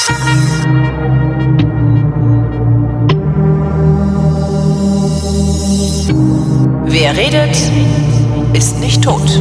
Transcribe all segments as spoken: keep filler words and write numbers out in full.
Wer redet, ist nicht tot.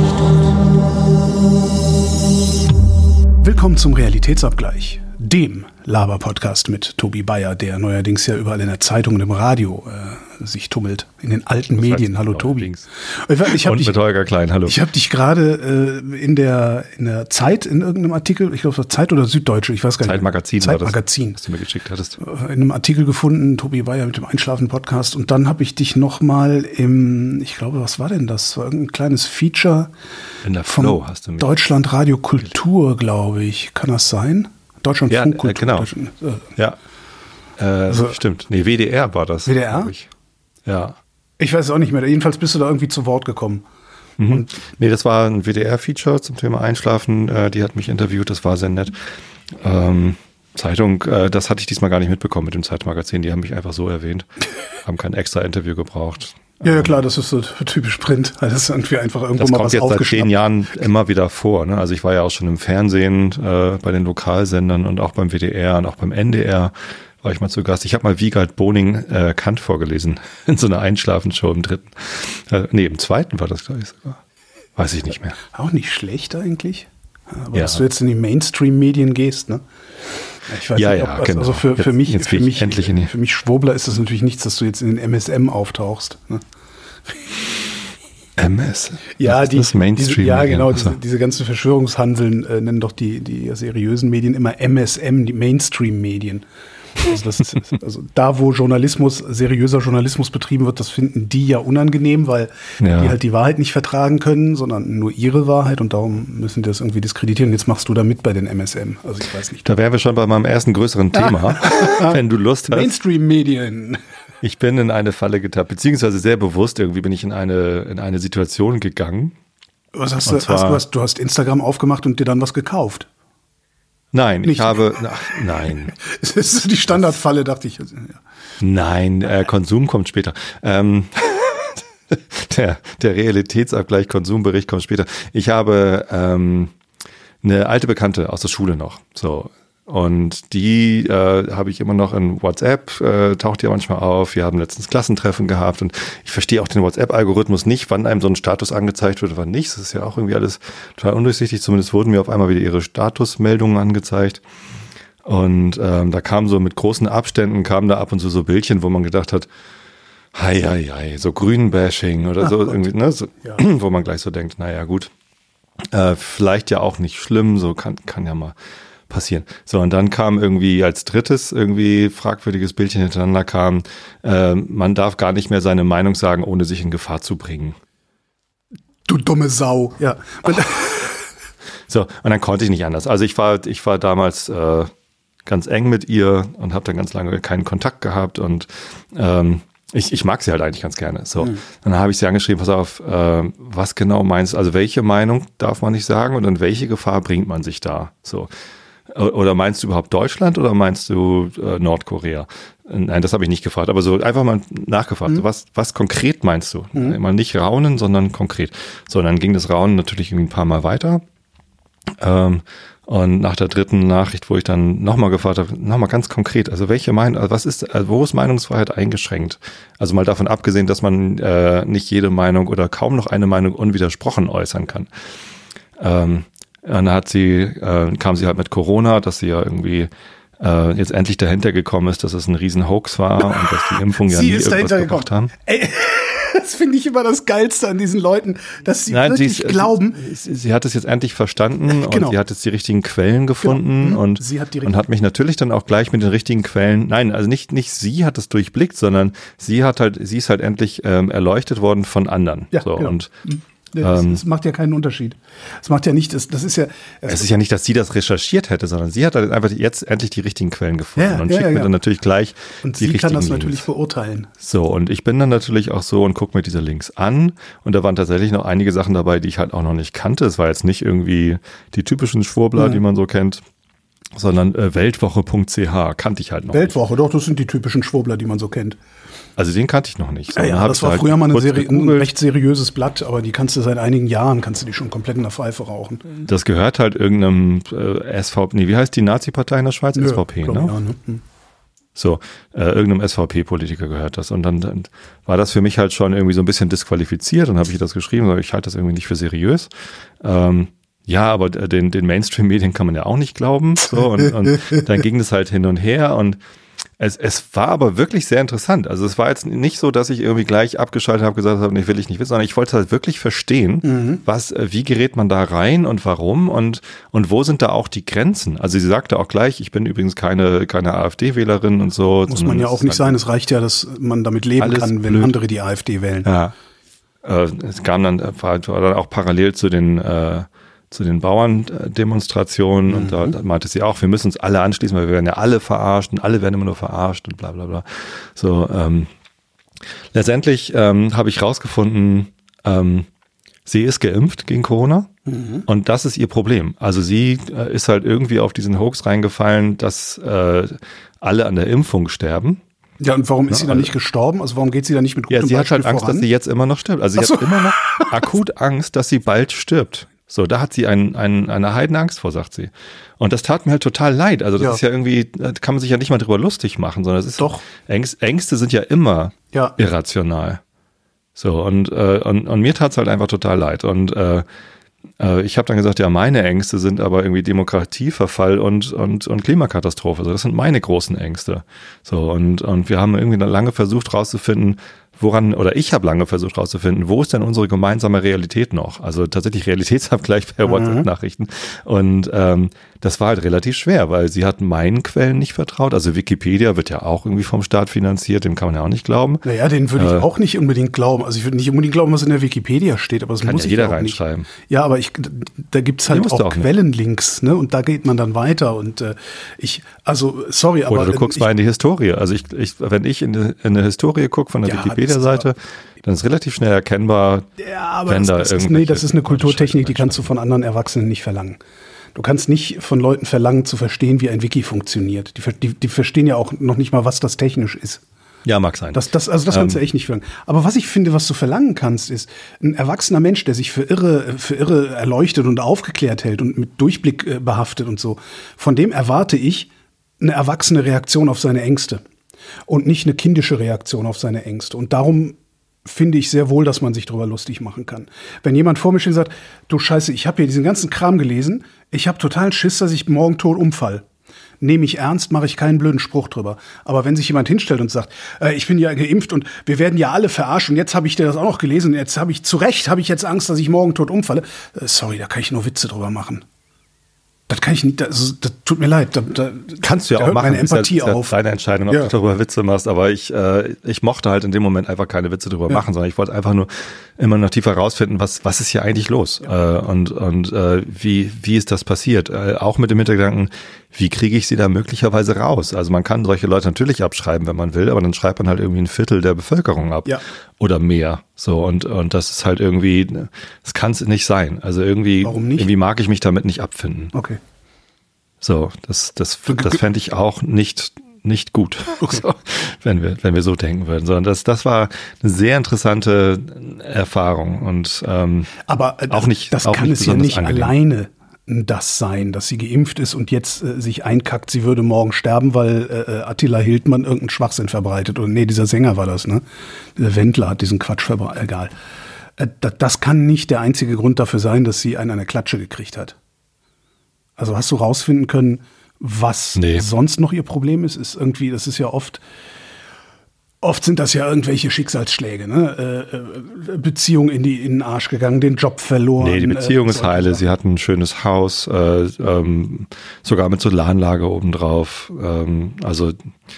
Willkommen zum Realitätsabgleich, dem Laber-Podcast mit Tobi Bayer, der neuerdings ja überall in der Zeitung und im Radio äh, sich tummelt, in den alten das Medien. Hallo Tobi. Ich, ich und dich, mit Holger Klein, hallo. Ich habe dich gerade äh, in, der, in der Zeit, in irgendeinem Artikel, ich glaube Zeit oder Süddeutsche, ich weiß gar nicht. Zeitmagazin war das, Zeitmagazin, was du mir geschickt hattest. In einem Artikel gefunden, Tobi Bayer mit dem Einschlafen-Podcast, und dann habe ich dich nochmal im, ich glaube, was war denn das? War irgendein kleines Feature in der Flow hast du mich. Deutschland Radio Kultur, glaube ich. Kann das sein? Deutschland ja, Funkkultur. Äh, genau. Deutschland, äh. Ja, äh, also, stimmt. Nee, W D R war das. W D R? Ich. Ja. Ich weiß es auch nicht mehr. Jedenfalls bist du da irgendwie zu Wort gekommen. Mhm. Und nee, das war ein W D R-Feature zum Thema Einschlafen. Äh, die hat mich interviewt, das war sehr nett. Ähm, Zeitung, äh, das hatte ich diesmal gar nicht mitbekommen mit dem Zeitmagazin. Die haben mich einfach so erwähnt. Haben kein extra Interview gebraucht. Ja, ja, klar, das ist so typisch Print. Das ist irgendwie einfach irgendwo das mal was was aufgeschnappt. Das kommt jetzt seit zehn Jahren immer wieder vor. Ne? Also ich war ja auch schon im Fernsehen, äh, bei den Lokalsendern und auch beim W D R und auch beim N D R war ich mal zu Gast. Ich habe mal Wiegald Boning äh, Kant vorgelesen in so einer Einschlafenshow im dritten. Äh, nee, im zweiten war das, glaube ich, sogar. Weiß ich nicht mehr. Auch nicht schlecht eigentlich. Aber ja. dass du jetzt in die Mainstream-Medien gehst, ne? Ich weiß ja, nicht, ob, ja, also, genau. also für, für jetzt, mich, jetzt für mich, endlich in die für mich Schwurbler ist das natürlich nichts, dass du jetzt in den M S M auftauchst. Ne? M S? Ja, die, das Mainstream. Diese, ja, genau, also. diese, diese ganzen Verschwörungshanseln äh, nennen doch die, die seriösen Medien immer M S M, die Mainstream-Medien. Also, das ist, also da, wo Journalismus, seriöser Journalismus betrieben wird, das finden die ja unangenehm, weil ja. die halt die Wahrheit nicht vertragen können, sondern nur ihre Wahrheit, und darum müssen die das irgendwie diskreditieren. Jetzt machst du da mit bei den M S M. Also ich weiß nicht. Da wären wir schon bei meinem ersten größeren Thema, wenn du Lust hast. Mainstream-Medien. Ich bin in eine Falle getappt, beziehungsweise sehr bewusst irgendwie bin ich in eine, in eine Situation gegangen. Was hast du, hast, du hast, du hast Instagram aufgemacht und dir dann was gekauft? Nein, Nicht. ich habe, ach, nein. Das ist die Standardfalle, dachte ich. Ja. Nein, äh, Konsum kommt später. Ähm, der, der Realitätsabgleich, Konsumbericht kommt später. Ich habe ähm, eine alte Bekannte aus der Schule noch, so. Und die äh, habe ich immer noch in WhatsApp, äh, taucht ja manchmal auf. Wir haben letztens Klassentreffen gehabt und ich verstehe auch den WhatsApp-Algorithmus nicht, wann einem so ein Status angezeigt wird, wann nicht. Das ist ja auch irgendwie alles total undurchsichtig. Zumindest wurden mir auf einmal wieder ihre Statusmeldungen angezeigt. Und ähm, da kam so mit großen Abständen, kamen da ab und zu so Bildchen, wo man gedacht hat, hei, hei, hei, so Grün-Bashing oder Ach so, Gott. irgendwie, ne, so, ja. Wo man gleich so denkt, naja gut, äh, vielleicht ja auch nicht schlimm, so kann, kann ja mal passieren. So, und dann kam irgendwie als drittes irgendwie fragwürdiges Bildchen hintereinander kam, äh, man darf gar nicht mehr seine Meinung sagen, ohne sich in Gefahr zu bringen. Du dumme Sau. Ja. Oh. So, und dann konnte ich nicht anders. Also ich war, ich war damals äh, ganz eng mit ihr und habe dann ganz lange keinen Kontakt gehabt und ähm, ich, ich mag sie halt eigentlich ganz gerne. So, mhm. Dann habe ich sie angeschrieben, pass auf, äh, was genau meinst du? Also welche Meinung darf man nicht sagen und in welche Gefahr bringt man sich da? So. Oder meinst du überhaupt Deutschland oder meinst du äh, Nordkorea? Nein, das habe ich nicht gefragt, aber so einfach mal nachgefragt. Mhm. So, was, was konkret meinst du? Mhm. Immer nicht raunen, sondern konkret. So, dann ging das Raunen natürlich irgendwie ein paar Mal weiter. Ähm, und nach der dritten Nachricht, wo ich dann nochmal gefragt habe, nochmal ganz konkret, also welche Meinung, also was ist, also wo ist Meinungsfreiheit eingeschränkt? Also mal davon abgesehen, dass man äh, nicht jede Meinung oder kaum noch eine Meinung unwidersprochen äußern kann. Ähm, Und dann hat sie, äh, kam sie halt mit Corona, dass sie ja irgendwie äh, jetzt endlich dahinter gekommen ist, dass es ein riesen Hoax war und dass die Impfung ja nie irgendwas gebracht haben. Ey, das finde ich immer das Geilste an diesen Leuten, dass sie Nein, wirklich sie ist, glauben. Sie, sie hat es jetzt endlich verstanden genau. und sie hat jetzt die richtigen Quellen gefunden genau. und, sie hat die und hat mich natürlich dann auch gleich mit den richtigen Quellen, nein, also nicht, nicht sie hat es durchblickt, sondern sie hat halt, sie ist halt endlich ähm, erleuchtet worden von anderen. Ja, so, genau. und Das, das macht ja keinen Unterschied. Das macht ja nicht, das, das ist ja. Es ist ja nicht, dass sie das recherchiert hätte, sondern sie hat halt einfach jetzt endlich die richtigen Quellen gefunden ja, und ja, schickt ja, mir ja. dann natürlich gleich und die sie richtigen kann das Links. natürlich beurteilen. So, und ich bin dann natürlich auch so und gucke mir diese Links an und da waren tatsächlich noch einige Sachen dabei, die ich halt auch noch nicht kannte. Es war jetzt nicht irgendwie die typischen Schwurbler, mhm. die man so kennt, sondern äh, weltwoche punkt c h kannte ich halt noch Weltwoche, nicht. Doch, das sind die typischen Schwurbler, die man so kennt. Also den kannte ich noch nicht. So, ja, ja, das war halt früher mal eine Seri- ein recht seriöses Blatt, aber die kannst du seit einigen Jahren, kannst du die schon komplett in der Pfeife rauchen. Das gehört halt irgendeinem äh, S V P, nee, wie heißt die Nazi-Partei in der Schweiz? Ja, S V P, ne? Ja, ne? Hm. So, äh, irgendeinem S V P-Politiker gehört das. Und dann, dann war das für mich halt schon irgendwie so ein bisschen disqualifiziert. Dann habe ich das geschrieben, aber ich halte das irgendwie nicht für seriös. Ähm, ja, aber den, den Mainstream-Medien kann man ja auch nicht glauben. So, und, und dann ging das halt hin und her und Es, es war aber wirklich sehr interessant. Also es war jetzt nicht so, dass ich irgendwie gleich abgeschaltet habe, gesagt habe, nee, will ich nicht wissen, sondern ich wollte halt wirklich verstehen, mhm. was, wie gerät man da rein und warum und, und wo sind da auch die Grenzen? Also sie sagte auch gleich, ich bin übrigens keine, keine AfD-Wählerin und so. Muss man ja auch nicht sein. Es reicht ja, dass man damit leben kann, wenn blöd. andere die AfD wählen. Ja. Äh, es kam dann, war dann auch parallel zu den, äh, zu den Bauerndemonstrationen mhm. und da, da meinte sie auch, wir müssen uns alle anschließen, weil wir werden ja alle verarscht und alle werden immer nur verarscht und bla bla bla. So, ähm, letztendlich ähm, habe ich rausgefunden, ähm, sie ist geimpft gegen Corona mhm. und das ist ihr Problem. Also sie äh, ist halt irgendwie auf diesen Hoax reingefallen, dass äh, alle an der Impfung sterben. Ja, und warum ist sie dann nicht gestorben? Also warum geht sie dann nicht mit gutem Ja, sie Beispiel hat halt Angst, voran? dass sie jetzt immer noch stirbt. Also sie so. hat immer noch akut Angst, dass sie bald stirbt. So, da hat sie ein, ein, eine Heidenangst vor, sagt sie. Und das tat mir halt total leid. Also das ja. ist ja irgendwie, da kann man sich ja nicht mal drüber lustig machen, sondern es ist doch. Ängste, Ängste sind ja immer ja. irrational. So, und, äh, und, und mir tat's halt einfach total leid. Und äh, äh, ich habe dann gesagt, ja, meine Ängste sind aber irgendwie Demokratieverfall und, und, und Klimakatastrophe. Also das sind meine großen Ängste. So, und, und wir haben irgendwie lange versucht rauszufinden, woran, oder ich habe lange versucht rauszufinden, wo ist denn unsere gemeinsame Realität noch? Also tatsächlich Realitätsabgleich per mhm. WhatsApp-Nachrichten. Und ähm, das war halt relativ schwer, weil sie hat meinen Quellen nicht vertraut. Also Wikipedia wird ja auch irgendwie vom Staat finanziert, dem kann man ja auch nicht glauben. Naja, den würde ich äh, auch nicht unbedingt glauben. Also ich würde nicht unbedingt glauben, was in der Wikipedia steht, aber das kann muss ja ich jeder auch reinschreiben. Nicht. Ja, aber ich, da gibt's halt auch, auch Quellenlinks, ne? Und da geht man dann weiter. Und äh, ich, also sorry, aber oder du guckst ich, mal in die Historie. Also ich, ich wenn ich in, die, in eine Historie gucke von der ja, Wikipedia-Seite, dann ist relativ schnell erkennbar, ja, aber wenn das, da das ist, nee, das ist eine Kulturtechnik, die kannst du von anderen Erwachsenen nicht verlangen. Du kannst nicht von Leuten verlangen, zu verstehen, wie ein Wiki funktioniert. Die, die, die verstehen ja auch noch nicht mal, was das technisch ist. Ja, mag sein. Das, das, also das kannst ähm, du echt nicht verlangen. Aber was ich finde, was du verlangen kannst, ist ein erwachsener Mensch, der sich für irre, für irre erleuchtet und aufgeklärt hält und mit Durchblick äh, behaftet und so. Von dem erwarte ich eine erwachsene Reaktion auf seine Ängste und nicht eine kindische Reaktion auf seine Ängste. Und darum finde ich sehr wohl, dass man sich drüber lustig machen kann. Wenn jemand vor mir steht und sagt, du Scheiße, ich habe hier diesen ganzen Kram gelesen, ich habe totalen Schiss, dass ich morgen tot umfall. Nehme ich ernst, mache ich keinen blöden Spruch drüber. Aber wenn sich jemand hinstellt und sagt, äh, ich bin ja geimpft und wir werden ja alle verarscht und jetzt habe ich dir das auch noch gelesen und jetzt habe ich zu Recht, habe ich jetzt Angst, dass ich morgen tot umfalle. Äh, sorry, da kann ich nur Witze drüber machen. Das kann ich nicht, das, das tut mir leid. Da, da, Kannst du ja da auch hört machen, meine Empathie ist ja, ist auf. ja deine Entscheidung, ob ja. du darüber Witze machst, aber ich, äh, ich mochte halt in dem Moment einfach keine Witze drüber ja. machen, sondern ich wollte einfach nur immer noch tiefer rausfinden, was, was ist hier eigentlich los? Ja. Äh, und und äh, wie, wie ist das passiert? Äh, auch mit dem Hintergedanken, wie kriege ich sie da möglicherweise raus? Also man kann solche Leute natürlich abschreiben, wenn man will, aber dann schreibt man halt irgendwie ein Viertel der Bevölkerung ab. Ja. Oder mehr. So, und, und das ist halt irgendwie, das kann es nicht sein. Also irgendwie, Warum nicht? irgendwie mag ich mich damit nicht abfinden. Okay. So, das, das, das fände ich auch nicht, nicht gut, okay. so, wenn wir, wenn wir so denken würden, sondern das, das war eine sehr interessante Erfahrung und ähm, aber das, auch nicht, das auch kann nicht es ja nicht angenehm. Alleine das sein, dass sie geimpft ist und jetzt äh, sich einkackt, sie würde morgen sterben, weil äh, Attila Hildmann irgendeinen Schwachsinn verbreitet. Oder nee, dieser Sänger war das, ne? Der Wendler hat diesen Quatsch verbreitet. Egal. Äh, das, das kann nicht der einzige Grund dafür sein, dass sie einen an der Klatsche gekriegt hat. Also hast du rausfinden können, was nee. sonst noch ihr Problem ist? Ist irgendwie, das ist ja oft, oft sind das ja irgendwelche Schicksalsschläge, ne? Äh, Beziehung in die in den Arsch gegangen, den Job verloren. Nee, die Beziehung äh, ist heile. Sie hat ein schönes Haus, äh, ähm, sogar mit Solaranlage obendrauf. Ähm, also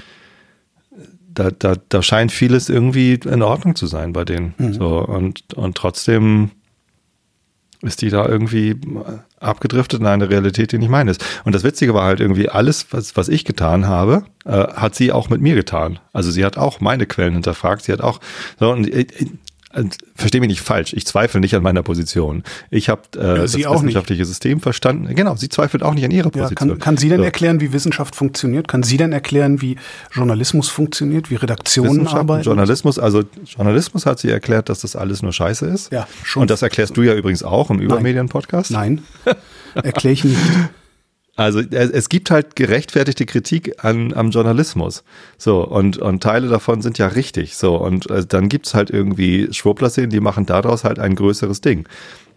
da, da, da scheint vieles irgendwie in Ordnung zu sein bei denen. Mhm. So, und, und trotzdem ist die da irgendwie abgedriftet in eine Realität, die nicht meine ist. Und das Witzige war halt irgendwie, alles, was, was ich getan habe, äh, hat sie auch mit mir getan. Also sie hat auch meine Quellen hinterfragt. Sie hat auch, so, und, verstehe mich nicht falsch, ich zweifle nicht an meiner Position. Ich habe äh, das wissenschaftliche nicht. System verstanden. Genau, sie zweifelt auch nicht an ihrer Position. Ja, kann, kann sie denn so. erklären, wie Wissenschaft funktioniert? Kann sie denn erklären, wie Journalismus funktioniert, wie Redaktionen arbeiten? Journalismus, also Journalismus hat sie erklärt, dass das alles nur Scheiße ist. Ja, schon. Und das erklärst du ja übrigens auch im Übermedien-Podcast. Nein, erkläre ich nicht. Also es gibt halt gerechtfertigte Kritik an, am Journalismus. So, und, und Teile davon sind ja richtig. So, und äh, dann gibt's halt irgendwie Schwurbler-Szenen, die machen daraus halt ein größeres Ding.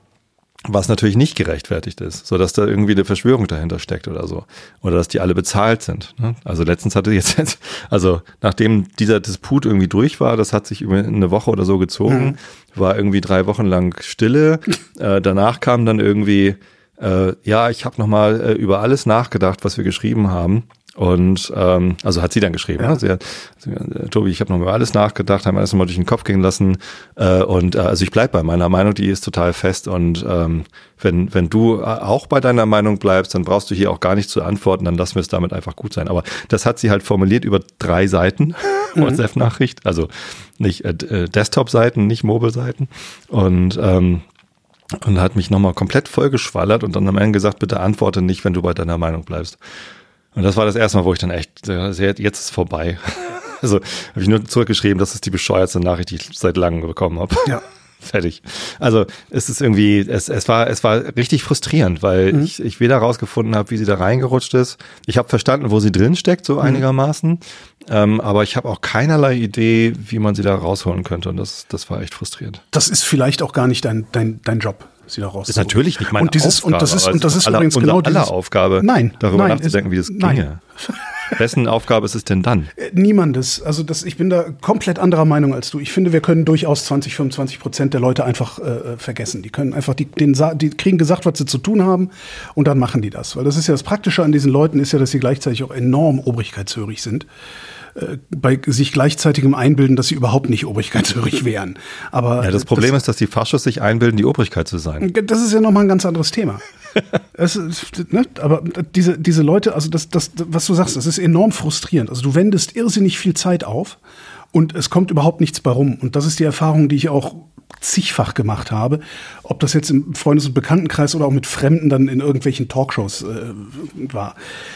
Was natürlich nicht gerechtfertigt ist, so dass da irgendwie eine Verschwörung dahinter steckt oder so. Oder dass die alle bezahlt sind. Ne? Also letztens hatte jetzt, also nachdem dieser Disput irgendwie durch war, das hat sich über eine Woche oder so gezogen, mhm. war irgendwie drei Wochen lang Stille. äh, danach kam dann irgendwie Äh, ja, ich habe nochmal äh, über alles nachgedacht, was wir geschrieben haben. Und ähm, also hat sie dann geschrieben. Ja. Ne? Sie hat, sie, äh, Tobi, ich habe nochmal über alles nachgedacht, haben alles nochmal durch den Kopf gehen lassen. Äh, und äh, also ich bleib bei meiner Meinung, die ist total fest. Und ähm, wenn wenn du auch bei deiner Meinung bleibst, dann brauchst du hier auch gar nicht zu antworten, dann lassen wir es damit einfach gut sein. Aber das hat sie halt formuliert über drei Seiten mhm. WhatsApp-Nachricht. Also nicht äh, Desktop-Seiten, nicht Mobile-Seiten. Und ähm, Und hat mich nochmal komplett vollgeschwallert und dann am Ende gesagt, bitte antworte nicht, wenn du bei deiner Meinung bleibst. Und das war das erste Mal, wo ich dann echt, jetzt ist es vorbei. Also habe ich nur zurückgeschrieben, das ist die bescheuertste Nachricht, die ich seit langem bekommen habe. Ja. Fertig. Also es ist irgendwie, es, es war, es war richtig frustrierend, weil mhm. ich, ich weder rausgefunden habe, wie sie da reingerutscht ist. Ich habe verstanden, wo sie drin steckt, so mhm. einigermaßen. Ähm, aber ich habe auch keinerlei Idee, wie man sie da rausholen könnte. Und das, das war echt frustrierend. Das ist vielleicht auch gar nicht dein, dein, dein Job, sie da rauszuholen. Ist natürlich nicht meine und dieses, Aufgabe. Und das ist, und das ist aller, übrigens genau aller dieses, Aufgabe, nein, darüber nein, nachzudenken, wie das ginge. Nein. Wessen Aufgabe ist es denn dann? Niemandes. Also das, ich bin da komplett anderer Meinung als du. Ich finde, wir können durchaus zwanzig, fünfundzwanzig Prozent der Leute einfach äh, vergessen. Die können einfach, die, den, die kriegen gesagt, was sie zu tun haben und dann machen die das. Weil das ist ja das Praktische an diesen Leuten, ist ja, dass sie gleichzeitig auch enorm obrigkeitshörig sind. Äh, bei sich gleichzeitigem Einbilden, dass sie überhaupt nicht obrigkeitshörig wären. Aber ja, das Problem das, ist, dass die Faschos sich einbilden, die Obrigkeit zu sein. Das ist ja nochmal ein ganz anderes Thema. Es ist, ne, aber diese, diese Leute, also das, das, was du sagst, das ist enorm frustrierend. Also du wendest irrsinnig viel Zeit auf und es kommt überhaupt nichts bei rum. Und das ist die Erfahrung, die ich auch zigfach gemacht habe. Ob das jetzt im Freundes- und Bekanntenkreis oder auch mit Fremden dann in irgendwelchen Talkshows äh, war.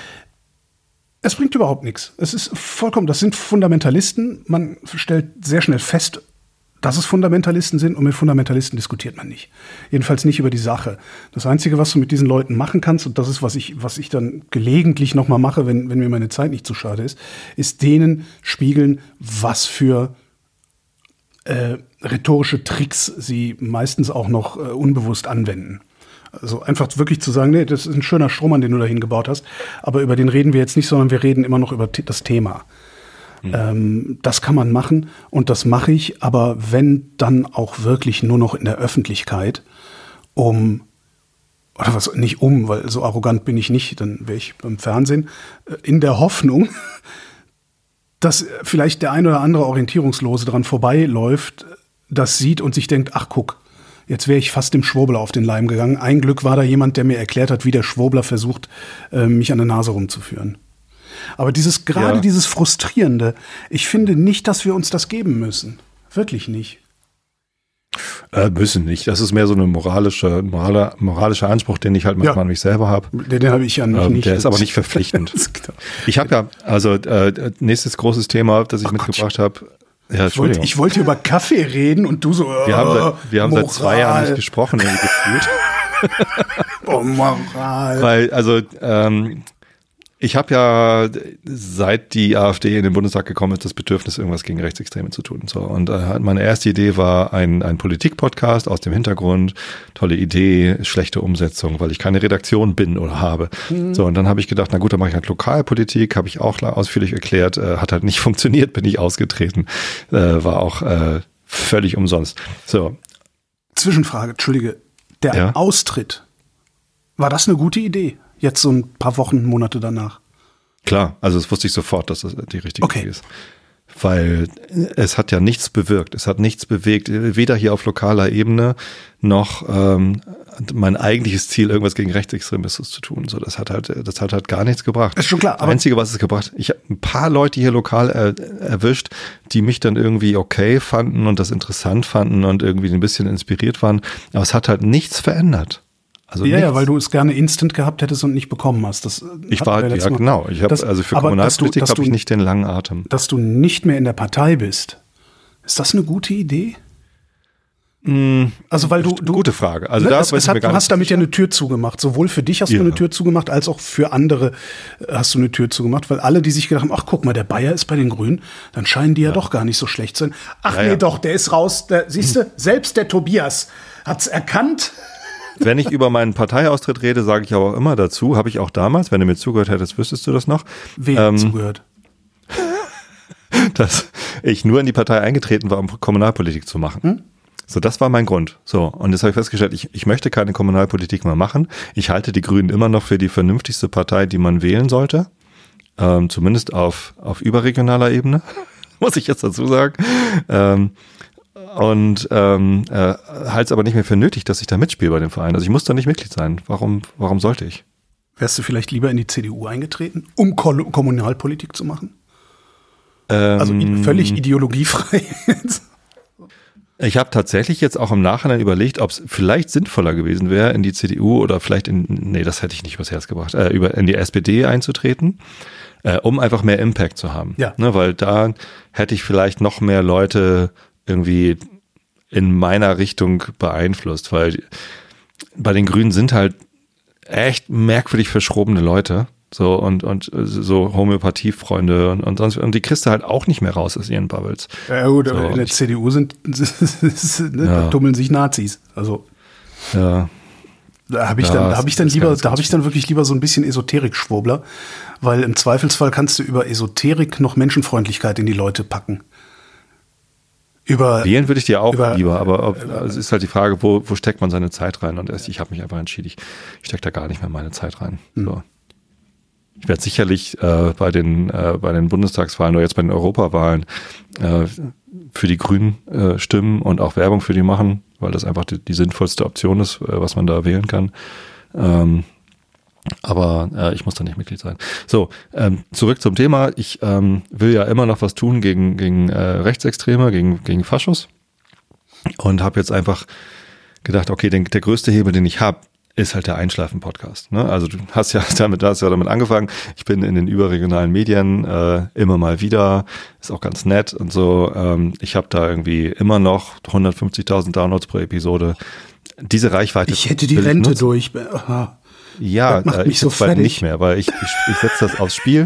Es bringt überhaupt nichts. Es ist vollkommen, das sind Fundamentalisten. Man stellt sehr schnell fest, dass es Fundamentalisten sind und mit Fundamentalisten diskutiert man nicht. Jedenfalls nicht über die Sache. Das Einzige, was du mit diesen Leuten machen kannst, und das ist, was ich, was ich dann gelegentlich nochmal mache, wenn, wenn mir meine Zeit nicht zu schade ist, ist denen spiegeln, was für äh, rhetorische Tricks sie meistens auch noch äh, unbewusst anwenden. Also einfach wirklich zu sagen, nee, das ist ein schöner Strohmann, den du da hingebaut hast, aber über den reden wir jetzt nicht, sondern wir reden immer noch über t- das Thema. Mhm. Ähm, das kann man machen und das mache ich, aber wenn, dann auch wirklich nur noch in der Öffentlichkeit, um, oder was, nicht um, weil so arrogant bin ich nicht, dann wäre ich beim Fernsehen, äh, in der Hoffnung, dass vielleicht der ein oder andere Orientierungslose dran vorbeiläuft, das sieht und sich denkt, ach guck, jetzt wäre ich fast dem Schwurbler auf den Leim gegangen. Ein Glück war da jemand, der mir erklärt hat, wie der Schwurbler versucht, äh, mich an der Nase rumzuführen. Aber dieses, gerade ja. dieses Frustrierende, ich finde nicht, dass wir uns das geben müssen. Wirklich nicht. Äh, müssen nicht. Das ist mehr so eine moralische, morale, moralischer Anspruch, den ich halt manchmal ja. an mich selber habe. Den, den habe ich ja ähm, nicht. Der ist aber nicht verpflichtend. Ich habe ja, also äh, nächstes großes Thema, das ich oh mitgebracht habe. Ja, ich, wollte, ich wollte über Kaffee reden und du so. Äh, wir haben, seit, wir haben seit zwei Jahren nicht gesprochen, irgendwie gefühlt. Oh, Moral. Weil, also, ähm, ich habe ja, seit die AfD in den Bundestag gekommen ist, das Bedürfnis, irgendwas gegen Rechtsextreme zu tun. So, und äh, meine erste Idee war ein, ein Politik-Podcast aus dem Hintergrund. Tolle Idee, schlechte Umsetzung, weil ich keine Redaktion bin oder habe. Mhm. So, und dann habe ich gedacht, na gut, dann mache ich halt Lokalpolitik, habe ich auch ausführlich erklärt, äh, hat halt nicht funktioniert, bin ich ausgetreten. Äh, war auch äh, völlig umsonst. So. Zwischenfrage, Entschuldige. Der ja? Austritt, war das eine gute Idee? Jetzt so ein paar Wochen, Monate danach. Klar, also das wusste ich sofort, dass das die richtige okay. Idee ist. weil es hat ja nichts bewirkt. Es hat nichts bewegt, weder hier auf lokaler Ebene noch ähm, mein eigentliches Ziel, irgendwas gegen Rechtsextremismus zu tun. So, das hat halt, das hat halt gar nichts gebracht. Ist schon klar. Das Einzige, was es gebracht, ich habe ein paar Leute hier lokal er, erwischt, die mich dann irgendwie okay fanden und das interessant fanden und irgendwie ein bisschen inspiriert waren. Aber es hat halt nichts verändert. Also ja, nichts. ja, weil du es gerne instant gehabt hättest und nicht bekommen hast. Das ich war, ja Mal. genau. Ich habe also für Kommunalpolitik habe ich nicht den langen Atem. Dass du nicht mehr in der Partei bist, ist das eine gute Idee? Also weil du, du gute Frage. Also ne, da es, es hat, du hast damit sicher. ja eine Tür zugemacht. Sowohl für dich hast ja. du eine Tür zugemacht, als auch für andere hast du eine Tür zugemacht, weil alle, die sich gedacht haben, ach guck mal, der Bayer ist bei den Grünen, dann scheinen die ja, ja doch gar nicht so schlecht zu sein. Ach ja, nee, ja. doch, der ist raus. Der, siehst du, selbst der Tobias hat's erkannt. Wenn ich über meinen Parteiaustritt rede, sage ich aber auch immer dazu, habe ich auch damals, wenn du mir zugehört hättest, wüsstest du das noch. Wem ähm, zugehört? Dass ich nur in die Partei eingetreten war, um Kommunalpolitik zu machen. Hm? So, das war mein Grund. So, und jetzt habe ich festgestellt, ich, ich möchte keine Kommunalpolitik mehr machen. Ich halte die Grünen immer noch für die vernünftigste Partei, die man wählen sollte. Ähm, zumindest auf, auf überregionaler Ebene, muss ich jetzt dazu sagen. Ähm, und ähm, äh, halte es aber nicht mehr für nötig, dass ich da mitspiele bei dem Verein. Also ich muss da nicht Mitglied sein. Warum, warum sollte ich? Wärst du vielleicht lieber in die C D U eingetreten, um Ko- Kommunalpolitik zu machen? Ähm, also völlig ideologiefrei. Ich habe tatsächlich jetzt auch im Nachhinein überlegt, ob es vielleicht sinnvoller gewesen wäre, in die C D U oder vielleicht in, nee, das hätte ich nicht übers Herz gebracht, äh, über, in die S P D einzutreten, äh, um einfach mehr Impact zu haben. Ja. Ne, weil da hätte ich vielleicht noch mehr Leute irgendwie in meiner Richtung beeinflusst, weil bei den Grünen sind halt echt merkwürdig verschrobene Leute. So, und, und so Homöopathiefreunde und, und sonst, und die kriegst du halt auch nicht mehr raus aus ihren Bubbles. Ja gut, so, aber in der C D U sind, ne, ja. da tummeln sich Nazis. Also. Ja. Da habe ich ja, dann, da habe ich dann lieber, ganz, da habe ich dann wirklich lieber so ein bisschen Esoterik-Schwurbler, weil im Zweifelsfall kannst du über Esoterik noch Menschenfreundlichkeit in die Leute packen. Über, Wählen würde ich dir auch über, lieber, aber ob, also es ist halt die Frage, wo, wo steckt man seine Zeit rein? Und ich habe mich einfach entschieden, ich, ich stecke da gar nicht mehr meine Zeit rein. Hm. So. Ich werde sicherlich äh, bei den äh, bei den Bundestagswahlen oder jetzt bei den Europawahlen äh, für die Grünen äh, stimmen und auch Werbung für die machen, weil das einfach die, die sinnvollste Option ist, äh, was man da wählen kann. Ähm, aber äh, ich muss da nicht Mitglied sein. So, ähm, zurück zum Thema. Ich ähm, will ja immer noch was tun gegen gegen äh, Rechtsextreme, gegen gegen Faschos und habe jetzt einfach gedacht, okay, den, der größte Hebel, den ich habe, ist halt der Einschlafen-Podcast. Ne? Also du hast ja damit, hast ja damit angefangen. Ich bin in den überregionalen Medien äh, immer mal wieder, ist auch ganz nett und so. Ähm, ich habe da irgendwie immer noch hundertfünfzigtausend Downloads pro Episode. Diese Reichweite. Ich hätte die Rente durch. Aha. Ja, äh, ich so bald nicht mehr, weil ich, ich, ich setze das aufs Spiel.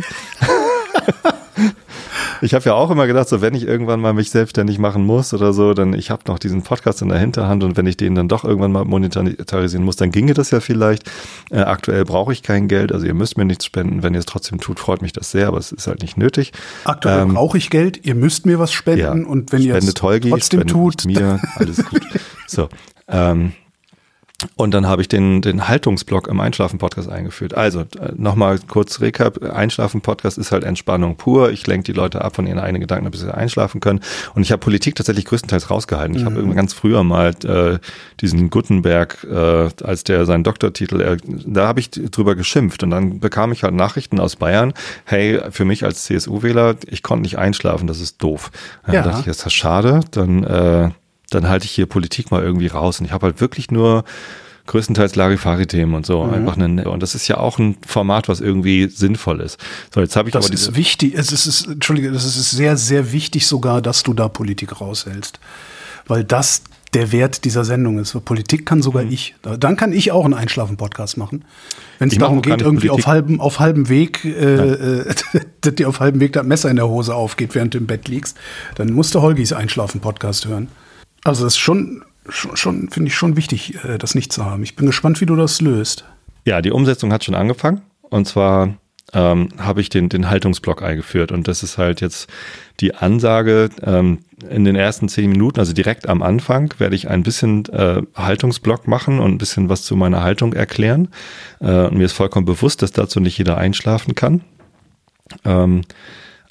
Ich habe ja auch immer gedacht, so wenn ich irgendwann mal mich selbstständig machen muss oder so, dann ich habe noch diesen Podcast in der Hinterhand und wenn ich den dann doch irgendwann mal monetarisieren muss, dann ginge das ja vielleicht. Äh, aktuell brauche ich kein Geld, also ihr müsst mir nichts spenden. Wenn ihr es trotzdem tut, freut mich das sehr, aber es ist halt nicht nötig. Aktuell ähm, brauche ich Geld, ihr müsst mir was spenden ja, und wenn ihr es trotzdem tut, mir alles gut. So, ähm, und dann habe ich den, den Haltungsblock im Einschlafen-Podcast eingeführt. Also äh, nochmal kurz Recap. Einschlafen-Podcast ist halt Entspannung pur. Ich lenke die Leute ab von ihren eigenen Gedanken, bis sie einschlafen können. Und ich habe Politik tatsächlich größtenteils rausgehalten. Ich mhm. habe irgendwann ganz früher mal äh, diesen Gutenberg, äh, als der seinen Doktortitel, äh, da habe ich drüber geschimpft. Und dann bekam ich halt Nachrichten aus Bayern. Hey, für mich als C S U-Wähler, ich konnte nicht einschlafen, das ist doof. Ja. Dann dachte ich, das ist schade. Dann äh, dann halte ich hier Politik mal irgendwie raus. Und ich habe halt wirklich nur größtenteils Larifari-Themen und so. Mhm. Einfach eine, und das ist ja auch ein Format, was irgendwie sinnvoll ist. So, jetzt habe ich das aber diese. Das ist wichtig. Es ist, Entschuldige, das ist sehr, sehr wichtig sogar, dass du da Politik raushältst. Weil das der Wert dieser Sendung ist. Politik kann sogar mhm. ich. Dann kann ich auch einen Einschlafen-Podcast machen. Wenn es darum geht, irgendwie Politik. auf halbem, auf halbem Weg, äh, ja. dass dir auf halbem Weg das Messer in der Hose aufgeht, während du im Bett liegst, dann musst du Holgis Einschlafen-Podcast hören. Also das ist schon, schon, schon finde ich schon wichtig, das nicht zu haben. Ich bin gespannt, wie du das löst. Ja, die Umsetzung hat schon angefangen. Und zwar ähm, habe ich den, den Haltungsblock eingeführt. Und das ist halt jetzt die Ansage, ähm, in den ersten zehn Minuten, also direkt am Anfang, werde ich ein bisschen äh, Haltungsblock machen und ein bisschen was zu meiner Haltung erklären. Äh, und mir ist vollkommen bewusst, dass dazu nicht jeder einschlafen kann. Ähm,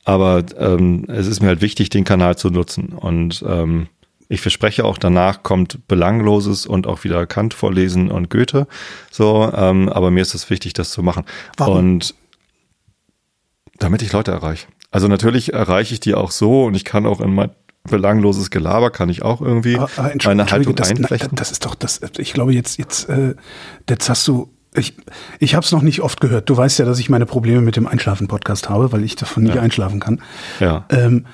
Aber ähm, es ist mir halt wichtig, den Kanal zu nutzen. Und ähm, ich verspreche auch, danach kommt Belangloses und auch wieder Kant vorlesen und Goethe. So, ähm, aber mir ist es wichtig, das zu machen. Warum? Und damit ich Leute erreiche. Also natürlich erreiche ich die auch so und ich kann auch in mein belangloses Gelaber kann ich auch irgendwie aber, aber meine Haltung das, einflechten. Das ist doch das, ich glaube jetzt, jetzt, äh, jetzt hast du Ich, ich habe es noch nicht oft gehört. Du weißt ja, dass ich meine Probleme mit dem Einschlafen-Podcast habe, weil ich davon nicht ja. einschlafen kann. Ja. Ähm,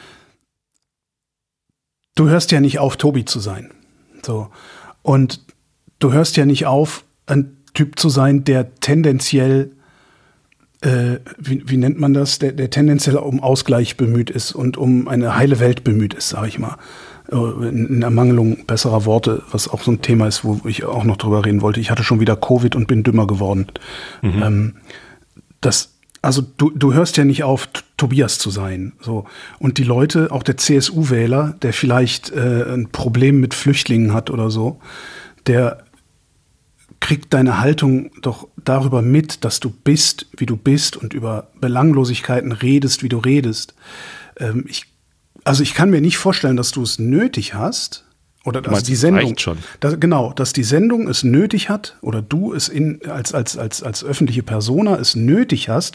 du hörst ja nicht auf, Tobi zu sein. So. Und du hörst ja nicht auf, ein Typ zu sein, der tendenziell, äh, wie, wie nennt man das, der, der tendenziell um Ausgleich bemüht ist und um eine heile Welt bemüht ist, sage ich mal. In Ermangelung besserer Worte, was auch so ein Thema ist, wo ich auch noch drüber reden wollte. Ich hatte schon wieder Covid und bin dümmer geworden. Mhm. Ähm, das, also du, du hörst ja nicht auf, T- Tobias zu sein. So. Und die Leute, auch der C S U-Wähler, der vielleicht äh, ein Problem mit Flüchtlingen hat oder so, der kriegt deine Haltung doch darüber mit, dass du bist, wie du bist und über Belanglosigkeiten redest, wie du redest. Ähm, ich Also ich kann mir nicht vorstellen, dass du es nötig hast, oder dass meinst, die Sendung, reicht schon. Dass, genau, dass die Sendung es nötig hat, oder du es in, als, als, als, als öffentliche Persona es nötig hast,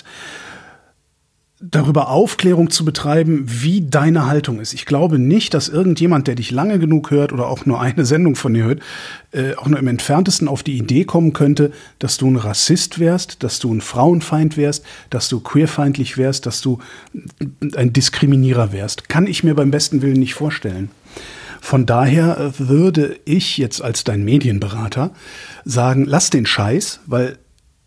darüber Aufklärung zu betreiben, wie deine Haltung ist. Ich glaube nicht, dass irgendjemand, der dich lange genug hört oder auch nur eine Sendung von dir hört, äh, auch nur im Entferntesten auf die Idee kommen könnte, dass du ein Rassist wärst, dass du ein Frauenfeind wärst, dass du queerfeindlich wärst, dass du ein Diskriminierer wärst. Kann ich mir beim besten Willen nicht vorstellen. Von daher würde ich jetzt als dein Medienberater sagen, lass den Scheiß, weil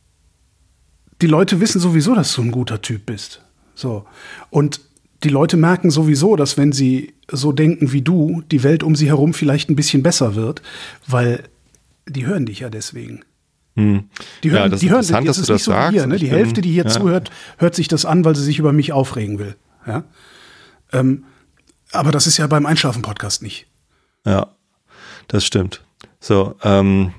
die Leute wissen sowieso, dass du ein guter Typ bist. So. Und die Leute merken sowieso, dass wenn sie so denken wie du, die Welt um sie herum vielleicht ein bisschen besser wird, weil die hören dich ja deswegen. Hm. Die hören, ja, das die ist hören interessant, das dass ist du nicht das so sagst. wie hier, ne? Die bin, Hälfte, die hier ja. zuhört, hört sich das an, weil sie sich über mich aufregen will. Ja? Ähm, aber das ist ja beim Einschlafen-Podcast nicht. Ja, das stimmt. So, ähm,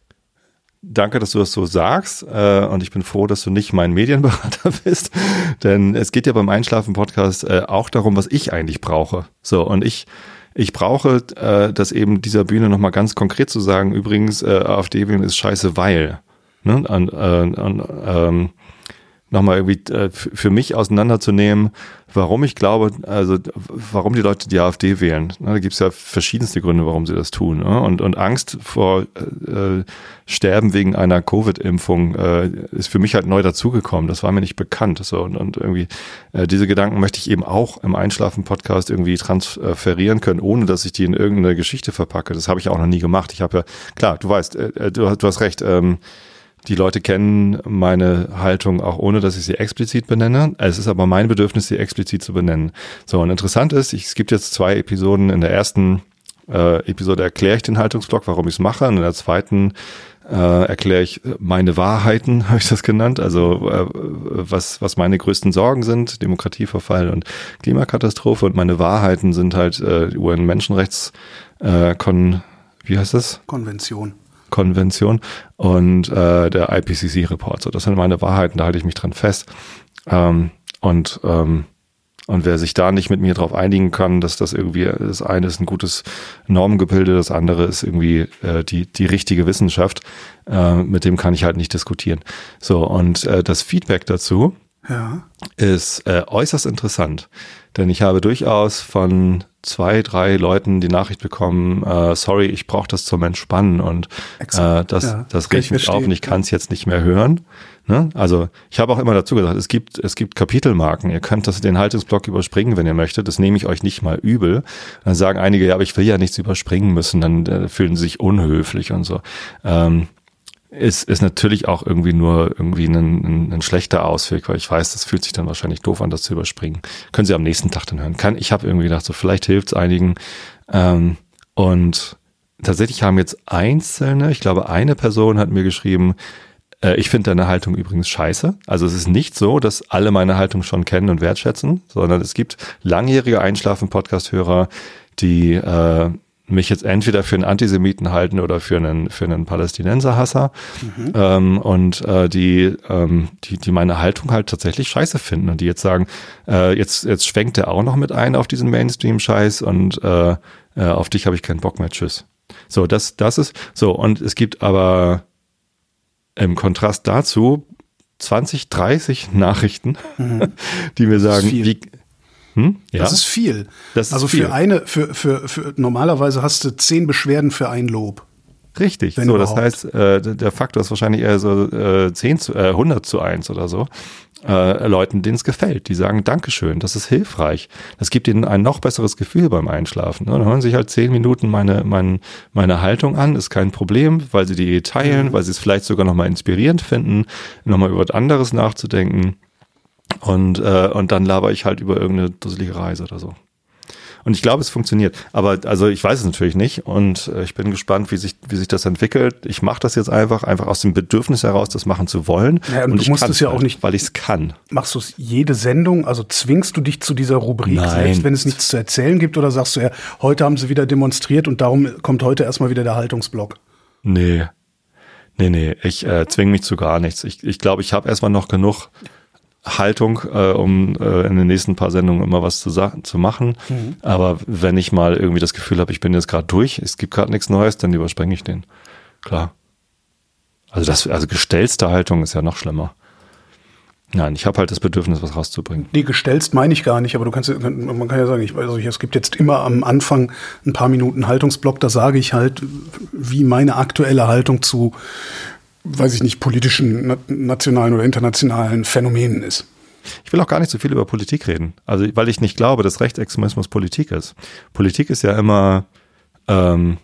danke, dass du das so sagst, äh, und ich bin froh, dass du nicht mein Medienberater bist, denn es geht ja beim Einschlafen-Podcast äh, auch darum, was ich eigentlich brauche. So, und ich ich brauche, äh, das eben dieser Bühne nochmal ganz konkret zu sagen, übrigens, äh, AfD-Wählen ist scheiße, weil, ne, und, äh, und ähm, nochmal irgendwie äh, für mich auseinanderzunehmen, warum ich glaube, also warum die Leute die AfD wählen. Na, da gibt es ja verschiedenste Gründe, warum sie das tun. Ne? Und, und Angst vor äh, Sterben wegen einer Covid-Impfung äh, ist für mich halt neu dazugekommen. Das war mir nicht bekannt. So, und, und irgendwie äh, diese Gedanken möchte ich eben auch im Einschlafen-Podcast irgendwie transferieren können, ohne dass ich die in irgendeine Geschichte verpacke. Das habe ich auch noch nie gemacht. Ich habe ja, klar, du weißt, äh, du, du hast recht, ähm, die Leute kennen meine Haltung auch ohne, dass ich sie explizit benenne. Es ist aber mein Bedürfnis, sie explizit zu benennen. So, und interessant ist, ich, es gibt jetzt zwei Episoden. In der ersten äh, Episode erkläre ich den Haltungsblock, warum ich es mache. Und in der zweiten äh, erkläre ich meine Wahrheiten, habe ich das genannt. Also äh, was, was meine größten Sorgen sind, Demokratieverfall und Klimakatastrophe. Und meine Wahrheiten sind halt äh, U N-Menschenrechts äh, Kon, wie heißt das? Konvention. Konvention und äh, der I P C C-Report. So, das sind meine Wahrheiten, da halte ich mich dran fest. Ähm, und ähm, und wer sich da nicht mit mir drauf einigen kann, dass das irgendwie, das eine ist ein gutes Normengebilde, das andere ist irgendwie äh, die die richtige Wissenschaft, äh, mit dem kann ich halt nicht diskutieren. So, und äh, das Feedback dazu ja. ist äh, äußerst interessant, denn ich habe durchaus von zwei, drei Leuten die Nachricht bekommen, äh, sorry, ich brauche das zum Entspannen und äh, das, ja, das regt mich auf und ich kann es jetzt nicht mehr hören. Ne? Also ich habe auch immer dazu gesagt, es gibt es gibt Kapitelmarken, ihr könnt das den Haltungsblock überspringen, wenn ihr möchtet, das nehme ich euch nicht mal übel. Dann sagen einige, ja, aber ich will ja nichts überspringen müssen, dann äh, fühlen sie sich unhöflich und so. Ähm, Ist, ist natürlich auch irgendwie nur irgendwie ein, ein, ein schlechter Ausweg, weil ich weiß, das fühlt sich dann wahrscheinlich doof an, das zu überspringen. Können Sie am nächsten Tag dann hören. Kann, ich habe irgendwie gedacht, so vielleicht hilft es einigen. Ähm, und tatsächlich haben jetzt Einzelne, ich glaube eine Person hat mir geschrieben, äh, ich finde deine Haltung übrigens scheiße. Also es ist nicht so, dass alle meine Haltung schon kennen und wertschätzen, sondern es gibt langjährige Einschlafen-Podcast-Hörer, die äh, mich jetzt entweder für einen Antisemiten halten oder für einen für einen Palästinenserhasser mhm. ähm, und äh, die, ähm, die die meine Haltung halt tatsächlich scheiße finden und die jetzt sagen, äh, jetzt jetzt schwenkt er auch noch mit ein auf diesen Mainstream-Scheiß und äh, äh, auf dich habe ich keinen Bock mehr, tschüss. So, das das ist so, und es gibt aber im Kontrast dazu zwanzig, dreißig Nachrichten, mhm. die mir sagen, wie Hm? Ja. Das ist viel. Das ist also viel. für eine, für, für, für normalerweise hast du zehn Beschwerden für ein Lob. Richtig. So, überhaupt. Das heißt, äh, der Faktor ist wahrscheinlich eher so äh, zehn zu, äh, hundert zu eins oder so. Äh, Leuten, denen es gefällt, die sagen, Dankeschön, das ist hilfreich. Das gibt ihnen ein noch besseres Gefühl beim Einschlafen. Ne? Dann hören sich halt zehn Minuten meine, meine, meine Haltung an, ist kein Problem, weil sie die teilen, mhm. weil sie es vielleicht sogar nochmal inspirierend finden, nochmal über was anderes nachzudenken. Und, äh, und dann laber ich halt über irgendeine dusselige Reise oder so. Und ich glaube, es funktioniert. Aber also ich weiß es natürlich nicht und äh, ich bin gespannt, wie sich wie sich das entwickelt. Ich mache das jetzt einfach, einfach aus dem Bedürfnis heraus, das machen zu wollen. Ja, und, und ich du musst es ja halt, auch nicht, weil ich es kann. Machst du es jede Sendung? Also zwingst du dich zu dieser Rubrik, Nein. selbst wenn es nichts zu erzählen gibt? Oder sagst du ja, heute haben sie wieder demonstriert und darum kommt heute erstmal wieder der Haltungsblock? Nee, nee, nee. Ich äh, zwinge mich zu gar nichts. Ich glaube, ich, glaub, ich habe erstmal noch genug Haltung, äh, um äh, in den nächsten paar Sendungen immer was zu, sa- zu machen. Mhm. Aber wenn ich mal irgendwie das Gefühl habe, ich bin jetzt gerade durch, es gibt gerade nichts Neues, dann überspringe ich den. Klar. Also das, also gestellte Haltung ist ja noch schlimmer. Nein, ich habe halt das Bedürfnis, was rauszubringen. Die gestellst meine ich gar nicht, aber du kannst, man kann ja sagen, ich, also es gibt jetzt immer am Anfang ein paar Minuten Haltungsblock, da sage ich halt, wie meine aktuelle Haltung zu, weiß ich nicht, politischen, nationalen oder internationalen Phänomenen ist. Ich will auch gar nicht so viel über Politik reden, also weil ich nicht glaube, dass Rechtsextremismus Politik ist. Politik ist ja immer ähm,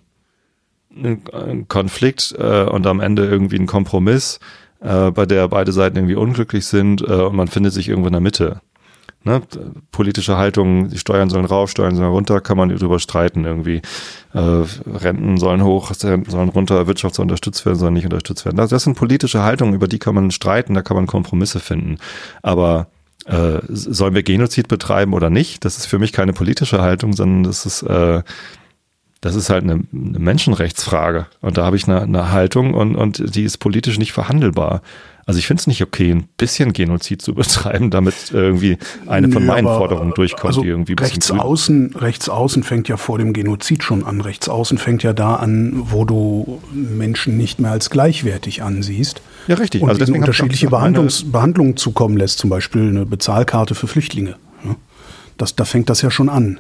ein Konflikt äh, und am Ende irgendwie ein Kompromiss, äh, bei der beide Seiten irgendwie unglücklich sind äh, und man findet sich irgendwo in der Mitte. Ne? Politische Haltung, die Steuern sollen rauf, Steuern sollen runter, kann man darüber streiten irgendwie. Äh, Renten sollen hoch, sollen runter, Wirtschaft soll unterstützt werden, soll nicht unterstützt werden. Das, das sind politische Haltungen, über die kann man streiten, da kann man Kompromisse finden. Aber äh, sollen wir Genozid betreiben oder nicht? Das ist für mich keine politische Haltung, sondern das ist äh, das ist halt eine, eine Menschenrechtsfrage. Und da habe ich eine, eine Haltung und, und die ist politisch nicht verhandelbar. Also ich finde es nicht okay, ein bisschen Genozid zu betreiben, damit irgendwie eine von meinen ja, Forderungen durchkommt, also die irgendwie ein bisschen rechtsaußen, rechtsaußen fängt ja vor dem Genozid schon an. Rechtsaußen fängt ja da an, wo du Menschen nicht mehr als gleichwertig ansiehst. Ja, richtig. Und also ihnen unterschiedliche Behandlungs, Behandlungen zukommen lässt, zum Beispiel eine Bezahlkarte für Flüchtlinge. Das, da fängt das ja schon an.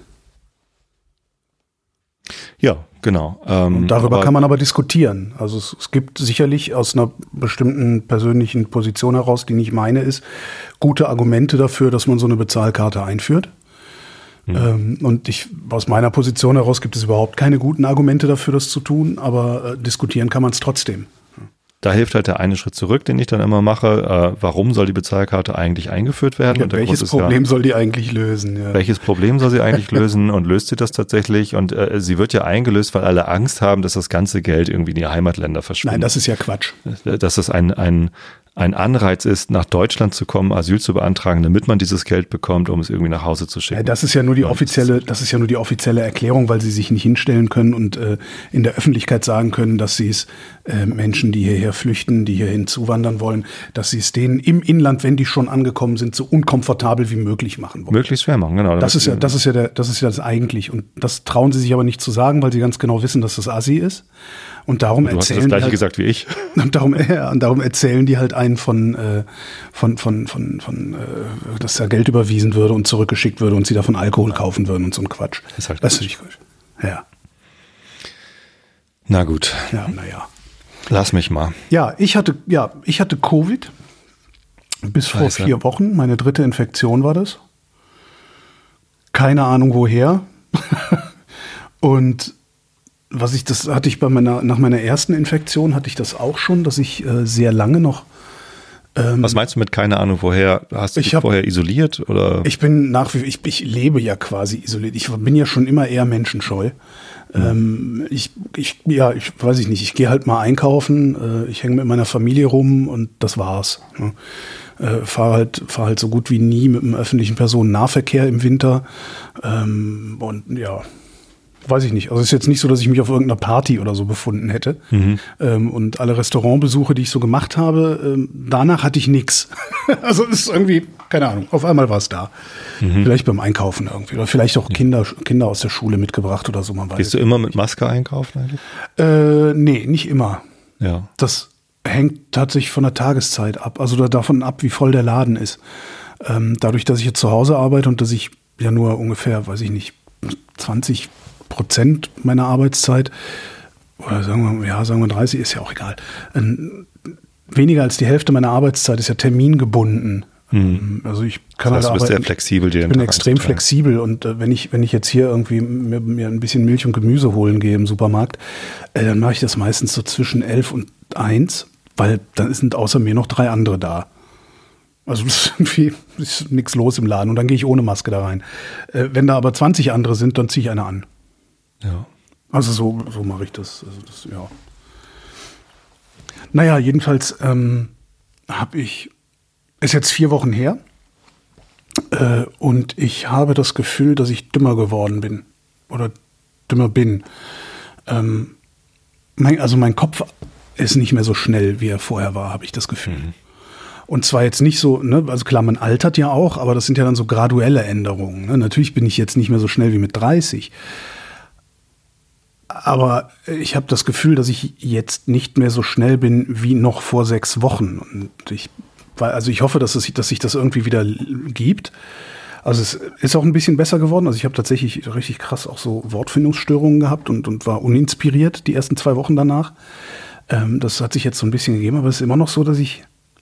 Ja, genau. Ähm, und darüber aber, kann man aber diskutieren. Also es, es gibt sicherlich aus einer bestimmten persönlichen Position heraus, die nicht meine ist, gute Argumente dafür, dass man so eine Bezahlkarte einführt. Mhm. Ähm, und ich, aus meiner Position heraus gibt es überhaupt keine guten Argumente dafür, das zu tun, aber äh, diskutieren kann man es trotzdem. Da hilft halt der eine Schritt zurück, den ich dann immer mache. Äh, warum soll die Bezahlkarte eigentlich eingeführt werden? Ja, und der welches Grund ist Problem ja, soll die eigentlich lösen? Ja. Welches Problem soll sie eigentlich lösen und löst sie das tatsächlich? Und äh, sie wird ja eingelöst, weil alle Angst haben, dass das ganze Geld irgendwie in die Heimatländer verschwindet. Nein, das ist ja Quatsch. Dass das ein, ein, ein Anreiz ist, nach Deutschland zu kommen, Asyl zu beantragen, damit man dieses Geld bekommt, um es irgendwie nach Hause zu schicken. Ja, das ist ja nur die offizielle, das ist ja nur die offizielle Erklärung, weil sie sich nicht hinstellen können und äh, in der Öffentlichkeit sagen können, dass sie es äh, Menschen, die hierher flüchten, die hierhin zuwandern wollen, dass sie es denen im Inland, wenn die schon angekommen sind, so unkomfortabel wie möglich machen wollen. Möglichst schwer machen, genau. Das ist ja, das ist ja der, das ist ja das eigentlich. Und das trauen sie sich aber nicht zu sagen, weil sie ganz genau wissen, dass das Assi ist. Und darum du erzählen hast das Gleiche halt, gesagt wie ich. Und darum, ja, und darum erzählen die halt einen von, äh, von, von, von, von äh, dass da Geld überwiesen würde und zurückgeschickt würde und sie davon Alkohol kaufen würden und so ein Quatsch. Ist halt das finde ich gut. Ja. Na gut. Ja, naja. Lass mich mal. Ja, ich hatte, ja, ich hatte Covid bis vor Scheiße. vier Wochen. Meine dritte Infektion war das. Keine Ahnung woher. Und was ich, das hatte ich bei meiner, nach meiner ersten Infektion hatte ich das auch schon, dass ich äh, sehr lange noch. Ähm, Was meinst du mit keine Ahnung woher? Hast du dich hab, vorher isoliert oder? Ich bin nach wie ich, ich lebe ja quasi isoliert. Ich bin ja schon immer eher menschenscheu. Mhm. Ähm, ich, ich, ja, ich weiß ich nicht. Ich gehe halt mal einkaufen. Äh, ich hänge mit meiner Familie rum und das war's. Ne? Äh, fahre halt, fahr halt so gut wie nie mit dem öffentlichen Personennahverkehr im Winter. Ähm, und ja. weiß ich nicht. Also es ist jetzt nicht so, dass ich mich auf irgendeiner Party oder so befunden hätte. Mhm. Ähm, und alle Restaurantbesuche, die ich so gemacht habe, ähm, danach hatte ich nichts. Also es ist irgendwie, keine Ahnung, auf einmal war es da. Mhm. Vielleicht beim Einkaufen irgendwie. Oder vielleicht auch Kinder, Kinder aus der Schule mitgebracht oder so. Man weiß. Gehst du immer mit Maske einkaufen eigentlich? Äh, nee, nicht immer. Ja. Das hängt tatsächlich von der Tageszeit ab. Also davon ab, wie voll der Laden ist. Ähm, dadurch, dass ich jetzt zu Hause arbeite und dass ich ja nur ungefähr, weiß ich nicht, zwanzig Prozent meiner Arbeitszeit, oder sagen wir, ja, sagen wir dreißig, ist ja auch egal. Ähm, weniger als die Hälfte meiner Arbeitszeit ist ja termingebunden. Mhm. Also ich kann das heißt, halt du bist arbeiten. sehr flexibel. Dir ich bin extrem flexibel und äh, wenn ich wenn ich jetzt hier irgendwie mir, mir ein bisschen Milch und Gemüse holen gehe im Supermarkt, äh, dann mache ich das meistens so zwischen elf und eins, weil dann sind außer mir noch drei andere da. Also das ist irgendwie ist nichts los im Laden und dann gehe ich ohne Maske da rein. Äh, wenn da aber zwanzig andere sind, dann ziehe ich eine an. Ja. Also so, so mache ich das. Also das, ja. Naja, jedenfalls ähm, habe ich, ist jetzt vier Wochen her äh, und ich habe das Gefühl, dass ich dümmer geworden bin oder dümmer bin. Ähm, mein, also mein Kopf ist nicht mehr so schnell, wie er vorher war, habe ich das Gefühl. Mhm. Und zwar jetzt nicht so, ne, also klar, man altert ja auch, aber das sind ja dann so graduelle Änderungen. Ne? Natürlich bin ich jetzt nicht mehr so schnell wie mit dreißig. Aber ich habe das Gefühl, dass ich jetzt nicht mehr so schnell bin wie noch vor sechs Wochen. Und ich, also ich hoffe, dass, es, dass sich das irgendwie wieder gibt. Also es ist auch ein bisschen besser geworden. Also ich habe tatsächlich richtig krass auch so Wortfindungsstörungen gehabt und, und war uninspiriert die ersten zwei Wochen danach. Ähm, das hat sich jetzt so ein bisschen gegeben, aber es ist immer noch so, dass ich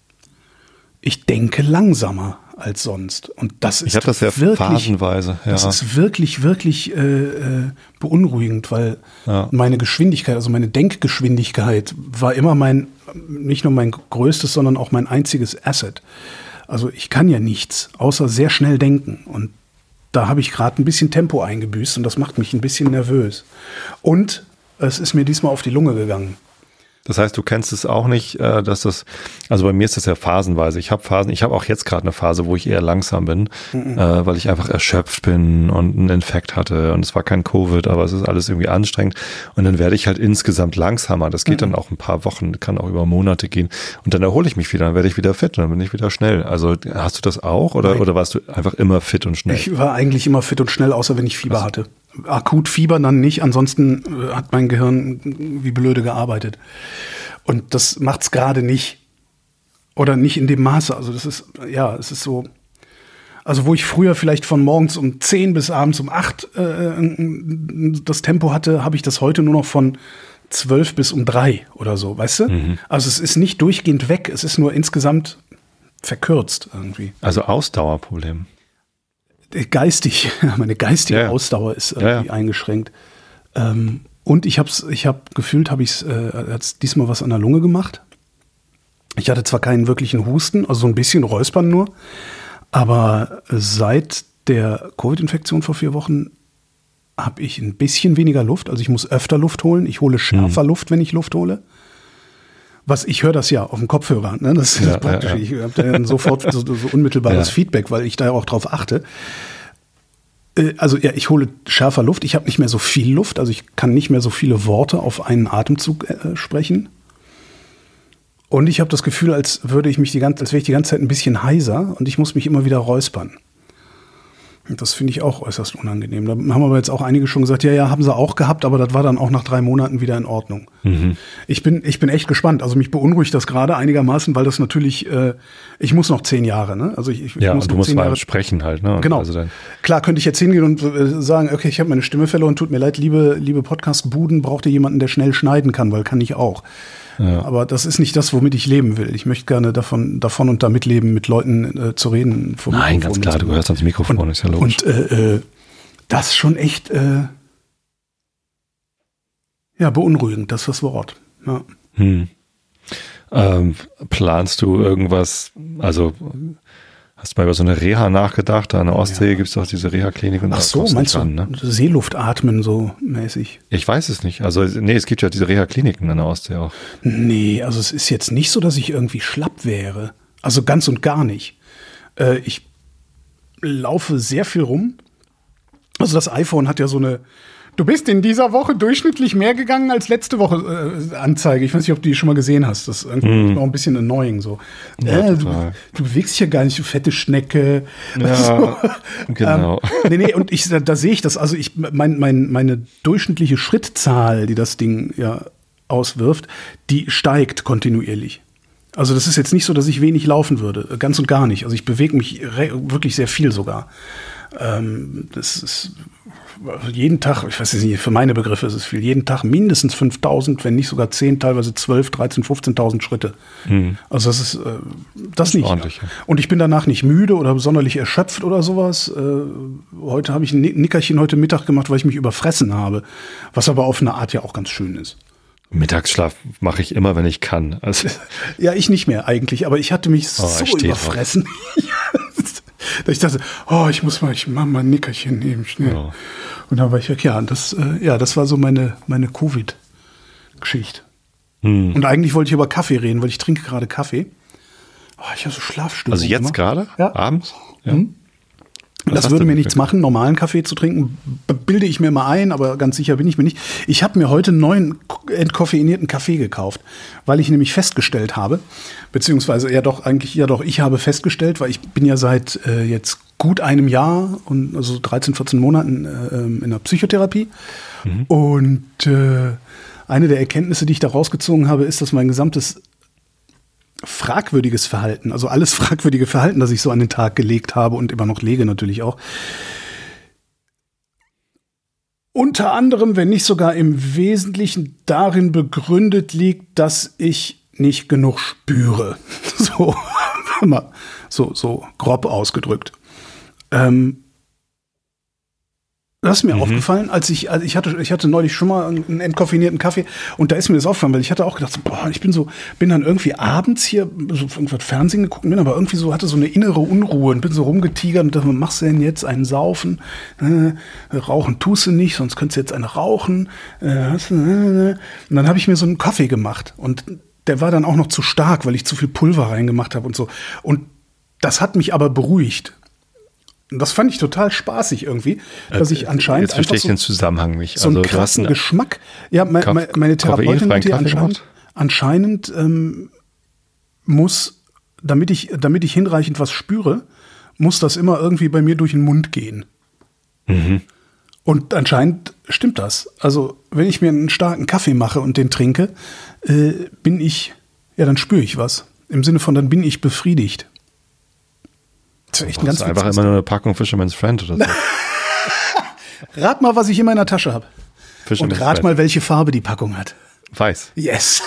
Ich denke langsamer als sonst. Und das ist ich habe das ja wirklich, phasenweise. Ja. Das ist wirklich, wirklich äh, beunruhigend, weil ja. meine Geschwindigkeit, also meine Denkgeschwindigkeit war immer mein, nicht nur mein größtes, sondern auch mein einziges Asset. Also ich kann ja nichts, außer sehr schnell denken. Und da habe ich gerade ein bisschen Tempo eingebüßt und das macht mich ein bisschen nervös. Und es ist mir diesmal auf die Lunge gegangen. Das heißt, du kennst es auch nicht, dass das, also bei mir ist das ja phasenweise. Ich habe Phasen, ich habe auch jetzt gerade eine Phase, wo ich eher langsam bin, mhm. äh, weil ich einfach erschöpft bin und einen Infekt hatte und es war kein Covid, aber es ist alles irgendwie anstrengend und dann werde ich halt insgesamt langsamer. Das geht mhm. dann auch ein paar Wochen, kann auch über Monate gehen und dann erhole ich mich wieder, dann werde ich wieder fit und dann bin ich wieder schnell. Also hast du das auch oder, oder warst du einfach immer fit und schnell? Ich war eigentlich immer fit und schnell, außer wenn ich Fieber Was? hatte. Akut Fieber dann nicht, ansonsten äh, hat mein Gehirn wie blöde gearbeitet. Und das macht's gerade nicht. Oder nicht in dem Maße. Also das ist, ja, es ist so, also wo ich früher vielleicht von morgens um zehn bis abends um acht äh, das Tempo hatte, habe ich das heute nur noch von zwölf bis um drei oder so, weißt du? Mhm. Also es ist nicht durchgehend weg, es ist nur insgesamt verkürzt irgendwie. Also Ausdauerproblem. Geistig, meine geistige ja, ja. Ausdauer ist irgendwie ja, ja. eingeschränkt. Ähm, und ich hab's, ich hab gefühlt, habe ich äh, hat's diesmal was an der Lunge gemacht. Ich hatte zwar keinen wirklichen Husten, also so ein bisschen Räuspern nur, aber seit der Covid-Infektion vor vier Wochen habe ich ein bisschen weniger Luft. Also ich muss öfter Luft holen. Ich hole schärfer hm. Luft, wenn ich Luft hole. Was, ich höre das ja auf dem Kopfhörer, ne? Das ist ja, praktisch. Ja, ja. Ich habe da dann sofort so, so unmittelbares ja. Feedback, weil ich da auch drauf achte. Äh, also ja, ich hole schärfer Luft. Ich habe nicht mehr so viel Luft, also ich kann nicht mehr so viele Worte auf einen Atemzug äh, sprechen. Und ich habe das Gefühl, als würde ich mich die ganze, als wäre ich die ganze Zeit ein bisschen heiser und ich muss mich immer wieder räuspern. Und das finde ich auch äußerst unangenehm. Da haben aber jetzt auch einige schon gesagt, ja, ja, haben sie auch gehabt, aber das war dann auch nach drei Monaten wieder in Ordnung. Mhm. Ich bin, ich bin echt gespannt. Also mich beunruhigt das gerade einigermaßen, weil das natürlich, äh, ich muss noch zehn Jahre, ne? Also ich, ich ja, muss und du noch musst zehn mal Jahre sprechen halt, ne? Und genau. Also dann klar könnte ich jetzt hingehen und äh, sagen, okay, ich habe meine Stimme verloren, tut mir leid, liebe, liebe Podcast-Buden, braucht ihr jemanden, der schnell schneiden kann, weil kann ich auch. Ja. Aber das ist nicht das, womit ich leben will. Ich möchte gerne davon, davon und damit leben, mit Leuten äh, zu reden. Vom Nein, Mikrofon ganz klar, du gehörst ans Mikrofon, und, ist ja logisch. Und äh, äh, das ist schon echt äh, ja, beunruhigend, das ist das Wort. Ja. Hm. Ähm, planst du irgendwas, also hast du mal über so eine Reha nachgedacht? Da an der Ostsee ja. gibt es doch diese Reha-Klinik. Und Ach so, meinst du an, ne? Seeluft atmen so mäßig? Ich weiß es nicht. Also nee, es gibt ja diese Reha-Kliniken an der Ostsee auch. Nee, also es ist jetzt nicht so, dass ich irgendwie schlapp wäre. Also ganz und gar nicht. Äh, ich laufe sehr viel rum. Also das iPhone hat ja so eine, Du bist in dieser Woche durchschnittlich mehr gegangen als letzte Woche äh, Anzeige. Ich weiß nicht, ob du die schon mal gesehen hast. Das ist irgendwie mm. auch ein bisschen annoying so. Ja, äh, du, du bewegst dich ja gar nicht, du fette Schnecke. Ja, so. Genau. Ähm, nee, nee, und ich, da, da sehe ich das. Also ich, mein, mein, meine durchschnittliche Schrittzahl, die das Ding ja auswirft, die steigt kontinuierlich. Also das ist jetzt nicht so, dass ich wenig laufen würde. Ganz und gar nicht. Also ich bewege mich wirklich sehr viel sogar. Ähm, das ist jeden Tag, ich weiß nicht, für meine Begriffe ist es viel, jeden Tag mindestens fünftausend, wenn nicht sogar zehn, teilweise zwölf, dreizehn, fünfzehntausend Schritte. Hm. Also das ist äh, das, das nicht. Ordentlich, ja. Und ich bin danach nicht müde oder sonderlich erschöpft oder sowas. Äh, heute habe ich ein Nickerchen heute Mittag gemacht, weil ich mich überfressen habe. Was aber auf eine Art ja auch ganz schön ist. Mittagsschlaf mache ich immer, wenn ich kann. Also ja, ich nicht mehr eigentlich, aber ich hatte mich oh, so überfressen. Dass ich dachte, oh, ich muss mal, ich mach mal ein Nickerchen nehmen, schnell. Ja. Und dann war ich weg, ja, das, äh, ja, das war so meine, meine Covid-Geschichte. Hm. Und eigentlich wollte ich über Kaffee reden, weil ich trinke gerade Kaffee. Oh, ich habe so Schlafstörungen. Also jetzt gerade? Ja. Abends? Ja. Hm. Das würde mir nichts machen, normalen Kaffee zu trinken, bilde ich mir mal ein, aber ganz sicher bin ich mir nicht. Ich habe mir heute einen neuen entkoffeinierten Kaffee gekauft, weil ich nämlich festgestellt habe, beziehungsweise ja doch eigentlich, ja doch, ich habe festgestellt, weil ich bin ja seit äh, jetzt gut einem Jahr und also dreizehn, vierzehn Monaten äh, in der Psychotherapie. Mhm. Und äh, eine der Erkenntnisse, die ich da rausgezogen habe, ist, dass mein gesamtes fragwürdiges Verhalten, also alles fragwürdige Verhalten, das ich so an den Tag gelegt habe und immer noch lege natürlich auch, unter anderem, wenn nicht sogar im Wesentlichen darin begründet liegt, dass ich nicht genug spüre. So, so, so grob ausgedrückt. Ähm, Das ist mir mhm. aufgefallen, als ich, also ich hatte, ich hatte neulich schon mal einen entkoffinierten Kaffee und da ist mir das aufgefallen, weil ich hatte auch gedacht, so, boah, ich bin so, bin dann irgendwie abends hier so irgendwas Fernsehen geguckt, bin aber irgendwie so, hatte so eine innere Unruhe und bin so rumgetigert und dachte, was machst du denn jetzt? Einen saufen? Äh, rauchen tust du nicht, sonst könntest du jetzt einen rauchen. Äh, hast du, äh, und dann habe ich mir so einen Kaffee gemacht und der war dann auch noch zu stark, weil ich zu viel Pulver reingemacht habe und so. Und das hat mich aber beruhigt. Das fand ich total spaßig irgendwie, dass ich anscheinend Jetzt verstehe ich so, den Zusammenhang nicht. So einen also, krassen Geschmack. Ja, me, me, meine Therapeutin hat hier anscheinend, anscheinend ähm, muss, damit ich, damit ich hinreichend was spüre, muss das immer irgendwie bei mir durch den Mund gehen. Mhm. Und anscheinend stimmt das. Also wenn ich mir einen starken Kaffee mache und den trinke, äh, bin ich, ja, dann spüre ich was. Im Sinne von, dann bin ich befriedigt. Das ist echt ein ganz einfach immer nur eine Packung Fisherman's Friend oder so. Rat mal, was ich in meiner Tasche habe. Und rat Friend. mal, welche Farbe die Packung hat. Weiß. Yes.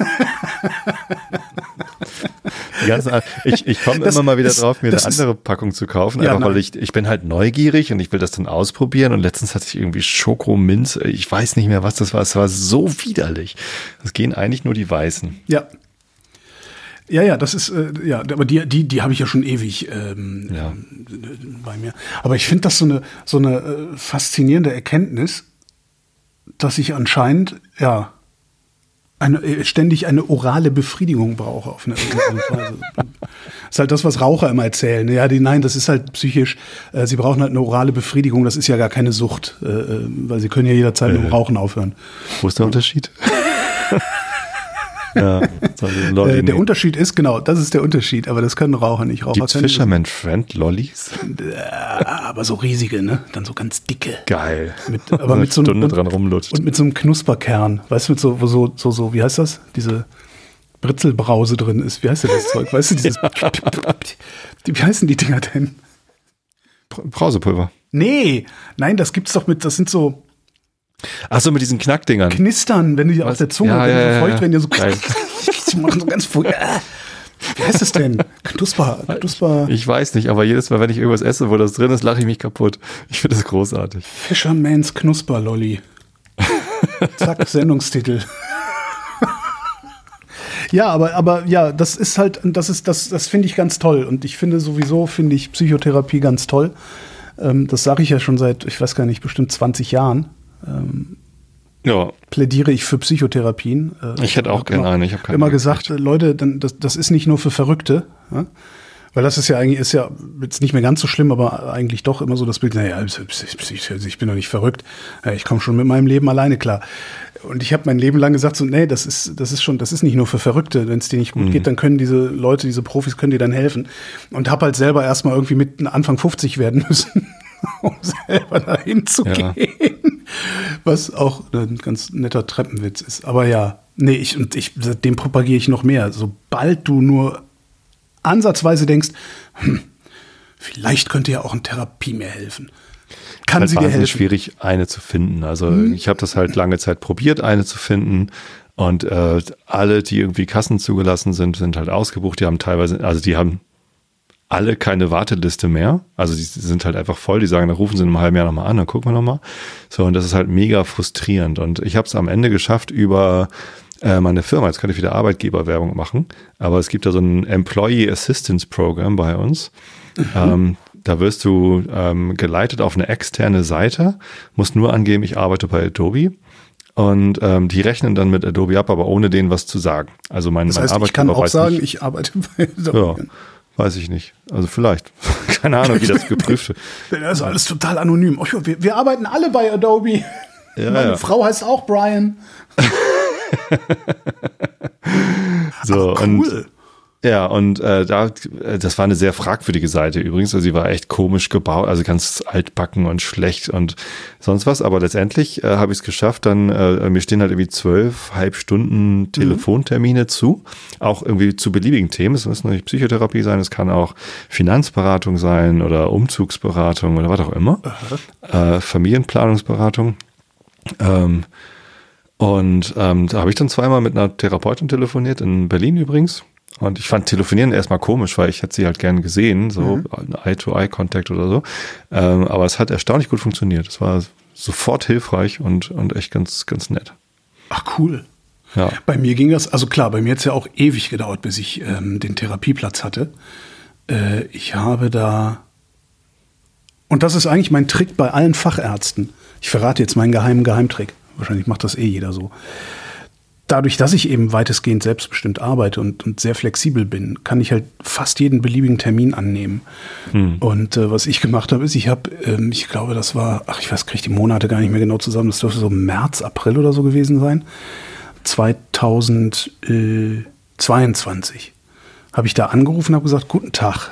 Ganze, ich ich komme immer mal wieder drauf, mir eine andere Packung zu kaufen, ja, einfach nein. weil ich ich bin halt neugierig und ich will das dann ausprobieren und letztens hatte ich irgendwie Schokominz, ich weiß nicht mehr, was das war, es war so widerlich. Das gehen eigentlich nur die Weißen. Ja. Ja, ja, das ist, äh, ja, aber die, die, die habe ich ja schon ewig ähm, ja. bei mir. Aber ich finde das so eine, so eine äh, faszinierende Erkenntnis, dass ich anscheinend, ja, eine, äh, ständig eine orale Befriedigung brauche auf eine Weise. Das ist halt das, was Raucher immer erzählen. Ja, die, nein, das ist halt psychisch, äh, sie brauchen halt eine orale Befriedigung, das ist ja gar keine Sucht, äh, weil sie können ja jederzeit mit dem Rauchen aufhören. Wo ist der Unterschied? Ja, äh, der Unterschied ist, genau, das ist der Unterschied, aber das können Raucher nicht. Raucher Gibt's Fisherman Friend Lollis? Äh, aber so riesige, ne? Dann so ganz dicke. Geil. Mit, aber mit so Stunde und, dran rumlutscht. Und mit so einem Knusperkern, weißt du, mit so, wo so, so, so, wie heißt das? Diese Britzelbrause drin ist. Wie heißt denn das Zeug? Weißt du, dieses, die, wie heißen die Dinger denn? Brausepulver. Nee, nein, das gibt's doch mit, das sind so, ach so, mit diesen Knackdingern. Knistern, wenn die auf der Zunge, ja, wenn die ja, so feucht ja. werden, die so, die machen so ganz furchtbar. Wie heißt das denn? Knusper, Knusper. Ich weiß nicht, aber jedes Mal, wenn ich irgendwas esse, wo das drin ist, lache ich mich kaputt. Ich finde das großartig. Fisherman's Knusperlolli. Zack, Sendungstitel. Ja, aber, aber ja, das ist halt, das ist, das, das finde ich ganz toll. Und ich finde sowieso, finde ich Psychotherapie ganz toll. Ähm, das sage ich ja schon seit, ich weiß gar nicht, bestimmt zwanzig Jahren. Ähm, ja. Plädiere ich für Psychotherapien. Äh, ich hätte auch gerne eine. Ich habe keine immer gesagt, gekriegt. Leute, dann, das, das ist nicht nur für Verrückte. Ja? Weil das ist ja eigentlich, ist ja jetzt nicht mehr ganz so schlimm, aber eigentlich doch immer so das Bild, naja, ich bin doch nicht verrückt, ich komme schon mit meinem Leben alleine klar. Und ich habe mein Leben lang gesagt, so, nee, das ist, das ist schon, das ist nicht nur für Verrückte. Wenn es dir nicht gut mhm. geht, dann können diese Leute, diese Profis, können dir dann helfen. Und habe halt selber erstmal irgendwie mit Anfang fünfzig werden müssen, um selber dahin zu ja. gehen. Was auch ein ganz netter Treppenwitz ist. Aber ja, nee, ich, und ich, seitdem propagiere ich noch mehr. Sobald du nur ansatzweise denkst, hm, vielleicht könnte ja auch eine Therapie mir helfen. Kann halt sie dir helfen? Es ist schwierig, eine zu finden. Also hm. ich habe das halt lange Zeit probiert, eine zu finden. Und äh, alle, die irgendwie Kassen zugelassen sind, sind halt ausgebucht. Die haben teilweise, also die haben alle keine Warteliste mehr. Also die sind halt einfach voll. Die sagen, da rufen sie in einem halben Jahr nochmal an, dann gucken wir nochmal. So, und das ist halt mega frustrierend. Und ich habe es am Ende geschafft über äh, meine Firma. Jetzt kann ich wieder Arbeitgeberwerbung machen. Aber es gibt da so ein Employee Assistance Program bei uns. Mhm. Ähm, da wirst du ähm, geleitet auf eine externe Seite, musst nur angeben, ich arbeite bei Adobe. Und ähm, die rechnen dann mit Adobe ab, aber ohne denen was zu sagen. Also mein, das heißt, mein ich kann auch sagen, nicht, ich arbeite bei Adobe. Ja. Weiß ich nicht. Also vielleicht. Keine Ahnung, wie das geprüft wird. Das ist alles total anonym. Oh, wir, wir arbeiten alle bei Adobe. Ja, Meine ja. Frau heißt auch Brian. So, ach, cool. Und ja, und äh, da, das war eine sehr fragwürdige Seite übrigens. Also sie war echt komisch gebaut, also ganz altbacken und schlecht und sonst was. Aber letztendlich äh, habe ich es geschafft. Dann äh, mir stehen halt irgendwie zwölf Halbstunden Telefontermine mhm. zu, auch irgendwie zu beliebigen Themen. Es muss nicht Psychotherapie sein, es kann auch Finanzberatung sein oder Umzugsberatung oder was auch immer, äh, Familienplanungsberatung. Ähm, und ähm, da habe ich dann zweimal mit einer Therapeutin telefoniert in Berlin übrigens. Und ich fand Telefonieren erstmal komisch, weil ich hätte sie halt gern gesehen, so mhm. Eye-to-Eye-Contact oder so. Ähm, aber es hat erstaunlich gut funktioniert. Es war sofort hilfreich und, und echt ganz, ganz nett. Ach, cool. Ja. Bei mir ging das, also klar, bei mir hat es ja auch ewig gedauert, bis ich ähm, den Therapieplatz hatte. Äh, ich habe da, und das ist eigentlich mein Trick bei allen Fachärzten. Ich verrate jetzt meinen geheimen Geheimtrick. Wahrscheinlich macht das eh jeder so. Dadurch, dass ich eben weitestgehend selbstbestimmt arbeite und, und sehr flexibel bin, kann ich halt fast jeden beliebigen Termin annehmen. Hm. Und äh, was ich gemacht habe, ist, ich habe, ähm, ich glaube, das war, ach, ich weiß, kriege die Monate gar nicht mehr genau zusammen, das dürfte so März, April oder so gewesen sein, zweitausendzweiundzwanzig habe ich da angerufen und habe gesagt, guten Tag,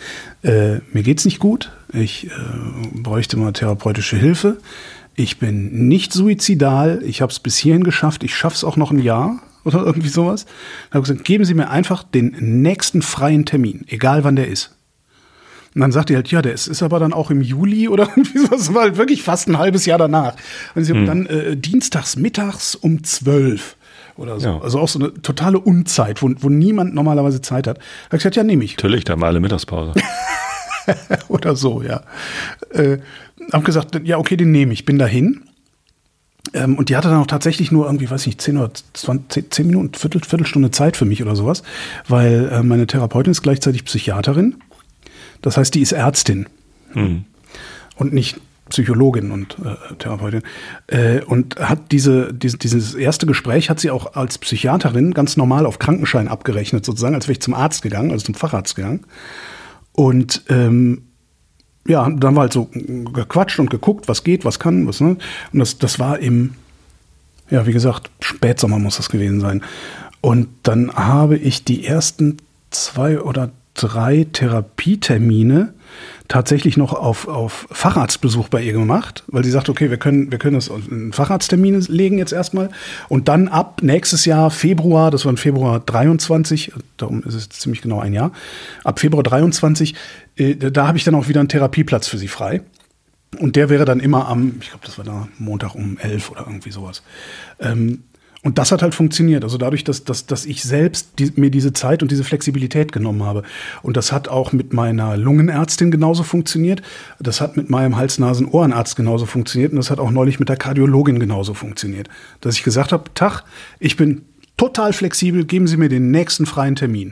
äh, mir geht's nicht gut, ich äh, bräuchte mal therapeutische Hilfe. Ich bin nicht suizidal, ich habe es bis hierhin geschafft, ich schaffe es auch noch ein Jahr oder irgendwie sowas. Dann habe ich gesagt, geben Sie mir einfach den nächsten freien Termin, egal wann der ist. Und dann sagt die halt, ja, der ist, ist aber dann auch im Juli oder irgendwie sowas. Das war halt wirklich fast ein halbes Jahr danach. Und sie hm. dann äh, dienstags mittags um zwölf oder so. Ja. Also auch so eine totale Unzeit, wo, wo niemand normalerweise Zeit hat. Da habe ich gesagt, ja, nehme ich. Natürlich, da haben wir alle Mittagspause. Oder so, ja. Äh, hab gesagt, ja, okay, den nehme ich, bin dahin. Ähm, und die hatte dann auch tatsächlich nur irgendwie, weiß ich nicht, zehn oder zwanzig, zehn Minuten, Viertel, Viertelstunde Zeit für mich oder sowas, weil äh, meine Therapeutin ist gleichzeitig Psychiaterin. Das heißt, die ist Ärztin mhm. und nicht Psychologin und äh, Therapeutin. Äh, und hat diese, diese, dieses erste Gespräch hat sie auch als Psychiaterin ganz normal auf Krankenschein abgerechnet, sozusagen, als wäre ich zum Arzt gegangen, also zum Facharzt gegangen. Und ähm, ja, dann war halt so gequatscht und geguckt, was geht, was kann, was, ne? Und das, das war im, ja, wie gesagt, Spätsommer muss das gewesen sein. Und dann habe ich die ersten zwei oder drei Therapietermine tatsächlich noch auf, auf Facharztbesuch bei ihr gemacht, weil sie sagt, okay, wir können, wir können das in Facharzttermine legen jetzt erstmal und dann ab nächstes Jahr Februar, das war im Februar dreiundzwanzig, darum ist es ziemlich genau ein Jahr, ab Februar dreiundzwanzig, äh, da habe ich dann auch wieder einen Therapieplatz für sie frei und der wäre dann immer am, ich glaube, das war da Montag um elf oder irgendwie sowas. Ähm, Und das hat halt funktioniert. Also dadurch, dass, dass, dass ich selbst die, mir diese Zeit und diese Flexibilität genommen habe. Und das hat auch mit meiner Lungenärztin genauso funktioniert. Das hat mit meinem Hals-Nasen-Ohrenarzt genauso funktioniert. Und das hat auch neulich mit der Kardiologin genauso funktioniert. Dass ich gesagt habe, Tag, ich bin total flexibel, geben Sie mir den nächsten freien Termin.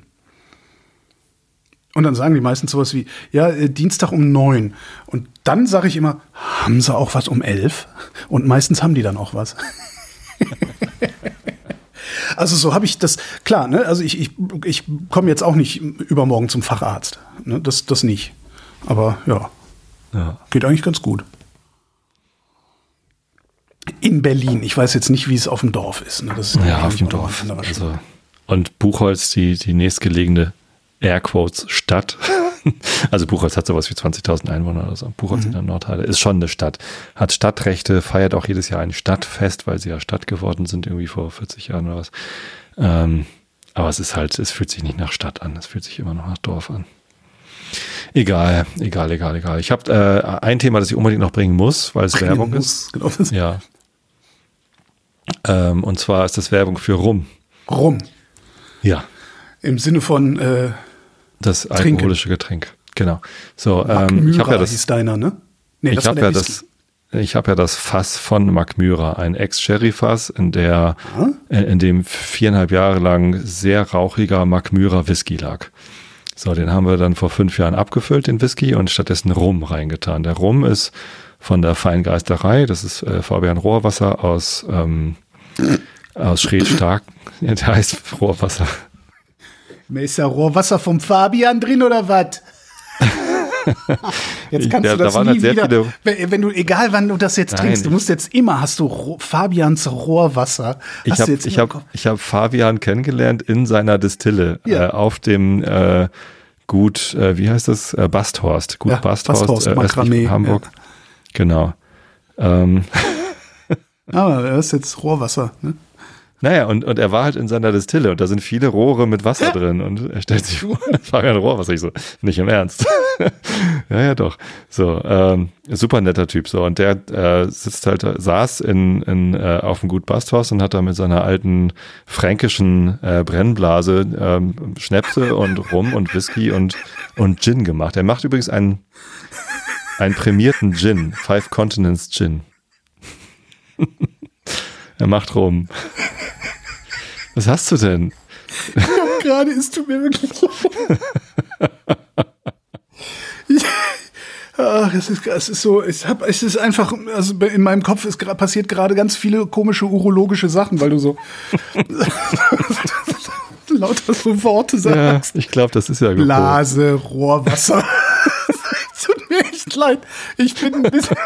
Und dann sagen die meisten sowas wie, ja, äh, Dienstag um neun. Und dann sage ich immer, haben Sie auch was um elf? Und meistens haben die dann auch was. Also so habe ich das, klar, ne? Also ich, ich, ich komme jetzt auch nicht übermorgen zum Facharzt. Ne? Das, das nicht. Aber ja, Ja. geht eigentlich ganz gut. In Berlin. Ich weiß jetzt nicht, wie es auf dem Dorf ist. Ne? Das ist Ja, auf dem auch noch Dorf. ein anderer Also, und Buchholz, die, die nächstgelegene Airquotes Stadt. Also Buchholz hat sowas wie zwanzigtausend Einwohner oder so. Buchholz Mhm. in der Nordheide ist schon eine Stadt. Hat Stadtrechte, feiert auch jedes Jahr ein Stadtfest, weil sie ja Stadt geworden sind, irgendwie vor vierzig Jahren oder was. Ähm, aber es ist halt, es fühlt sich nicht nach Stadt an. Es fühlt sich immer noch nach Dorf an. Egal, egal, egal, egal. Ich habe äh, ein Thema, das ich unbedingt noch bringen muss, weil es Werbung ist. Genau, das Ja. Ähm, und zwar ist das Werbung für Rum. Rum. Ja. Im Sinne von äh, Das Trinken. alkoholische Getränk. Genau. So, Mac ähm, ich habe ja Myra das, hieß deiner, ne? Nee, ich war habe der ja Whisky. das, ich habe ja das Fass von Mac Myra, ein Ex-Sherry-Fass, in der, in, in dem viereinhalb Jahre lang sehr rauchiger Mac Myra Whisky lag. So, den haben wir dann vor fünf Jahren abgefüllt, den Whisky, und stattdessen Rum reingetan. Der Rum ist von der Feingeisterei, das ist äh, Fabian Rohrwasser aus, ähm, aus Schredstark. Ja, der heißt Rohrwasser. Ist da Rohrwasser vom Fabian drin oder was? Jetzt kannst Ja, du da das waren nie halt sehr wieder, viele- wenn, wenn du, egal wann du das jetzt Nein, trinkst, du ich- musst jetzt immer, hast du Ro Fabians Rohrwasser. Ich Hast habe du jetzt ich immer im hab, Kopf? ich hab Fabian kennengelernt in seiner Distille Ja. äh, auf dem äh, Gut, äh, wie heißt das? Äh, Basthorst. Gut Ja, Basthorst, Basthorst, äh, östlich Makramee, von Hamburg. Genau. Ähm, Aber das ist jetzt Rohrwasser. Ne? naja, und, und er war halt in seiner Distille und da sind viele Rohre mit Wasser drin und er stellt sich vor, das war ja ein Rohrwasser. Ich so, nicht im Ernst. ja, ja, doch. So, ähm, super netter Typ. So, und der äh, sitzt halt, saß in, in, äh, auf dem Gut Basthorst und hat da mit seiner alten fränkischen äh, Brennblase ähm, Schnäpse und Rum und Whisky und, und Gin gemacht. Er macht übrigens einen, einen prämierten Gin, Five Continents Gin. Er macht Rum. Was hast du denn? Gerade ist tut mir wirklich leid. Ich- Ach, es ist, es ist so, ich hab, es ist einfach, also in meinem Kopf ist gra- passiert gerade ganz viele komische urologische Sachen, weil du so lauter so Worte Ja, sagst. ich glaube, das ist ja gut. Blase, Rohrwasser. Es tut mir echt leid. Ich bin ein bisschen.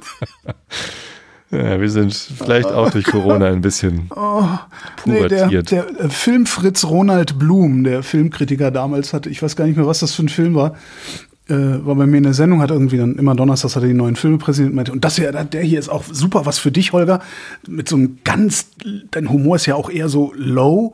Ja, wir sind vielleicht auch durch Corona ein bisschen Nee, der, pubertiert. der äh, Filmfritz Ronald Blum, der Filmkritiker damals hatte, ich weiß gar nicht mehr, was das für ein Film war, äh, war bei mir in der Sendung, hat irgendwie dann immer donnerstags hat er die neuen Filme präsentiert und meinte, und das hier, der hier ist auch super was für dich, Holger, mit so einem ganz, dein Humor ist ja auch eher so low.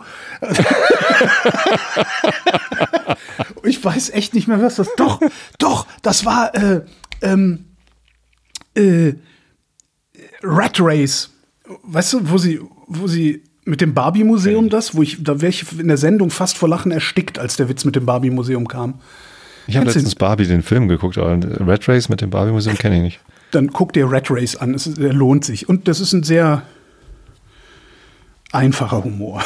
Ich weiß echt nicht mehr, was das, doch, doch, das war, äh, ähm, äh, Rat Race, weißt du, wo sie, wo sie mit dem Barbie-Museum das, wo ich, da wäre ich in der Sendung fast vor Lachen erstickt, als der Witz mit dem Barbie-Museum kam. Ich habe Kennst du letztens Barbie den Film geguckt, aber Red Race mit dem Barbie-Museum kenne ich nicht. Dann guck dir Rat Race an, es ist, der lohnt sich. Und das ist ein sehr einfacher Humor.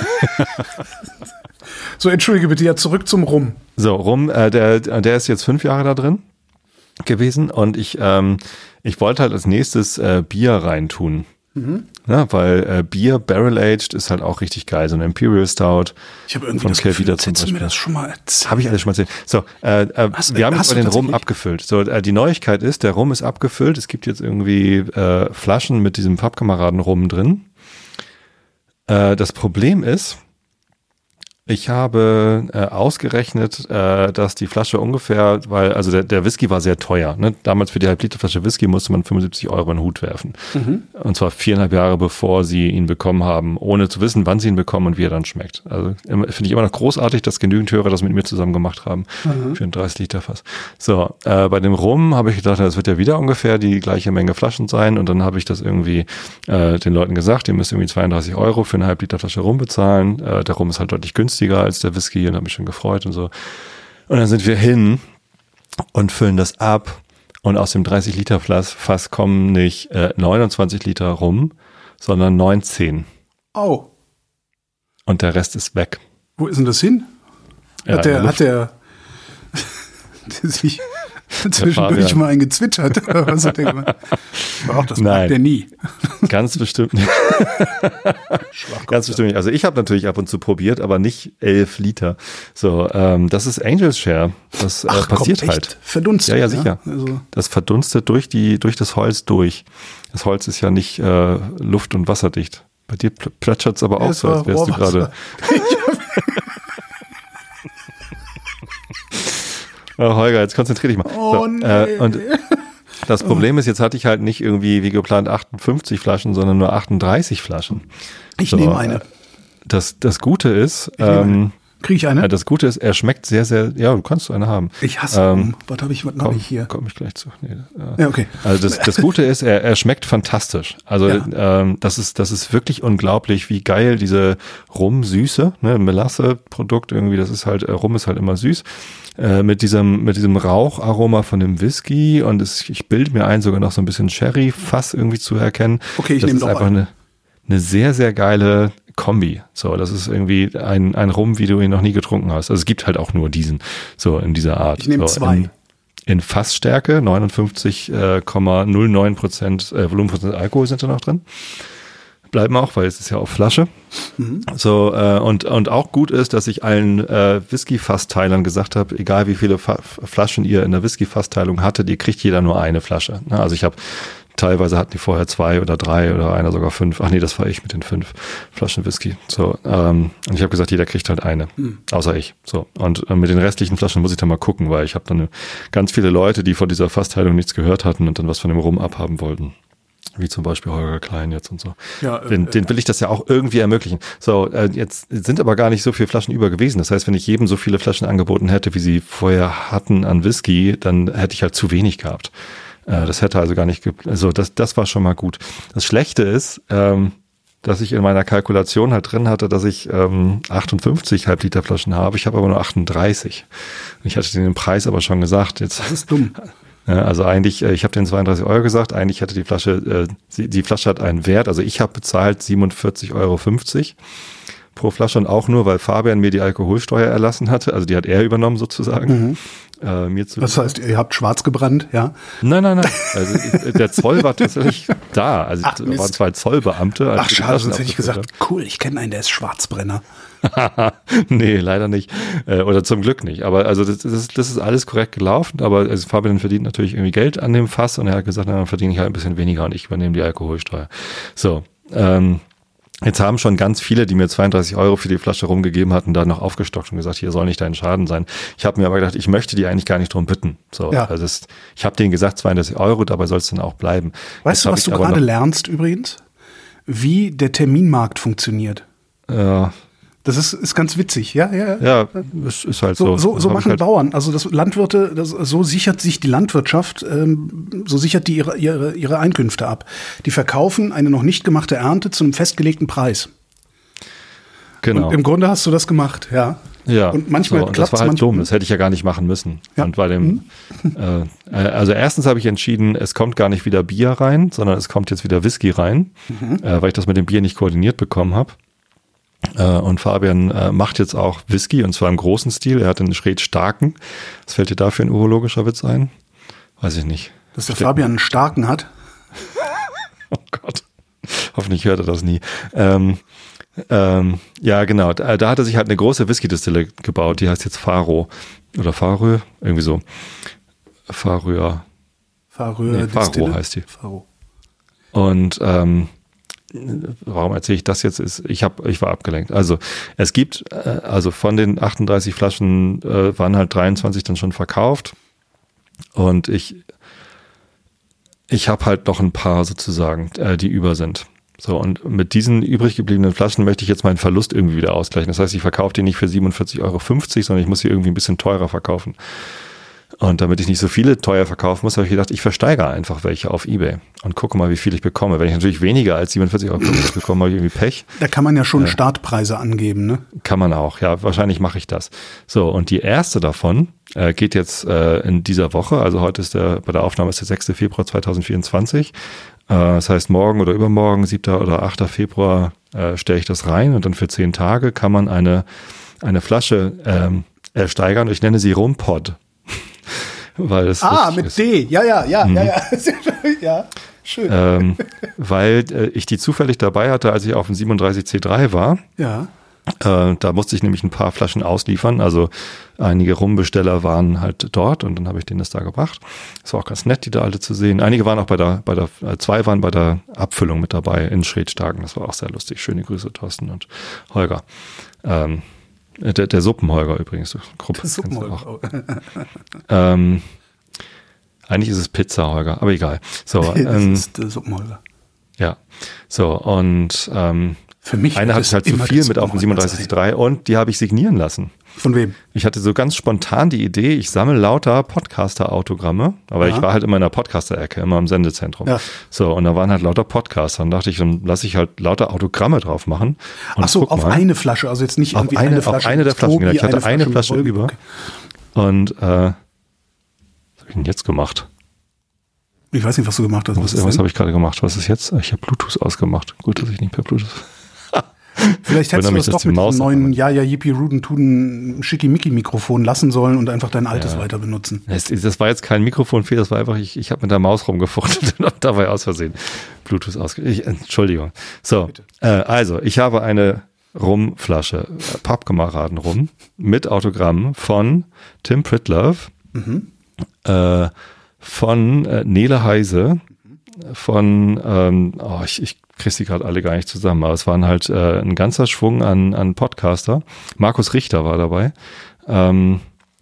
So, entschuldige bitte, ja, zurück zum Rum. So, Rum, äh, der, der ist jetzt fünf Jahre da drin gewesen und ich, ähm, ich wollte halt als nächstes äh, Bier reintun. Mhm. Ja, weil äh, Bier Barrel-Aged ist halt auch richtig geil. So ein Imperial Stout. Ich habe irgendwie Von das Gefühl, Kelvida zum als hättest du mir Beispiel. das schon mal erzählt. Habe ich alles schon mal erzählt. So, äh, äh, Hast- wir haben hast jetzt du mal den Rum tatsächlich? abgefüllt. So, äh, die Neuigkeit ist, der Rum ist abgefüllt. Es gibt jetzt irgendwie äh, Flaschen mit diesem Pappkameraden-Rum drin. Äh, das Problem ist, ich habe äh, ausgerechnet, äh, dass die Flasche ungefähr, weil, also der, der Whisky war sehr teuer. Ne? Damals für die Halb-Liter-Flasche Whisky musste man fünfundsiebzig Euro in den Hut werfen. Mhm. Und zwar viereinhalb Jahre bevor sie ihn bekommen haben, ohne zu wissen, wann sie ihn bekommen und wie er dann schmeckt. Also immer- finde ich immer noch großartig, dass genügend Hörer das mit mir zusammen gemacht haben für ein dreißig Liter Fass. So, äh, bei dem Rum habe ich gedacht, das wird ja wieder ungefähr die gleiche Menge Flaschen sein. Und dann habe ich das irgendwie äh, den Leuten gesagt, ihr müsst irgendwie zweiunddreißig Euro für eine Halb-Liter Flasche Rum bezahlen. Äh, der Rum ist halt deutlich günstiger als der Whisky und habe mich schon gefreut und so. Und dann sind wir hin und füllen das ab. Und aus dem dreißig Liter Fass, Fass kommen nicht äh, neunundzwanzig Liter Rum, sondern neunzehn. Oh, Und der Rest ist weg. wo ist denn das hin? Ja, Hat in der, der hat der, der sich zwischendurch Fabian. mal einen gezwitschert? Was hat der gemacht? Ach, das Nein. macht der nie. Ganz bestimmt nicht. Ganz bestimmt nicht. Also ich habe natürlich ab und zu probiert, aber nicht elf Liter. So, ähm, das ist Angel's Share. Das äh, Ach, passiert kommt echt halt. verdunstet. Ja, ja, sicher. Ja? Also das verdunstet durch die, durch das Holz durch. Das Holz ist ja nicht äh, luft- und wasserdicht. Bei dir pl- plätschert es aber auch so, als wärst du gerade. Oh, Holger, jetzt konzentrier dich mal. Oh, so, nee. äh, und das Problem ist, jetzt hatte ich halt nicht irgendwie wie geplant achtundfünfzig Flaschen, sondern nur achtunddreißig Flaschen. Ich so, nehme eine. Das, das Gute ist, ähm, kriege ich eine? Äh, das Gute ist, er schmeckt sehr, sehr, ja, du kannst eine haben. Ich hasse ähm, Was habe ich, was habe ich hier? Komme ich gleich zu. Nee, äh. Ja, okay. Also das, das Gute ist, er, er schmeckt fantastisch. Also ja. ähm, das ist, das ist wirklich unglaublich, wie geil diese Rum-Süße, ne, Melasse-Produkt irgendwie, das ist halt, Rum ist halt immer süß. Äh, mit diesem, mit diesem Raucharoma von dem Whisky und es, ich bilde mir ein, sogar noch so ein bisschen Sherry-Fass irgendwie zu erkennen. Okay, ich das nehme ist doch einfach eine, eine sehr, sehr geile Kombi. So, das ist irgendwie ein, ein Rum, wie du ihn noch nie getrunken hast. Also es gibt halt auch nur diesen, so in dieser Art. Ich nehme so, zwei. In, in Fassstärke, neunundfünfzig Komma null neun Prozent äh, Volumenprozent Alkohol sind da noch drin. Bleiben auch, weil es ist ja auf Flasche. Mhm. So, äh, und, und auch gut ist, dass ich allen äh, Whisky-Fassteilern gesagt habe, egal wie viele Fa- Flaschen ihr in der Whisky-Fassteilung hattet, ihr kriegt jeder nur eine Flasche. Ne? Also ich habe teilweise hatten die vorher zwei oder drei oder einer sogar fünf. Ach nee, das war ich mit den fünf Flaschen Whisky. So, ähm, und ich habe gesagt, jeder kriegt halt eine, mhm. außer ich. So, und äh, mit den restlichen Flaschen muss ich dann mal gucken, weil ich habe dann ganz viele Leute, die von dieser Fassteilung nichts gehört hatten und dann was von dem Rum abhaben wollten. Wie zum Beispiel Holger Klein jetzt und so. Ja, äh, den, den will ich das ja auch irgendwie ermöglichen. So, äh, jetzt sind aber gar nicht so viele Flaschen über gewesen. Das heißt, wenn ich jedem so viele Flaschen angeboten hätte, wie sie vorher hatten an Whisky, dann hätte ich halt zu wenig gehabt. Äh, das hätte also gar nicht, ge- also das, das war schon mal gut. Das Schlechte ist, ähm, dass ich in meiner Kalkulation halt drin hatte, dass ich ähm, achtundfünfzig Halbliter Flaschen habe. Ich habe aber nur achtunddreißig. Ich hatte den Preis aber schon gesagt. Jetzt, das ist dumm. Ja, also eigentlich, ich habe den zweiunddreißig Euro gesagt, eigentlich hatte die Flasche, äh, die Flasche hat einen Wert, also ich habe bezahlt siebenundvierzig Euro fünfzig pro Flasche und auch nur, weil Fabian mir die Alkoholsteuer erlassen hatte, also die hat er übernommen sozusagen. Mhm. Äh, mir zu das heißt, ihr habt schwarz gebrannt, ja? Nein, nein, nein, also der Zoll war tatsächlich da, also Ach, es waren zwei Zollbeamte. Ach schade, sonst hätte ich gesagt, cool, ich kenne einen, der ist Schwarzbrenner. Nee, leider nicht. Äh, oder zum Glück nicht. Aber also das, das, das ist alles korrekt gelaufen, aber also Fabian verdient natürlich irgendwie Geld an dem Fass und er hat gesagt, na, dann verdiene ich halt ein bisschen weniger und ich übernehme die Alkoholsteuer. So, ähm, jetzt haben schon ganz viele, die mir zweiunddreißig Euro für die Flasche rumgegeben hatten, da noch aufgestockt und gesagt, hier soll nicht dein Schaden sein. Ich habe mir aber gedacht, ich möchte die eigentlich gar nicht drum bitten. So, ja. Also das, ich habe denen gesagt, zweiunddreißig Euro, dabei soll es dann auch bleiben. Weißt jetzt du, was du gerade lernst übrigens? Wie der Terminmarkt funktioniert. Ja. Das ist, ist ganz witzig, ja, ja. Ja, es ist halt so. So, so, so machen halt Bauern. Also das Landwirte, das, so sichert sich die Landwirtschaft, ähm, so sichert die ihre, ihre, ihre Einkünfte ab. Die verkaufen eine noch nicht gemachte Ernte zu einem festgelegten Preis. Genau. Und im Grunde hast du das gemacht, ja. Ja. Und manchmal so, und klappt das war halt manchmal, dumm. Das hätte ich ja gar nicht machen müssen. Ja. Und bei dem, mhm. äh, also erstens habe ich entschieden, es kommt gar nicht wieder Bier rein, sondern es kommt jetzt wieder Whisky rein, mhm. äh, weil ich das mit dem Bier nicht koordiniert bekommen habe. Und Fabian äh, macht jetzt auch Whisky, und zwar im großen Stil. Er hat einen schräg starken. Was fällt dir da für ein urologischer Witz ein? Weiß ich nicht. Dass der Steht Fabian einen starken hat? Oh Gott. Hoffentlich hört er das nie. Ähm, ähm, ja, genau. Da, da hat er sich halt eine große Whisky-Distille gebaut. Die heißt jetzt Faro. Oder Farö, irgendwie so. Farö. Farö. Nee, Faro heißt die. Faro. Und ähm, warum erzähle ich das jetzt? Ist, ich habe, ich war abgelenkt. Also es gibt, äh, also von den achtunddreißig Flaschen äh, waren halt dreiundzwanzig dann schon verkauft und ich, ich habe halt noch ein paar sozusagen, äh, die über sind. So, und mit diesen übrig gebliebenen Flaschen möchte ich jetzt meinen Verlust irgendwie wieder ausgleichen. Das heißt, ich verkaufe die nicht für siebenundvierzig Euro fünfzig, sondern ich muss sie irgendwie ein bisschen teurer verkaufen. Und damit ich nicht so viele teuer verkaufen muss, habe ich gedacht, ich versteigere einfach welche auf eBay und gucke mal, wie viel ich bekomme. Wenn ich natürlich weniger als siebenundvierzig Euro bekomme, habe ich irgendwie Pech. Da kann man ja schon äh, Startpreise angeben, ne? Kann man auch, ja, wahrscheinlich mache ich das. So, und die erste davon äh, geht jetzt äh, in dieser Woche, also heute ist der, bei der Aufnahme ist der sechster Februar zweitausendvierundzwanzig. Äh, das heißt, morgen oder übermorgen, siebter oder achter Februar, äh, stelle ich das rein und dann für zehn Tage kann man eine, eine Flasche ähm, ersteigern. Ich nenne sie Rumpod. Weil es ah, mit ist. D. Ja, ja, ja, mhm. ja, ja. ja. Schön. Ähm, weil äh, ich die zufällig dabei hatte, als ich auf dem siebenunddreißig C drei war. Ja. Äh, da musste ich nämlich ein paar Flaschen ausliefern. Also einige Rumbesteller waren halt dort und dann habe ich denen das da gebracht. Es war auch ganz nett, die da alle zu sehen. Einige waren auch bei der, bei der, äh, zwei waren bei der Abfüllung mit dabei in Schredstagen. Das war auch sehr lustig. Schöne Grüße, Thorsten und Holger. Ähm, der, der Suppenholger übrigens. Gruppe. Der Suppenholger. ähm, eigentlich ist es Pizza, Holger, aber egal. So, das ähm, ist der Suppenholger. Ja, so und ähm, Für mich eine hatte ich halt zu viel mit auf dem siebenunddreißig C drei und die habe ich signieren lassen. Von wem? Ich hatte so ganz spontan die Idee, ich sammle lauter Podcaster-Autogramme, aber ja. ich war halt immer in der Podcaster-Ecke, immer im Sendezentrum. Ja. So, und da waren halt lauter Podcaster und dachte ich, dann lasse ich halt lauter Autogramme drauf machen. Und Ach so, guck auf mal, eine Flasche, also jetzt nicht auf irgendwie eine, eine Flasche. auf eine der Flaschen, genau. Ich hatte eine Flasche, mit über. Okay. Und äh, was habe ich denn jetzt gemacht? Ich weiß nicht, was du gemacht hast. Was, was, was habe ich gerade gemacht? Was ist jetzt? Ich habe Bluetooth ausgemacht. Gut, dass ich nicht per Bluetooth... Vielleicht hättest du das, das doch die mit Maus dem neuen Ja, ja, Yippie, Ruden, Tuden, Schickimicki-Mikrofon lassen sollen und einfach dein altes Ja. weiter benutzen. Das, das war jetzt kein Mikrofonfehler, das war einfach, ich, ich habe mit der Maus rumgefuchtelt und dabei aus Versehen Bluetooth ausge... Ich, Entschuldigung. So, äh, also, ich habe eine Rumflasche, äh, Pappkameraden-Rum mit Autogramm von Tim Pritlove, Mhm. äh, von äh, Nele Heise, von, ähm, oh, ich, ich kriege sie gerade alle gar nicht zusammen, aber es waren halt äh, ein ganzer Schwung an, an Podcaster. Markus Richter war dabei. Ähm,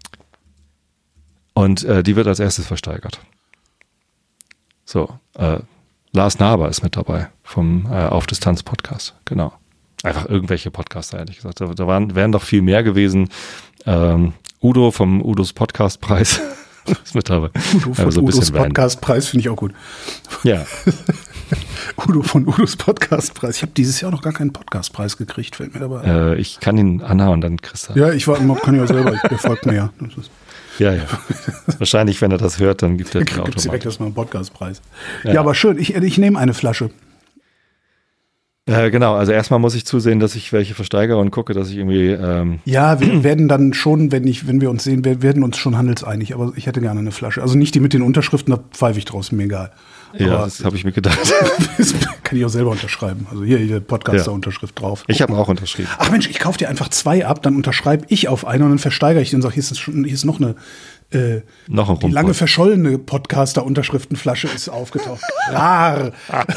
und äh, die wird als erstes versteigert. So, äh, Lars Naber ist mit dabei vom äh, Auf Distanz Podcast, genau. Einfach irgendwelche Podcaster, ehrlich gesagt. Da, da waren, wären doch viel mehr gewesen. Ähm, Udo vom Udos Podcastpreis ist mit dabei. Udo von also ein Udos bisschen random. Podcastpreis finde ich auch gut. Ja. Udo von Udos Podcastpreis. Ich habe dieses Jahr noch gar keinen Podcastpreis gekriegt, fällt mir dabei ein. Äh, ich kann ihn anhauen, dann kriegst du. Ja, ich war, man kann ja selber, ich, der folgt mir ja. Das ist, Ja, ja. Wahrscheinlich, wenn er das hört, dann gibt er den gibt's direkt automatisch. erstmal einen Podcastpreis. Ja. Ja, aber schön, ich, ich nehme eine Flasche. Äh, genau, also erstmal muss ich zusehen, dass ich welche versteigere und gucke, dass ich irgendwie, ähm, Ja, wir werden dann schon, wenn ich, wenn wir uns sehen, wir werden uns schon handelseinig, aber ich hätte gerne eine Flasche. Also nicht die mit den Unterschriften, da pfeife ich draus, mir egal. ja, Aber das habe ich mir gedacht. das kann ich auch selber unterschreiben. Also hier, hier Podcaster-Unterschrift drauf. Ich habe auch unterschrieben. Ach Mensch, ich kaufe dir einfach zwei ab, dann unterschreibe ich auf eine und dann versteigere ich die und sage, hier ist, schon, hier ist noch eine äh, Noch ein die lange Rumpel. verschollene Podcaster-Unterschriftenflasche ist aufgetaucht. Rar.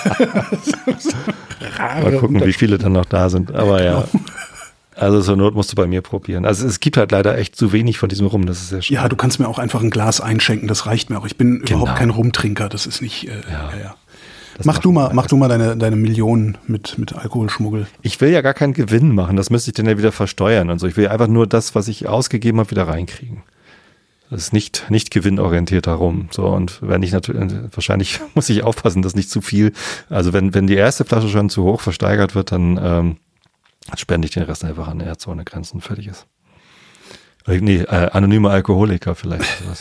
Mal gucken, wie viele dann noch da sind. Aber ja. Also zur Not musst du bei mir probieren. Also es gibt halt leider echt zu wenig von diesem Rum, das ist sehr schade. Ja, du kannst mir auch einfach ein Glas einschenken, das reicht mir auch. Ich bin Genau. überhaupt kein Rumtrinker, das ist nicht. Äh, Ja. ja. Ja. Das Mach macht du mal, man mach du mal deine, deine Millionen mit, mit Alkoholschmuggel. Ich will ja gar keinen Gewinn machen, das müsste ich dann ja wieder versteuern und so. Ich will einfach nur das, was ich ausgegeben habe, wieder reinkriegen. Das ist nicht, nicht gewinnorientiert darum. So, und wenn ich natürlich, wahrscheinlich muss ich aufpassen, dass nicht zu viel, also wenn, wenn die erste Flasche schon zu hoch versteigert wird, dann ähm, spende ich den Rest einfach an Ärzte ohne Grenzen, fertig ist. Äh, Nee, äh, anonyme Alkoholiker vielleicht. Sowas.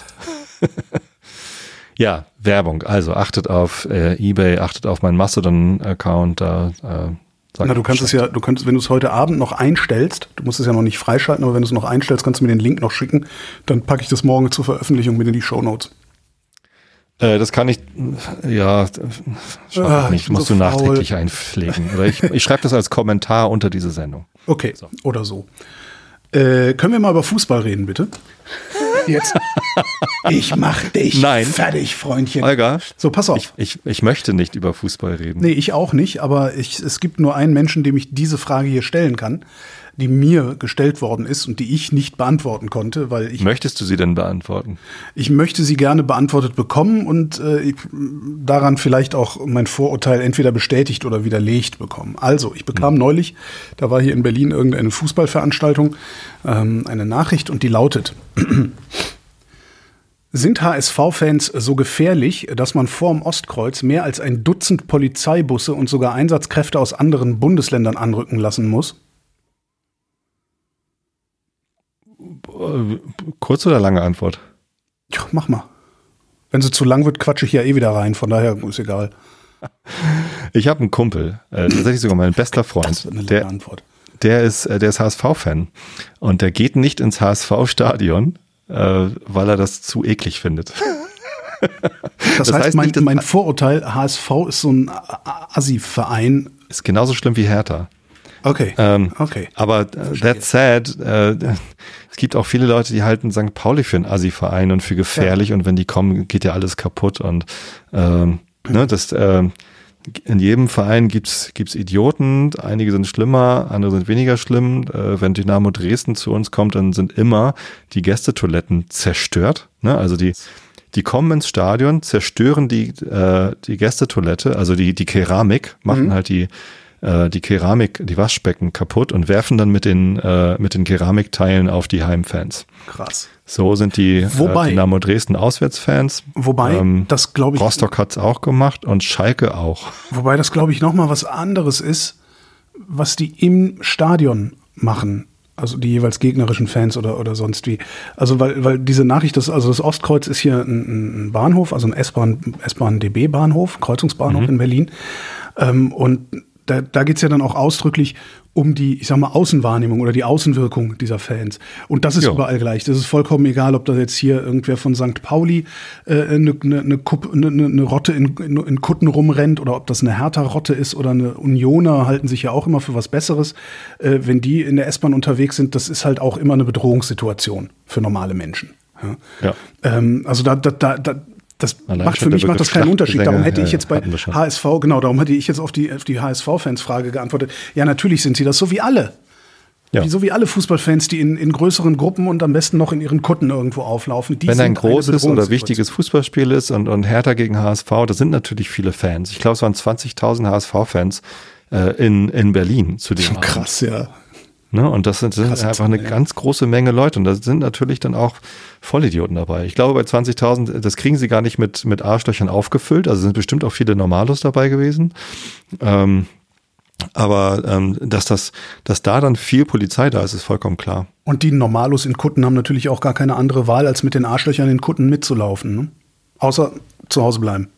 Ja, Werbung. Also achtet auf äh, eBay, achtet auf meinen Mastodon-Account. Da, äh, Na, du kannst es ja, du könntest, wenn du es heute Abend noch einstellst, du musst es ja noch nicht freischalten, aber wenn du es noch einstellst, kannst du mir den Link noch schicken, dann packe ich das morgen zur Veröffentlichung mit in die Shownotes. Äh, das kann ich, ja, schaffe Ah, ich nicht. ich bin Musst so du faul. nachträglich einpflegen. Oder ich, ich schreibe das als Kommentar unter diese Sendung. Okay, oder so. Äh, können wir mal über Fußball reden, bitte? Jetzt. Ich mach dich Nein. fertig, Freundchen. Holger, So, pass auf. ich, ich, ich möchte nicht über Fußball reden. Nee, ich auch nicht, aber ich, es gibt nur einen Menschen, dem ich diese Frage hier stellen kann, die mir gestellt worden ist und die ich nicht beantworten konnte, weil ich, Möchtest du sie denn beantworten? ich möchte sie gerne beantwortet bekommen und äh, ich, daran vielleicht auch mein Vorurteil entweder bestätigt oder widerlegt bekommen. Also, ich bekam Hm. neulich, da war hier in Berlin irgendeine Fußballveranstaltung, ähm, eine Nachricht und die lautet: Sind H S V-Fans so gefährlich, dass man vorm Ostkreuz mehr als ein Dutzend Polizeibusse und sogar Einsatzkräfte aus anderen Bundesländern anrücken lassen muss? Äh, Kurze oder lange Antwort? Ja, mach mal. Wenn sie zu lang wird, quatsche ich ja eh wieder rein, von daher ist egal. Ich habe einen Kumpel, äh, tatsächlich sogar mein bester Das Freund, wird eine lange der, Antwort. der ist, äh, der ist H S V-Fan und der geht nicht ins H S V-Stadion, äh, weil er das zu eklig findet. Das, das heißt, heißt mein, nicht, mein Vorurteil, H S V ist so ein Assi-Verein. Ist genauso schlimm wie Hertha. Okay, ähm, okay. Aber uh, that said, äh, es gibt auch viele Leute, die halten Sankt Pauli für einen Assi-Verein und für gefährlich, ja. Und wenn die kommen, geht ja alles kaputt. Und ähm, ne, das äh, in jedem Verein gibt's gibt's Idioten, einige sind schlimmer, andere sind weniger schlimm. Äh, wenn Dynamo Dresden zu uns kommt, dann sind immer die Gästetoiletten zerstört. Ne? Also die die kommen ins Stadion, zerstören die äh, die Gästetoilette, also die die Keramik, machen mhm. halt die äh, die Keramik, die Waschbecken kaputt und werfen dann mit den äh, mit den Keramikteilen auf die Heimfans. Krass. So sind die wobei, äh, Dynamo Dresden Auswärtsfans. Wobei, ähm, das glaube ich. Rostock hat's auch gemacht und Schalke auch. Wobei das, glaube ich, nochmal was anderes ist, was die im Stadion machen. Also die jeweils gegnerischen Fans oder, oder sonst wie. Also weil, weil diese Nachricht, das, also das Ostkreuz ist hier ein, ein Bahnhof, also ein S-Bahn, S-Bahn-D B-Bahnhof, Kreuzungsbahnhof mhm. in Berlin. Ähm, und da, da geht's ja dann auch ausdrücklich um die, ich sag mal, Außenwahrnehmung oder die Außenwirkung dieser Fans. Und das ist jo. überall gleich. Das ist vollkommen egal, ob da jetzt hier irgendwer von Sankt Pauli äh, eine, eine, eine, eine, eine Rotte in, in, in Kutten rumrennt oder ob das eine Hertha-Rotte ist oder eine Unioner, halten sich ja auch immer für was Besseres. Äh, wenn die in der S-Bahn unterwegs sind, das ist halt auch immer eine Bedrohungssituation für normale Menschen. Ja. Ja. Ähm, also da, da, da, da Das Allein macht für mich macht das keinen Unterschied. Darum hätte ich jetzt bei H S V, genau, darum hätte ich jetzt auf die, auf die H S V-Fans-Frage geantwortet. Ja, natürlich sind sie das, so wie alle. Ja. Wie, so wie alle Fußballfans, die in, in größeren Gruppen und am besten noch in ihren Kutten irgendwo auflaufen. Die Wenn ein großes oder wichtiges Fußballspiel ist und, und Hertha gegen H S V, da sind natürlich viele Fans. Ich glaube, es waren zwanzigtausend H S V-Fans äh, in, in Berlin zu dem Abend. Krass, ja. Ne, und das sind, sind Krass, einfach eine ja. ganz große Menge Leute. Und da sind natürlich dann auch Vollidioten dabei. Ich glaube, bei zwanzigtausend, das kriegen sie gar nicht mit, mit Arschlöchern aufgefüllt. Also sind bestimmt auch viele Normalos dabei gewesen. Ähm, aber ähm, dass, das, dass da dann viel Polizei da ist, ist vollkommen klar. Und die Normalos in Kutten haben natürlich auch gar keine andere Wahl, als mit den Arschlöchern in Kutten mitzulaufen. Ne? Außer zu Hause bleiben.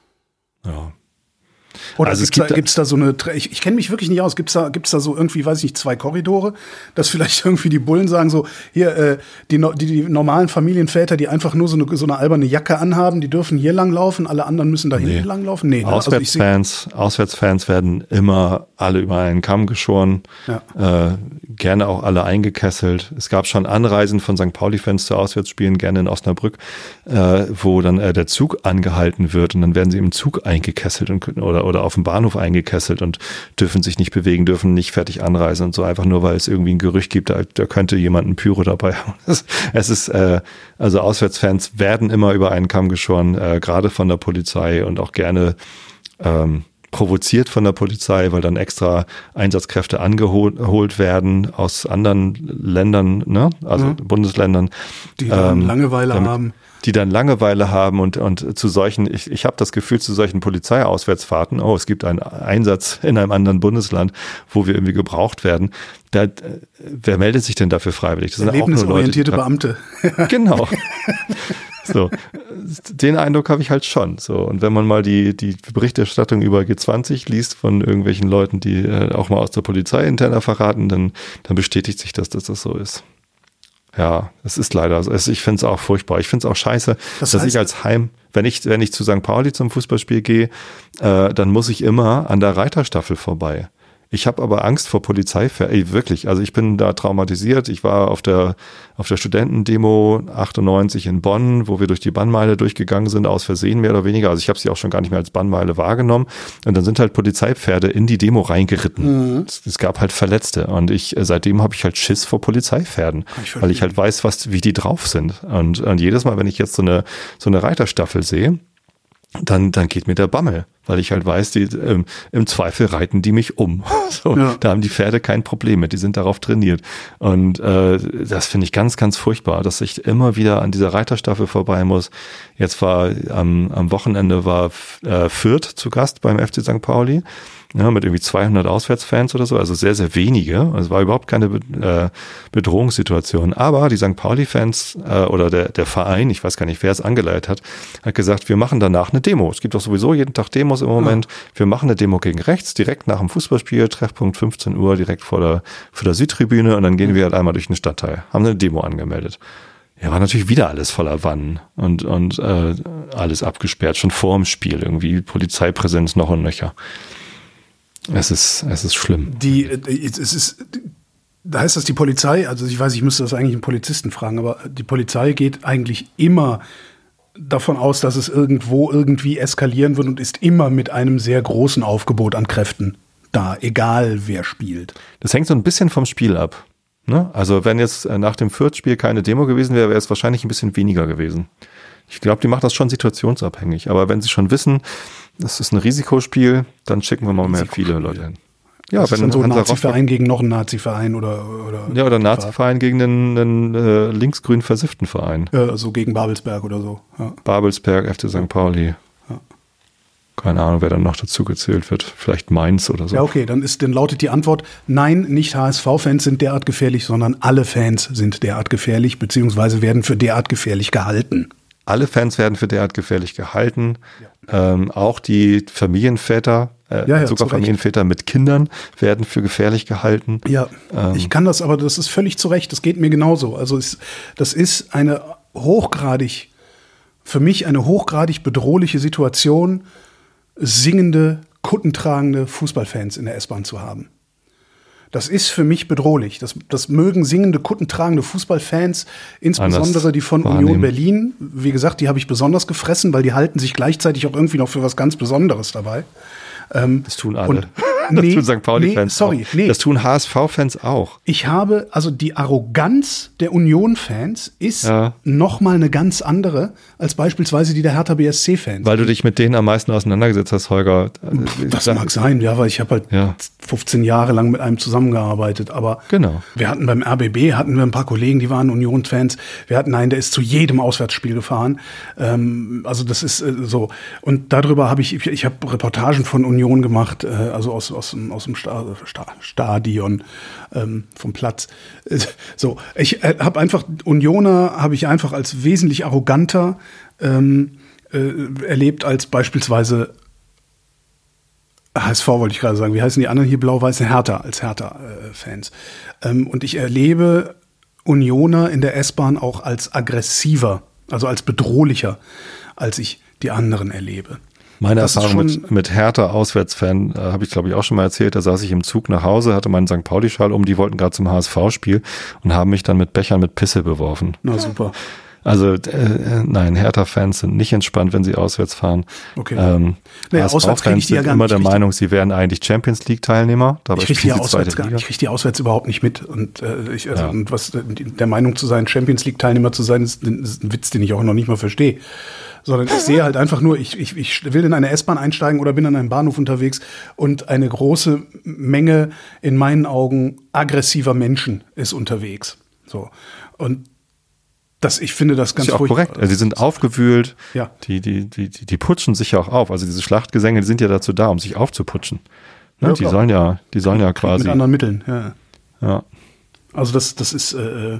Ja. Oder also gibt's, es gibt da, gibt's da so eine, ich, ich kenne mich wirklich nicht aus, gibt's da, gibt's da so irgendwie, weiß ich nicht, zwei Korridore, dass vielleicht irgendwie die Bullen sagen so, hier, äh, die, die, die normalen Familienväter, die einfach nur so eine, so eine alberne Jacke anhaben, die dürfen hier langlaufen, alle anderen müssen da hinten nee. langlaufen? Nee. Ne? Auswärtsfans, also Auswärtsfans werden immer alle über einen Kamm geschoren, ja. äh, gerne auch alle eingekesselt. Es gab schon Anreisen von Sankt Pauli-Fans zu Auswärtsspielen, gerne in Osnabrück, äh, wo dann äh, der Zug angehalten wird und dann werden sie im Zug eingekesselt und oder oder auf dem Bahnhof eingekesselt und dürfen sich nicht bewegen, dürfen nicht fertig anreisen und so, einfach nur, weil es irgendwie ein Gerücht gibt, da, da könnte jemand ein Pyro dabei haben. Es ist, äh, also Auswärtsfans werden immer über einen Kamm geschoren, äh, gerade von der Polizei und auch gerne ähm, provoziert von der Polizei, weil dann extra Einsatzkräfte angeholt werden aus anderen Ländern, ne? Also mhm. Bundesländern. Die dann ähm, Langeweile damit, haben. Die dann Langeweile haben und, und zu solchen, ich, ich habe das Gefühl, zu solchen Polizeiauswärtsfahrten, oh, es gibt einen Einsatz in einem anderen Bundesland, wo wir irgendwie gebraucht werden. Da, wer meldet sich denn dafür freiwillig? Das sind auch nur Leute, die Beamte. Genau. So, den Eindruck habe ich halt schon. So, und wenn man mal die, die Berichterstattung über G zwanzig liest von irgendwelchen Leuten, die äh, auch mal aus der Polizei interner verraten, dann, dann bestätigt sich das, dass das so ist. Ja, es ist leider so. Ich finde es auch furchtbar. Ich finde es auch scheiße, das dass ich als Heim, wenn ich, wenn ich zu Sankt Pauli zum Fußballspiel gehe, äh, dann muss ich immer an der Reiterstaffel vorbei. Ich habe aber Angst vor Polizei, ey, wirklich. Also ich bin da traumatisiert. Ich war auf der auf der Studentendemo achtundneunzig in Bonn, wo wir durch die Bannmeile durchgegangen sind, aus Versehen mehr oder weniger. Also ich habe sie auch schon gar nicht mehr als Bannmeile wahrgenommen. Und dann sind halt Polizeipferde in die Demo reingeritten. Mhm. Es, es gab halt Verletzte. Und ich seitdem habe ich halt Schiss vor Polizeipferden, ich weil ich halt weiß, was wie die drauf sind. Und, und jedes Mal, wenn ich jetzt so eine so eine Reiterstaffel sehe, dann dann geht mir der Bammel, weil ich halt weiß, die ähm, im Zweifel reiten die mich um. So, ja. Da haben die Pferde kein Problem mit, die sind darauf trainiert. Und äh, das finde ich ganz, ganz furchtbar, dass ich immer wieder an dieser Reiterstaffel vorbei muss. Jetzt war am, am Wochenende war äh, Fürth zu Gast beim F C Sankt Pauli. Ja, mit irgendwie zweihundert Auswärtsfans oder so, also sehr, sehr wenige. Also es war überhaupt keine äh, Bedrohungssituation. Aber die Sankt Pauli-Fans äh, oder der, der Verein, ich weiß gar nicht, wer es angeleitet hat, hat gesagt, wir machen danach eine Demo. Es gibt doch sowieso jeden Tag Demos im Moment. Ja. Wir machen eine Demo gegen rechts, direkt nach dem Fußballspiel, Treffpunkt fünfzehn Uhr, direkt vor der, vor der Südtribüne und dann gehen wir halt einmal durch den Stadtteil. Haben eine Demo angemeldet. Ja, war natürlich wieder alles voller Wannen und, und äh, alles abgesperrt, schon vor dem Spiel, irgendwie Polizeipräsenz noch und nöcher. Es ist, es ist schlimm. Die, es ist, da heißt das die Polizei, also ich weiß, ich müsste das eigentlich einen Polizisten fragen, aber die Polizei geht eigentlich immer davon aus, dass es irgendwo irgendwie eskalieren wird und ist immer mit einem sehr großen Aufgebot an Kräften da, egal wer spielt. Das hängt so ein bisschen vom Spiel ab. Ne? Also wenn jetzt nach dem Fürth-Spiel keine Demo gewesen wäre, wäre es wahrscheinlich ein bisschen weniger gewesen. Ich glaube, die macht das schon situationsabhängig. Aber wenn sie schon wissen, das ist ein Risikospiel, dann schicken wir mal mehr viele Leute hin. Ja, das wenn ist dann so ein Hansa Nazi-Verein gegen noch einen Nazi-Verein oder, oder ja, oder ein Nazi-Verein gegen einen, einen äh, linksgrün versifften Verein. Ja, so gegen Babelsberg oder so. Ja. Babelsberg, F C Sankt Pauli. Ja. Keine Ahnung, wer dann noch dazu gezählt wird. Vielleicht Mainz oder so. Ja, okay, dann, ist, dann lautet die Antwort, nein, nicht H S V-Fans sind derart gefährlich, sondern alle Fans sind derart gefährlich, beziehungsweise werden für derart gefährlich gehalten. Alle Fans werden für derart gefährlich gehalten. Ja. Ähm, auch die Familienväter, äh, ja, ja, sogar Familienväter mit Kindern werden für gefährlich gehalten. Ja, ähm. ich kann das, aber das ist völlig zu Recht. Das geht mir genauso. Also es, das ist eine hochgradig, für mich eine hochgradig bedrohliche Situation, singende, kuttentragende Fußballfans in der S-Bahn zu haben. Das ist für mich bedrohlich. Das, das mögen singende, kuttentragende Fußballfans, insbesondere die von wahrnehmen. Union Berlin. Wie gesagt, die habe ich besonders gefressen, weil die halten sich gleichzeitig auch irgendwie noch für was ganz Besonderes dabei. Ähm, das tun alle. Und, das nee, tun Sankt Pauli-Fans nee, sorry, auch. Nee. Das tun H S V-Fans auch. Ich habe, also die Arroganz der Union-Fans ist ja. noch mal eine ganz andere als beispielsweise die der Hertha B S C-Fans. Weil du dich mit denen am meisten auseinandergesetzt hast, Holger. Das mag sein, ja, weil ich habe halt ja. fünfzehn Jahre lang mit einem zusammengearbeitet. Aber genau. wir hatten beim R B B, hatten wir ein paar Kollegen, die waren Union-Fans. Wir hatten einen, der ist zu jedem Auswärtsspiel gefahren. Ähm, also das ist äh, so. Und darüber habe ich, ich, ich habe Reportagen von Union gemacht, äh, also aus, aus, aus dem Sta Sta Stadion, ähm, vom Platz. Äh, so, ich äh, habe einfach, Unioner habe ich einfach als wesentlich arroganter ähm, äh, erlebt als beispielsweise H S V, wollte ich gerade sagen. Wie heißen die anderen hier? Blau-Weiße Hertha, als Hertha-Fans. Äh, ähm, und ich erlebe Unioner in der S-Bahn auch als aggressiver, also als bedrohlicher, als ich die anderen erlebe. Meine das Erfahrung mit, mit Hertha-Auswärtsfan äh, habe ich, glaube ich, auch schon mal erzählt. Da saß ich im Zug nach Hause, hatte meinen Sankt Pauli-Schal um, die wollten gerade zum H S V-Spiel und haben mich dann mit Bechern mit Pisse beworfen. Na super. Also äh, nein, Hertha-Fans sind nicht entspannt, wenn sie auswärts fahren. Okay. Ähm, naja, auswärts kriege ich die ja gar nicht. Immer der Meinung, sie wären eigentlich Champions League-Teilnehmer. Ich kriege die, auswärts gar, ich krieg die auswärts überhaupt nicht mit. Und, äh, ich, also, ja. und was der Meinung zu sein, Champions League-Teilnehmer zu sein, ist, ist ein Witz, den ich auch noch nicht mal verstehe. Sondern ich sehe halt einfach nur, ich, ich, ich will in eine S-Bahn einsteigen oder bin an einem Bahnhof unterwegs und eine große Menge, in meinen Augen, aggressiver Menschen ist unterwegs. So. Und das, ich finde das ganz ist ja auch furchtbar. korrekt. Also die sind aufgewühlt, ja. die, die, die, die, die putschen sich ja auch auf. Also diese Schlachtgesänge, die sind ja dazu da, um sich aufzuputschen. Ne? Ja, die sollen ja, die sollen ja quasi. Mit anderen Mitteln, ja. Ja. Also das, das ist, äh,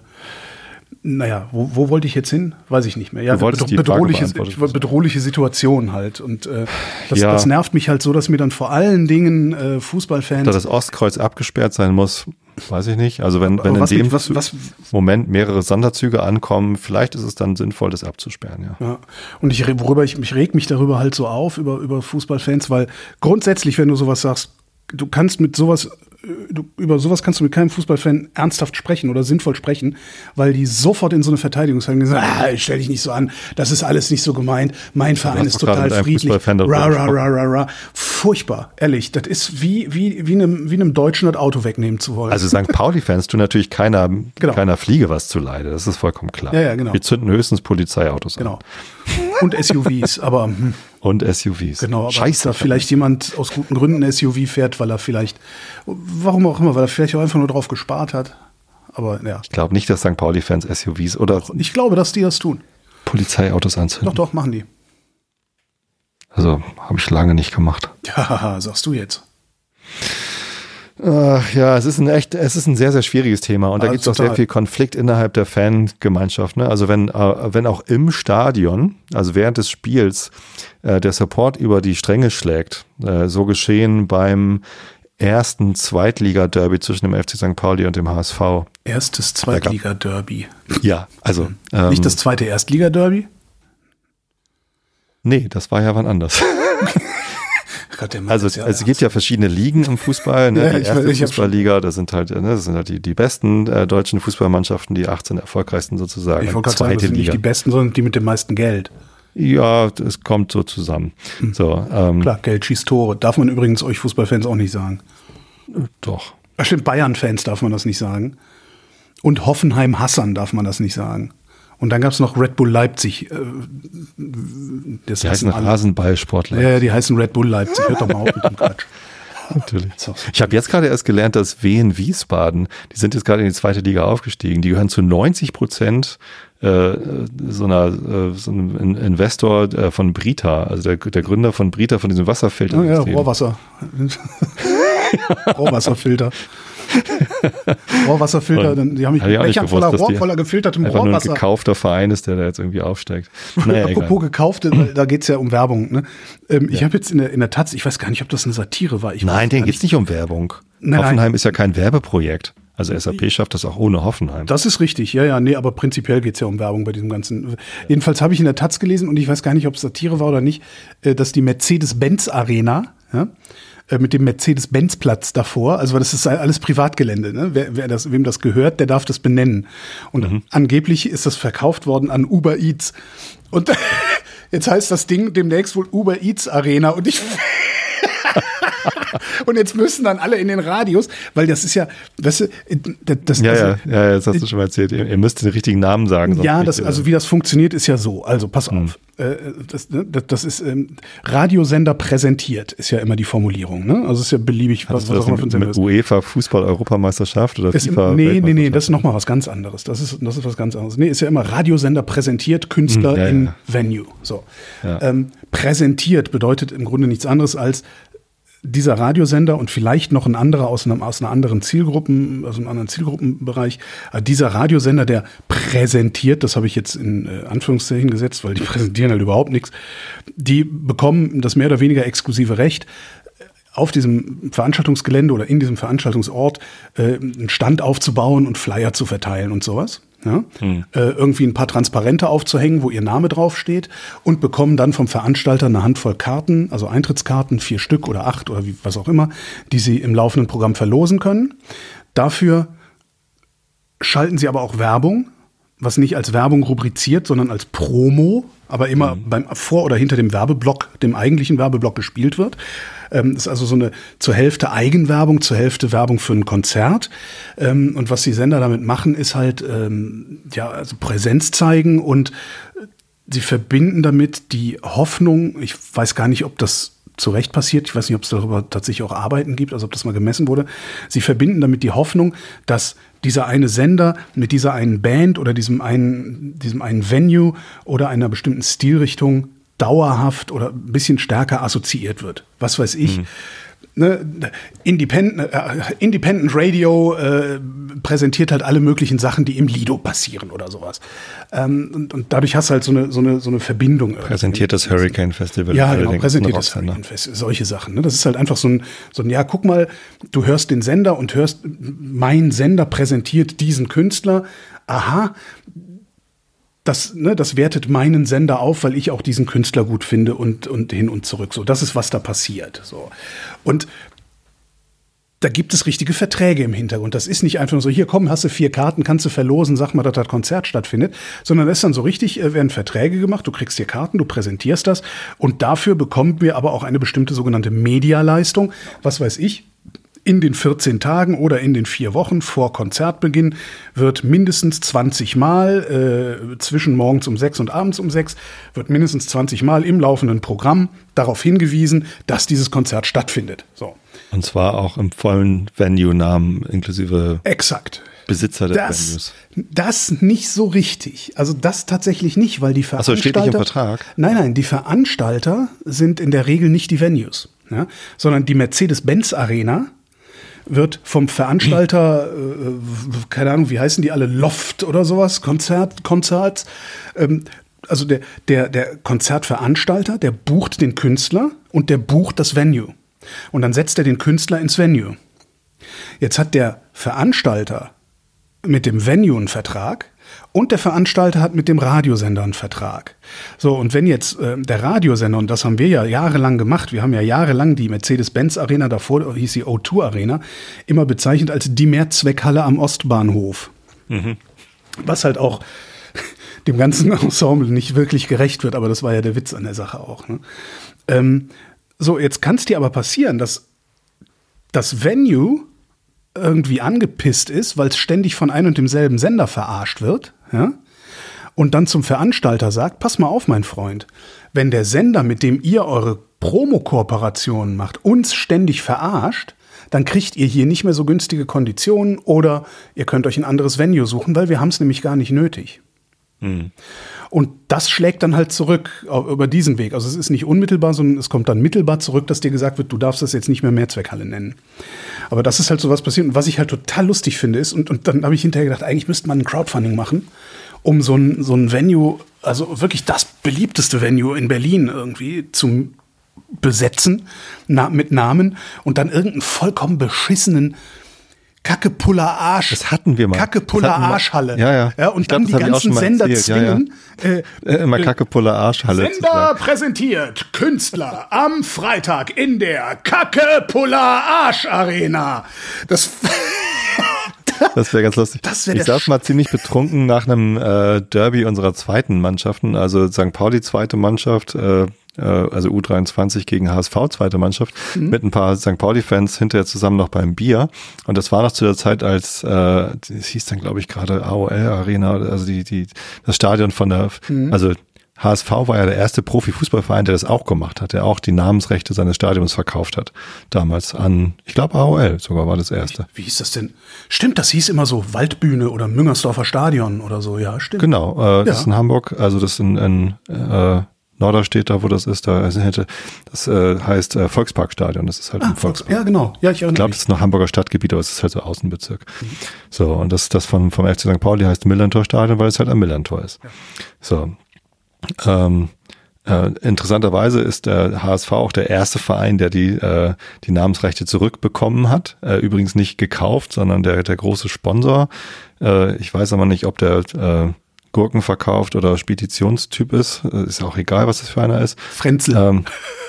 naja, wo, wo wollte ich jetzt hin? Weiß ich nicht mehr. Ja, du wolltest die bedrohliche, Frage bedrohliche Situation halt. Und äh, das, ja. das nervt mich halt so, dass mir dann vor allen Dingen äh, Fußballfans. Da das Ostkreuz abgesperrt sein muss, weiß ich nicht. Also wenn, wenn in was dem mit, was, was, Moment mehrere Sonderzüge ankommen, vielleicht ist es dann sinnvoll, das abzusperren, ja. ja. Und ich, worüber ich, ich reg mich darüber halt so auf, über, über Fußballfans, weil grundsätzlich, wenn du sowas sagst, du kannst mit sowas, du, über sowas kannst du mit keinem Fußballfan ernsthaft sprechen oder sinnvoll sprechen, weil die sofort in so eine Verteidigungshaltung sagen, ah, stell dich nicht so an, das ist alles nicht so gemeint, mein Verein ist total friedlich, ra, ra, ra, ra, ra. Furchtbar, ehrlich, das ist wie, wie, wie, einem, wie einem Deutschen das Auto wegnehmen zu wollen. Also Sankt Pauli-Fans tun natürlich keiner, genau. keiner Fliege was zuleide, das ist vollkommen klar. Ja, ja, genau. Wir zünden höchstens Polizeiautos genau. an. Und S U Vs, aber hm. Und S U Vs. Genau, aber Scheiße. da vielleicht jemand aus guten Gründen S U V fährt, weil er vielleicht, warum auch immer, weil er vielleicht auch einfach nur drauf gespart hat. Aber ja. Ich glaube nicht, dass Sankt Pauli-Fans S U Vs oder ich glaube, dass die das tun. Polizeiautos anzünden. Doch, doch, machen die. Also, habe ich lange nicht gemacht. Ja, sagst du jetzt. Ach, ja, es ist ein echt, es ist ein sehr, sehr schwieriges Thema und da also gibt es auch sehr viel Konflikt innerhalb der Fangemeinschaft. Ne? Also wenn, äh, wenn auch im Stadion, also während des Spiels, äh, der Support über die Stränge schlägt, äh, so geschehen beim ersten Zweitliga-Derby zwischen dem F C Sankt Pauli und dem H S V. Erstes Zweitliga-Derby. Ja, also. Ähm, Nicht das zweite Erstliga-Derby? Nee, das war ja wann anders. Gott, der also ja es gibt ja verschiedene Ligen im Fußball. Ne? Ja, die ich erste weiß, ich hab Fußballliga, das sind halt, ne, das sind halt die, die besten äh, deutschen Fußballmannschaften, die achtzehn erfolgreichsten sozusagen. Ich wollte gerade sagen, das sind nicht die besten, sondern die mit dem meisten Geld. Ja, es kommt so zusammen. Hm. So, ähm, Klar, Geld schießt Tore. Darf man übrigens euch Fußballfans auch nicht sagen. Doch. Ach stimmt, Bayern-Fans darf man das nicht sagen. Und Hoffenheim-Hassern darf man das nicht sagen. Und dann gab es noch Red Bull Leipzig. Äh, das die heißen Rasenballsportler. Ja, die heißen Red Bull Leipzig. Hört doch mal auf mit dem Quatsch. Natürlich. Ich habe jetzt gerade erst gelernt, dass Wien Wiesbaden, die sind jetzt gerade in die zweite Liga aufgestiegen, die gehören zu neunzig Prozent äh, so, einer, äh, so einem Investor äh, von Brita, also der, der Gründer von Brita, von diesem Wasserfilter. Ja, ja, Rohrwasser. Rohrwasserfilter. Rohrwasserfilter, dann, die haben mich mit Bechern voller, Rohr, voller gefiltertem einfach Rohrwasser. Nur ein gekaufter Verein ist, der da jetzt irgendwie aufsteigt. Naja, apropos gekaufte, da geht's ja um Werbung. Ne? Ähm, ja. Ich habe jetzt in der, in der Taz, ich weiß gar nicht, ob das eine Satire war. Ich nein, denen geht's nicht um Werbung. Nein, Hoffenheim nein. ist ja kein Werbeprojekt. Also S A P schafft das auch ohne Hoffenheim. Das ist richtig, ja, ja, nee, aber prinzipiell geht's ja um Werbung bei diesem ganzen. Ja. Jedenfalls habe ich in der Taz gelesen, und ich weiß gar nicht, ob es Satire war oder nicht, dass die Mercedes-Benz-Arena, ja, mit dem Mercedes-Benz-Platz davor, also das ist alles Privatgelände, ne? Wer, wer das, wem das gehört, der darf das benennen. Und mhm. angeblich ist das verkauft worden an Uber Eats. Und jetzt heißt das Ding demnächst wohl Uber Eats Arena, und ich und jetzt müssen dann alle in den Radios, weil das ist ja, weißt du, das, das ja, also, ja, ja, das hast du schon mal erzählt. Ihr, ihr müsst den richtigen Namen sagen. Ja, das, also wie das funktioniert, ist ja so. Also pass hm. auf. Äh, das, das, das ist ähm, Radiosender präsentiert, ist ja immer die Formulierung. Ne? Also es ist ja beliebig, was, was auch immer für ein Sender ist. UEFA Fußball-Europameisterschaft oder es, FIFA? Nee, nee, nee, das ist nochmal was ganz anderes. Das ist, das ist was ganz anderes. Nee, ist ja immer Radiosender präsentiert, Künstler hm, ja, in ja. Venue. So. Ja. Ähm, präsentiert bedeutet im Grunde nichts anderes als dieser Radiosender und vielleicht noch ein anderer aus, einem, aus einer anderen Zielgruppen, aus einem anderen Zielgruppenbereich. Dieser Radiosender, der präsentiert, das habe ich jetzt in äh, Anführungszeichen gesetzt, weil die präsentieren halt überhaupt nichts. Die bekommen das mehr oder weniger exklusive Recht, auf diesem Veranstaltungsgelände oder in diesem Veranstaltungsort äh, einen Stand aufzubauen und Flyer zu verteilen und sowas. Ja? Hm. Äh, irgendwie ein paar Transparente aufzuhängen, wo ihr Name draufsteht, und bekommen dann vom Veranstalter eine Handvoll Karten, also Eintrittskarten, vier Stück oder acht oder wie, was auch immer, die sie im laufenden Programm verlosen können. Dafür schalten sie aber auch Werbung, was nicht als Werbung rubriziert, sondern als Promo, aber immer mhm. beim vor oder hinter dem Werbeblock, dem eigentlichen Werbeblock gespielt wird. Ähm, das ist also so eine zur Hälfte Eigenwerbung, zur Hälfte Werbung für ein Konzert. Ähm, und was die Sender damit machen, ist halt ähm, ja, also Präsenz zeigen, und sie verbinden damit die Hoffnung, ich weiß gar nicht, ob das zu Recht passiert, ich weiß nicht, ob es darüber tatsächlich auch Arbeiten gibt, also ob das mal gemessen wurde. Sie verbinden damit die Hoffnung, dass dieser eine Sender mit dieser einen Band oder diesem einen, diesem einen Venue oder einer bestimmten Stilrichtung dauerhaft oder ein bisschen stärker assoziiert wird. Was weiß ich. Mhm. Ne, Independent, äh, Independent Radio äh, präsentiert halt alle möglichen Sachen, die im Lido passieren oder sowas. Ähm, und, und dadurch hast du halt so eine, so eine, so eine Verbindung. Präsentiert das Hurricane Festival. Ja, genau, präsentiert das Hurricane Festival. Solche Sachen. Ne? Das ist halt einfach so ein, so ein, ja, guck mal, du hörst den Sender und hörst, mein Sender präsentiert diesen Künstler. Aha, Das, ne, das wertet meinen Sender auf, weil ich auch diesen Künstler gut finde, und, und hin und zurück. So, das ist, was da passiert. So. Und da gibt es richtige Verträge im Hintergrund. Das ist nicht einfach nur so, hier komm, hast du vier Karten, kannst du verlosen, sag mal, dass das Konzert stattfindet. Sondern es ist dann so richtig, äh, werden Verträge gemacht, du kriegst hier Karten, du präsentierst das. Und dafür bekommen wir aber auch eine bestimmte sogenannte Medialeistung. Was weiß ich? In den vierzehn Tagen oder in den vier Wochen vor Konzertbeginn wird mindestens zwanzig Mal, äh, zwischen morgens um sechs und abends um sechs, wird mindestens zwanzig Mal im laufenden Programm darauf hingewiesen, dass dieses Konzert stattfindet. So. Und zwar auch im vollen Venue-Namen inklusive Exakt. Besitzer des das, Venues. Das nicht so richtig. Also das tatsächlich nicht, weil die Veranstalter... Achso, steht nicht im Vertrag? Nein, nein, die Veranstalter sind in der Regel nicht die Venues, ja, sondern die Mercedes-Benz-Arena wird vom Veranstalter, äh, keine Ahnung, wie heißen die alle, Loft oder sowas, Konzert, Konzerts. Ähm, also der, der, der Konzertveranstalter, der bucht den Künstler und der bucht das Venue. Und dann setzt er den Künstler ins Venue. Jetzt hat der Veranstalter mit dem Venue einen Vertrag, und der Veranstalter hat mit dem Radiosender einen Vertrag. So, und wenn jetzt äh, der Radiosender, und das haben wir ja jahrelang gemacht, wir haben ja jahrelang die Mercedes-Benz-Arena, davor hieß die O zwei Arena, immer bezeichnet als die Mehrzweckhalle am Ostbahnhof. Mhm. Was halt auch dem ganzen Ensemble nicht wirklich gerecht wird, aber das war ja der Witz an der Sache auch. Ne? Ähm, so, jetzt kann es dir aber passieren, dass das Venue irgendwie angepisst ist, weil es ständig von einem und demselben Sender verarscht wird, ja? Und dann zum Veranstalter sagt, pass mal auf, mein Freund, wenn der Sender, mit dem ihr eure Promo-Kooperationen macht, uns ständig verarscht, dann kriegt ihr hier nicht mehr so günstige Konditionen oder ihr könnt euch ein anderes Venue suchen, weil wir haben es nämlich gar nicht nötig. Mhm. Und das schlägt dann halt zurück über diesen Weg. Also es ist nicht unmittelbar, sondern es kommt dann mittelbar zurück, dass dir gesagt wird, du darfst das jetzt nicht mehr Mehrzweckhalle nennen. Aber das ist halt so was passiert. Und was ich halt total lustig finde ist, und, und dann habe ich hinterher gedacht, eigentlich müsste man ein Crowdfunding machen, um so ein, so ein Venue, also wirklich das beliebteste Venue in Berlin irgendwie zu besetzen, na, mit Namen und dann irgendeinen vollkommen beschissenen Kacke-Puller-Arsch. Das hatten wir mal. Kacke-Puller-Arschhalle. Ja, ja. ja und glaub, dann die ganzen Sender erzählt. zwingen. Ja, ja. Äh, Immer Kacke-Puller-Arschhalle. Sender präsentiert Künstler am Freitag in der Kacke-Puller-Arsch-Arena. Das Das wäre ganz lustig. Das wär ich saß mal ziemlich betrunken nach einem äh, Derby unserer zweiten Mannschaften, also Sankt Pauli zweite Mannschaft, äh, also U dreiundzwanzig gegen H S V zweite Mannschaft, mhm. mit ein paar Sankt Pauli-Fans hinterher zusammen noch beim Bier. Und das war noch zu der Zeit, als äh, es hieß dann, glaube ich, gerade A O L Arena, also die die das Stadion von der, mhm. also H S V war ja der erste Profi-Fußballverein, der das auch gemacht hat, der auch die Namensrechte seines Stadions verkauft hat. Damals an, ich glaube, A O L sogar war das erste. Wie, wie hieß das denn? Stimmt, das hieß immer so Waldbühne oder Müngersdorfer Stadion oder so, ja, stimmt. Genau, äh, ja. Das ist in Hamburg, also das ist in, in äh, Norderstedt, da wo das ist, da also hätte, das äh, heißt äh, Volksparkstadion, das ist halt ah, ein Volkspark. Ja, genau. Ja, ich ich glaube, das ist noch Hamburger Stadtgebiet, aber es ist halt so Außenbezirk. Mhm. So, und das, das vom, vom F C Sankt Pauli heißt Millantor-Stadion, weil es halt am Millantor ist. Ja. So. Ähm, äh, interessanterweise ist der H S V auch der erste Verein, der die, äh, die Namensrechte zurückbekommen hat. Äh, übrigens nicht gekauft, sondern der, der große Sponsor. Äh, ich weiß aber nicht, ob der äh, Gurken verkauft oder Speditionstyp ist. Ist auch egal, was das für einer ist. Frenzel. Ähm,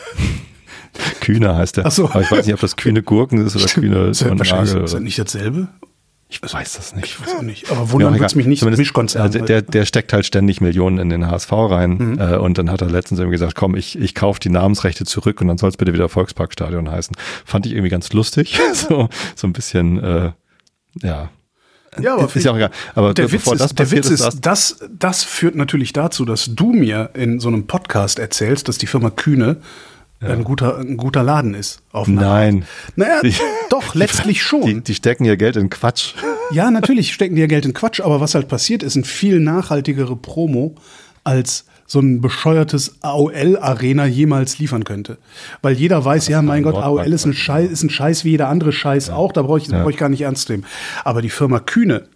Kühne heißt der. Ach so. Aber ich weiß nicht, ob das Kühne Gurken ist oder Kühne ist ja und Nagel. Ist das nicht dasselbe? Ich weiß das nicht. Ich weiß auch nicht. Aber wundern ja, wird's mich nicht. Mischkonzern. Also der, der steckt halt ständig Millionen in den H S V rein. Mhm. Äh, und dann hat er letztens irgendwie gesagt, komm, ich, ich kaufe die Namensrechte zurück und dann soll es bitte wieder Volksparkstadion heißen. Fand ich irgendwie ganz lustig. so, so ein bisschen, äh, ja. Ja, aber ist ja auch egal. Aber der Witz ist, das der Witz ist, ist das, das führt natürlich dazu, dass du mir in so einem Podcast erzählst, dass die Firma Kühne ja. ein guter, ein guter Laden ist. Auf Nein. Naja, die, doch, letztlich schon. Die, die stecken ihr Geld in Quatsch. Ja, natürlich stecken die ihr Geld in Quatsch, aber was halt passiert, ist eine viel nachhaltigere Promo als so ein bescheuertes A O L-Arena jemals liefern könnte. Weil jeder weiß, ja, mein Gott, A O L ist ein Scheiß, ist ein Scheiß wie jeder andere Scheiß ja. auch, da brauche ich, ja. brauch ich gar nicht ernst nehmen. Aber die Firma Kühne,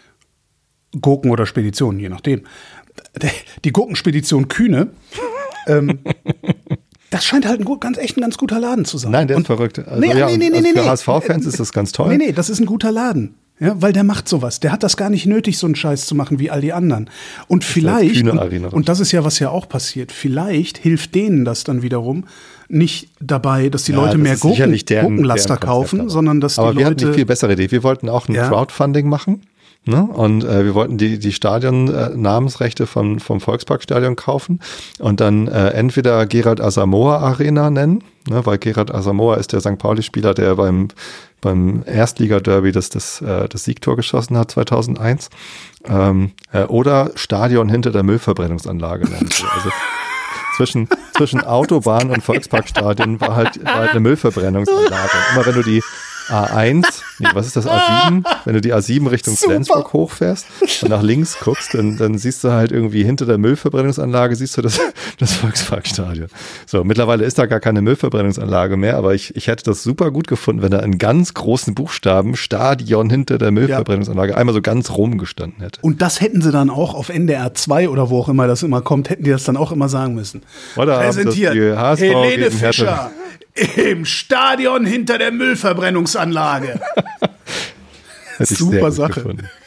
Gurken oder Spedition, je nachdem, die Gurkenspedition Kühne, ähm, das scheint halt ein ganz echt ein ganz guter Laden zu sein. Nein, der und, ist verrückt. Also, nee, ja, nee, nee, nee, also für nee, H S V-Fans ist das ganz toll. Nee, nee, das ist ein guter Laden. Ja, weil der macht sowas. Der hat das gar nicht nötig, so einen Scheiß zu machen wie all die anderen. Und vielleicht, und, und das ist ja, was ja auch passiert, vielleicht hilft denen das dann wiederum nicht dabei, dass die ja, Leute das mehr Gurken, deren, Gurkenlaster deren kaufen, aber. sondern dass aber die wir Leute... hatten eine viel bessere Idee. Wir wollten auch ein ja. Crowdfunding machen. Ne? Und äh, wir wollten die, die Stadion-Namensrechte äh, vom, vom Volksparkstadion kaufen und dann äh, entweder Gerald Asamoah Arena nennen, ne? Weil Gerald Asamoah ist der Sankt Pauli-Spieler, der beim, beim Erstliga-Derby das, das, äh, das Siegtor geschossen hat zweitausendeins. Ähm, äh, oder Stadion hinter der Müllverbrennungsanlage nennen. Also zwischen, zwischen Autobahn und Volksparkstadion war halt, war halt eine Müllverbrennungsanlage. Und immer wenn du die A eins, nee, was ist das, A sieben? Wenn du die A sieben Richtung Super. Flensburg hochfährst und nach links guckst, dann, dann siehst du halt irgendwie hinter der Müllverbrennungsanlage, siehst du das, das Volksparkstadion. So, mittlerweile ist da gar keine Müllverbrennungsanlage mehr, aber ich, ich hätte das super gut gefunden, wenn da in ganz großen Buchstaben Stadion hinter der Müllverbrennungsanlage ja. einmal so ganz rum gestanden hätte. Und das hätten sie dann auch auf N D R zwei oder wo auch immer das immer kommt, hätten die das dann auch immer sagen müssen. Oder präsentiert Helene Fischer im Stadion hinter der Müllverbrennungsanlage. Hätte ich Super sehr gut Sache. Gefunden.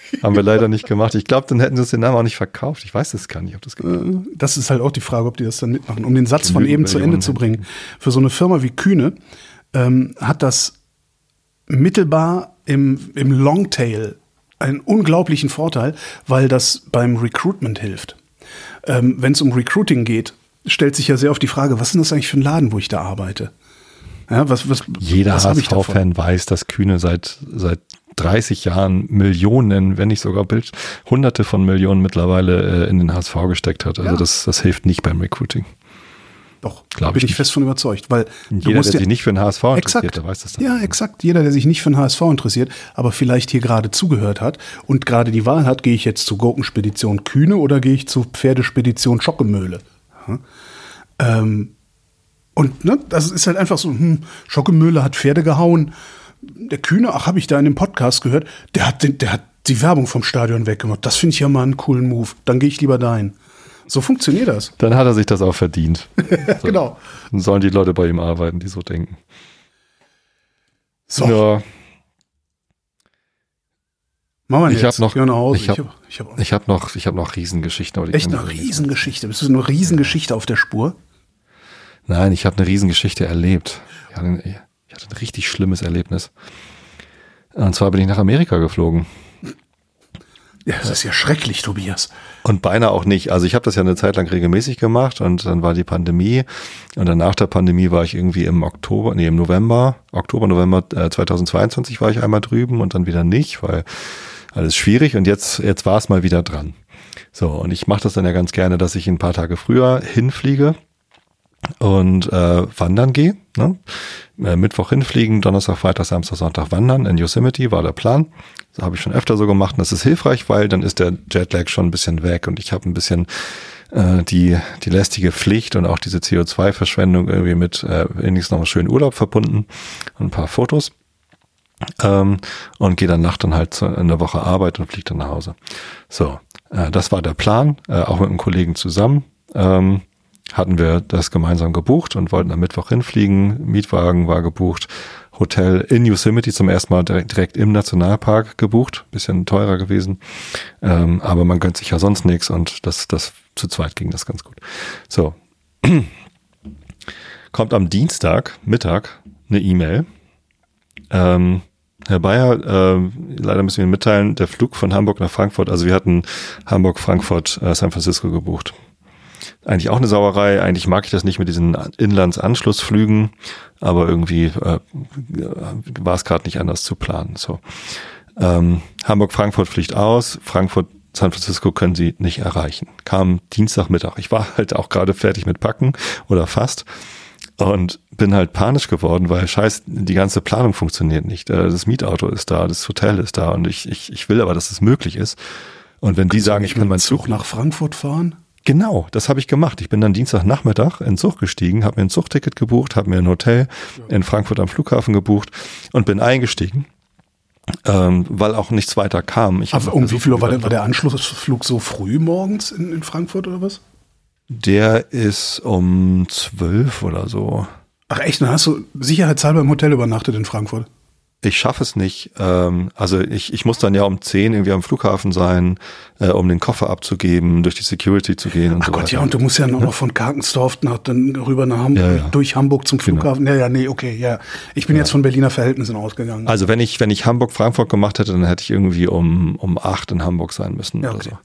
Haben wir leider nicht gemacht. Ich glaube, dann hätten sie uns den Namen auch nicht verkauft. Ich weiß das gar nicht, ob das geht. Das ist halt auch die Frage, ob die das dann mitmachen. Um den Satz Genügend von eben zu Ende zu bringen. Für so eine Firma wie Kühne ähm, hat das mittelbar im, im Longtail einen unglaublichen Vorteil, weil das beim Recruitment hilft. Ähm, wenn es um Recruiting geht, stellt sich ja sehr oft die Frage, was ist denn das eigentlich für ein Laden, wo ich da arbeite? Ja, was, was, Jeder H S V-Fan weiß, dass Kühne seit, seit dreißig Jahren Millionen, wenn nicht sogar Bild, Hunderte von Millionen mittlerweile äh, in den H S V gesteckt hat. Also ja. das, das hilft nicht beim Recruiting. Doch, da bin ich, ich fest von überzeugt. Weil jeder, der sich nicht für den H S V interessiert, exakt, der weiß das dann. Ja, exakt. Jeder, der sich nicht für den H S V interessiert, aber vielleicht hier gerade zugehört hat und gerade die Wahl hat, gehe ich jetzt zu Gurkenspedition Kühne oder gehe ich zu Pferdespedition Schockemöhle? Hm? Ähm, und ne, das ist halt einfach so, hm, Schockemöhle hat Pferde gehauen. Der Kühne, ach, habe ich da in dem Podcast gehört, der hat, den, der hat die Werbung vom Stadion weggemacht. Das finde ich ja mal einen coolen Move. Dann gehe ich lieber dahin. So funktioniert das. Dann hat er sich das auch verdient. So. Genau. Dann sollen die Leute bei ihm arbeiten, die so denken. So. Ja. Machen wir ich habe noch, nach Hause. ich habe ich hab, ich hab noch, ich habe noch Riesengeschichten. Aber die echt eine Riesengeschichte? Bist du eine Riesengeschichte auf der Spur? Nein, ich habe eine Riesengeschichte erlebt. Ich hatte, ein, ich hatte ein richtig schlimmes Erlebnis. Und zwar bin ich nach Amerika geflogen. Ja, das ist ja schrecklich, Tobias. Und beinahe auch nicht. Also ich habe das ja eine Zeit lang regelmäßig gemacht und dann war die Pandemie und dann nach der Pandemie war ich irgendwie im Oktober, nee im November, Oktober, November äh, zweitausendzweiundzwanzig war ich einmal drüben und dann wieder nicht, weil alles schwierig und jetzt jetzt war es mal wieder dran. So, und ich mache das dann ja ganz gerne, dass ich ein paar Tage früher hinfliege und äh, wandern gehe. Ne? Äh, Mittwoch hinfliegen, Donnerstag, Freitag, Samstag, Sonntag wandern in Yosemite war der Plan. Das habe ich schon öfter so gemacht und das ist hilfreich, weil dann ist der Jetlag schon ein bisschen weg und ich habe ein bisschen äh, die die lästige Pflicht und auch diese C O zwei Verschwendung irgendwie mit äh, wenigstens noch einen schönen Urlaub verbunden und ein paar Fotos ähm, und gehe dann nachts dann halt zu, in der Woche Arbeit und fliege dann nach Hause. So, äh, das war der Plan, äh, auch mit einem Kollegen zusammen. Ähm, hatten wir das gemeinsam gebucht und wollten am Mittwoch hinfliegen. Mietwagen war gebucht. Hotel in Yosemite zum ersten Mal direkt, direkt im Nationalpark gebucht. Bisschen teurer gewesen. Ähm, aber man gönnt sich ja sonst nichts und das, das zu zweit ging das ganz gut. So. Kommt am Dienstag Mittag eine E-Mail. Ähm, Herr Bayer, äh, leider müssen wir Ihnen mitteilen, der Flug von Hamburg nach Frankfurt, also wir hatten Hamburg, Frankfurt, äh, San Francisco gebucht. Eigentlich auch eine Sauerei. Eigentlich mag ich das nicht mit diesen Inlandsanschlussflügen, aber irgendwie äh, war es gerade nicht anders zu planen. So, ähm, Hamburg-Frankfurt fliegt aus, Frankfurt-San Francisco können Sie nicht erreichen. Kam Dienstagmittag. Ich war halt auch gerade fertig mit Packen oder fast und bin halt panisch geworden, weil scheiß, die ganze Planung funktioniert nicht. Das Mietauto ist da, das Hotel ist da und ich ich ich will aber, dass es möglich ist. Und wenn die sagen, ich kann meinen Zug nach Frankfurt fahren? Genau, das habe ich gemacht. Ich bin dann Dienstagnachmittag in den Zug gestiegen, habe mir ein Zugticket gebucht, habe mir ein Hotel in Frankfurt am Flughafen gebucht und bin eingestiegen, ähm, weil auch nichts weiter kam. Ich Aber um wie viel Uhr war der, war der Anschlussflug so früh morgens in, in Frankfurt oder was? Der ist um zwölf oder so. Ach echt, dann hast du sicherheitshalber im Hotel übernachtet in Frankfurt? Ich schaffe es nicht. Ähm, also ich, ich muss dann ja um zehn irgendwie am Flughafen sein, äh, um den Koffer abzugeben, durch die Security zu gehen und Ach so Gott, weiter. ja, und du musst ja noch von Karkensdorf nach, dann rüber nach Hamburg, ja, ja. durch Hamburg zum Flughafen. Genau. Ja, ja, nee, okay, ja. Ich bin ja. jetzt von Berliner Verhältnissen ausgegangen. Also wenn ich, wenn ich Hamburg-Frankfurt gemacht hätte, dann hätte ich irgendwie um, um acht in Hamburg sein müssen ja, oder okay.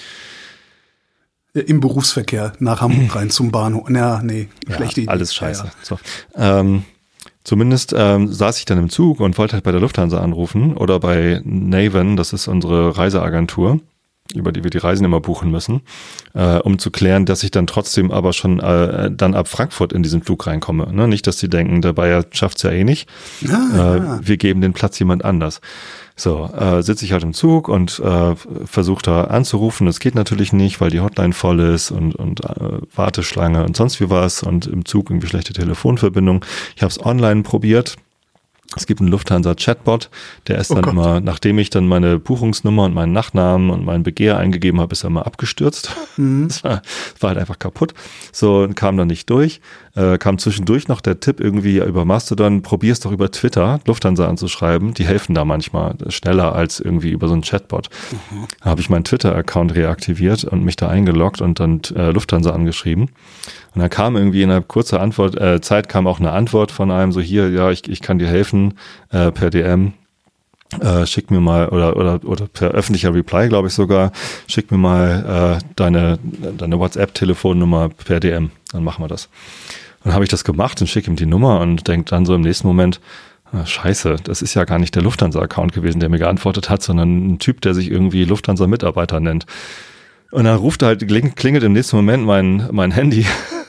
so. Im Berufsverkehr nach Hamburg rein zum Bahnhof. Ja, nee, schlechte ja, Idee. Alles scheiße. Ja, ja. So. Ähm, Zumindest ähm, saß ich dann im Zug und wollte halt bei der Lufthansa anrufen oder bei Navan, das ist unsere Reiseagentur, über die wir die Reisen immer buchen müssen, äh, um zu klären, dass ich dann trotzdem aber schon äh, dann ab Frankfurt in diesen Flug reinkomme. Ne? Nicht, dass die denken, der Bayer schafft's ja eh nicht. Ah, äh, ja. Wir geben den Platz jemand anders. So, äh, sitze ich halt im Zug und äh, versuche da anzurufen. Das geht natürlich nicht, weil die Hotline voll ist und, und äh, Warteschlange und sonst wie was und im Zug irgendwie schlechte Telefonverbindung. Ich habe es online probiert. Es gibt einen Lufthansa-Chatbot, der ist Oh dann Gott. immer, nachdem ich dann meine Buchungsnummer und meinen Nachnamen und mein Begehr eingegeben habe, ist er immer abgestürzt. Mhm. Das war, das war halt einfach kaputt. So, kam dann nicht durch. äh, kam zwischendurch noch der Tipp irgendwie über Mastodon, probier's doch über Twitter, Lufthansa anzuschreiben. Die helfen da manchmal schneller als irgendwie über so einen Chatbot. Mhm. Da habe ich meinen Twitter-Account reaktiviert und mich da eingeloggt und dann äh, Lufthansa angeschrieben. Und dann kam irgendwie in einer kurzer Antwort, äh, Zeit kam auch eine Antwort von einem, so hier, ja, ich, ich kann dir helfen, äh, per D M. Äh, schick mir mal, oder oder oder per öffentlicher Reply, glaube ich sogar, schick mir mal äh, deine deine WhatsApp-Telefonnummer per D M, dann machen wir das. Dann habe ich das gemacht und schicke ihm die Nummer und denke dann so im nächsten Moment, ah, scheiße, das ist ja gar nicht der Lufthansa-Account gewesen, der mir geantwortet hat, sondern ein Typ, der sich irgendwie Lufthansa-Mitarbeiter nennt. Und dann ruft halt, klingelt im nächsten Moment mein mein Handy,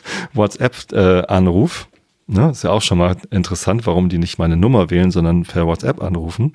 WhatsApp-Anruf. Ne, ist ja auch schon mal interessant, warum die nicht meine Nummer wählen, sondern per WhatsApp anrufen.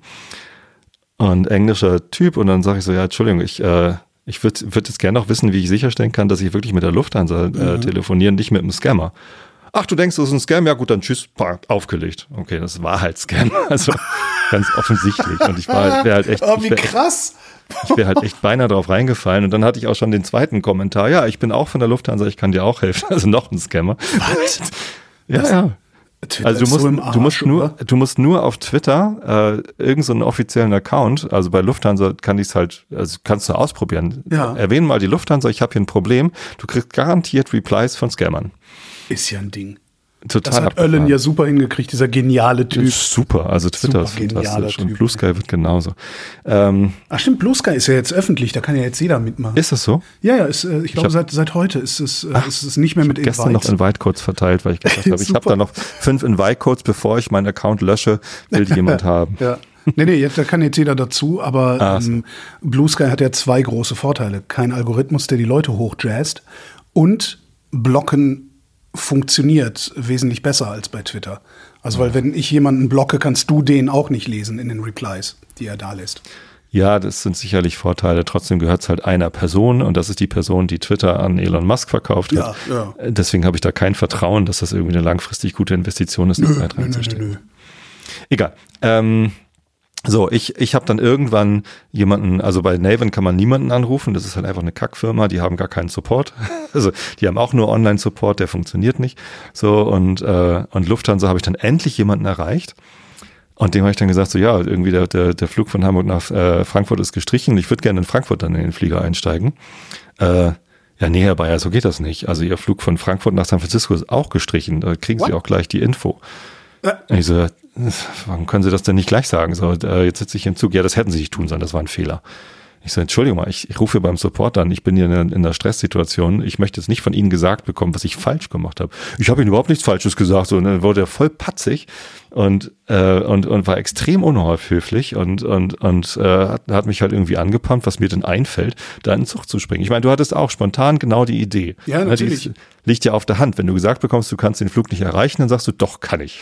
Und englischer Typ. Und dann sage ich so, ja, Entschuldigung, ich, äh, ich würde würd jetzt gerne noch wissen, wie ich sicherstellen kann, dass ich wirklich mit der Lufthansa äh, mhm. telefoniere, nicht mit einem Scammer. Ach, du denkst, das ist ein Scam? Ja gut, dann tschüss, aufgelegt. Okay, das war halt Scam. Also ganz offensichtlich. Und ich war wäre halt echt... Oh, wie wär, krass! Ich wäre halt echt beinahe drauf reingefallen. Und dann hatte ich auch schon den zweiten Kommentar. Ja, ich bin auch von der Lufthansa, ich kann dir auch helfen. Also noch ein Scammer. Was? Ja, das, ja. Also du musst, so Arsch, du musst nur, oder? du musst nur auf Twitter äh, irgendeinen so offiziellen Account, also bei Lufthansa kann ich es halt, also kannst du ausprobieren. Ja. Erwähnen mal die Lufthansa, ich habe hier ein Problem. Du kriegst garantiert Replies von Scammern. Ist ja ein Ding. Total das hat abgefahren. Ölen ja super hingekriegt, dieser geniale Typ. Super, also Twitter super ist fantastisch und Blue Sky wird genauso. Ähm, Ach stimmt, Blue Sky ist ja jetzt öffentlich, da kann ja jetzt jeder mitmachen. Ist das so? Ja, ja, ist, ich glaube seit, seit heute ist es, Ach, ist es nicht mehr mit Invite. Ich habe gestern noch Invite-Codes verteilt, weil ich gedacht habe, ich habe da noch fünf Invite-Codes, bevor ich meinen Account lösche, will die jemand haben. Ja. Nee, nee, jetzt, da kann jetzt jeder dazu, aber ah, so. ähm, Blue Sky hat ja zwei große Vorteile. Kein Algorithmus, der die Leute hochjazzt und Blocken funktioniert wesentlich besser als bei Twitter. Also, weil wenn ich jemanden blocke, kannst du den auch nicht lesen in den Replies, die er da lässt. Ja, das sind sicherlich Vorteile. Trotzdem gehört es halt einer Person und das ist die Person, die Twitter an Elon Musk verkauft hat. Ja, ja. Deswegen habe ich da kein Vertrauen, dass das irgendwie eine langfristig gute Investition ist, nö, Zeit reinzustecken. Nö, nö, nö. Egal. Ähm, So, ich ich habe dann irgendwann jemanden, also bei Naven kann man niemanden anrufen, das ist halt einfach eine Kackfirma, die haben gar keinen Support. Also die haben auch nur Online-Support, der funktioniert nicht. So und äh, und Lufthansa habe ich dann endlich jemanden erreicht. Und dem habe ich dann gesagt, so ja, irgendwie der der, der Flug von Hamburg nach äh, Frankfurt ist gestrichen, ich würde gerne in Frankfurt dann in den Flieger einsteigen. Äh, ja, nee, Herr Bayer, so geht das nicht. Also Ihr Flug von Frankfurt nach San Francisco ist auch gestrichen, da kriegen What? Sie auch gleich die Info. Äh. Ich so, warum können Sie das denn nicht gleich sagen? So, äh, jetzt sitze ich im Zug. Ja, das hätten Sie nicht tun sollen, das war ein Fehler. Ich so, Entschuldigung mal, ich, ich rufe beim Support an, ich bin hier in, in einer Stresssituation, ich möchte jetzt nicht von Ihnen gesagt bekommen, was ich falsch gemacht habe. Ich habe Ihnen überhaupt nichts Falsches gesagt, so, und dann wurde er voll patzig und äh, und und war extrem unhöflich und und und äh, hat, hat mich halt irgendwie angepumpt, was mir denn einfällt, da in den Zug zu springen. Ich meine, du hattest auch spontan genau die Idee. Ja, natürlich. Die ist, liegt ja auf der Hand. Wenn du gesagt bekommst, du kannst den Flug nicht erreichen, dann sagst du, doch, kann ich.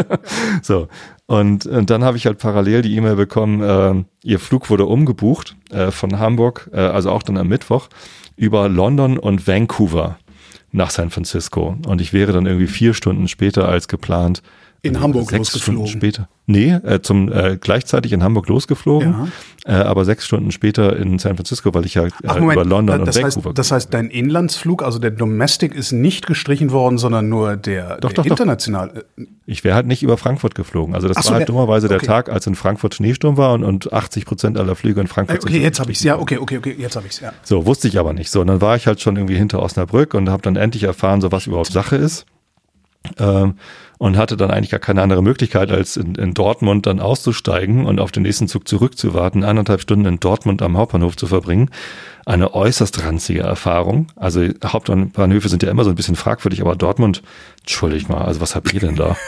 So. Und, und dann habe ich halt parallel die E-Mail bekommen, äh, ihr Flug wurde umgebucht äh, von Hamburg, äh, also auch dann am Mittwoch, über London und Vancouver nach San Francisco. Und ich wäre dann irgendwie vier Stunden später als geplant in Hamburg sechs losgeflogen. Stunden später. Nee, äh, zum äh, gleichzeitig in Hamburg losgeflogen, ja. äh, aber sechs Stunden später in San Francisco, weil ich ja äh, Ach, Moment, über London das und heißt, Vancouver. Das heißt, dein Inlandsflug, also der Domestic, ist nicht gestrichen worden, sondern nur der, doch, der doch, international. Doch. Ich wäre halt nicht über Frankfurt geflogen. Also das Ach war so, halt der, dummerweise okay. der Tag, als in Frankfurt Schneesturm war und, und achtzig Prozent aller Flüge in Frankfurt Okay, sind jetzt habe ich's. Ja, okay, okay, okay, jetzt habe ich's. Ja. So, wusste ich aber nicht. So, und dann war ich halt schon irgendwie hinter Osnabrück und habe dann endlich erfahren, so was überhaupt Sache ist. Ähm, und hatte dann eigentlich gar keine andere Möglichkeit, als in, in Dortmund dann auszusteigen und auf den nächsten Zug zurückzuwarten, eineinhalb Stunden in Dortmund am Hauptbahnhof zu verbringen. Eine äußerst ranzige Erfahrung. Also Hauptbahnhöfe sind ja immer so ein bisschen fragwürdig, aber Dortmund, entschuldigt mal, also was habt ihr denn da?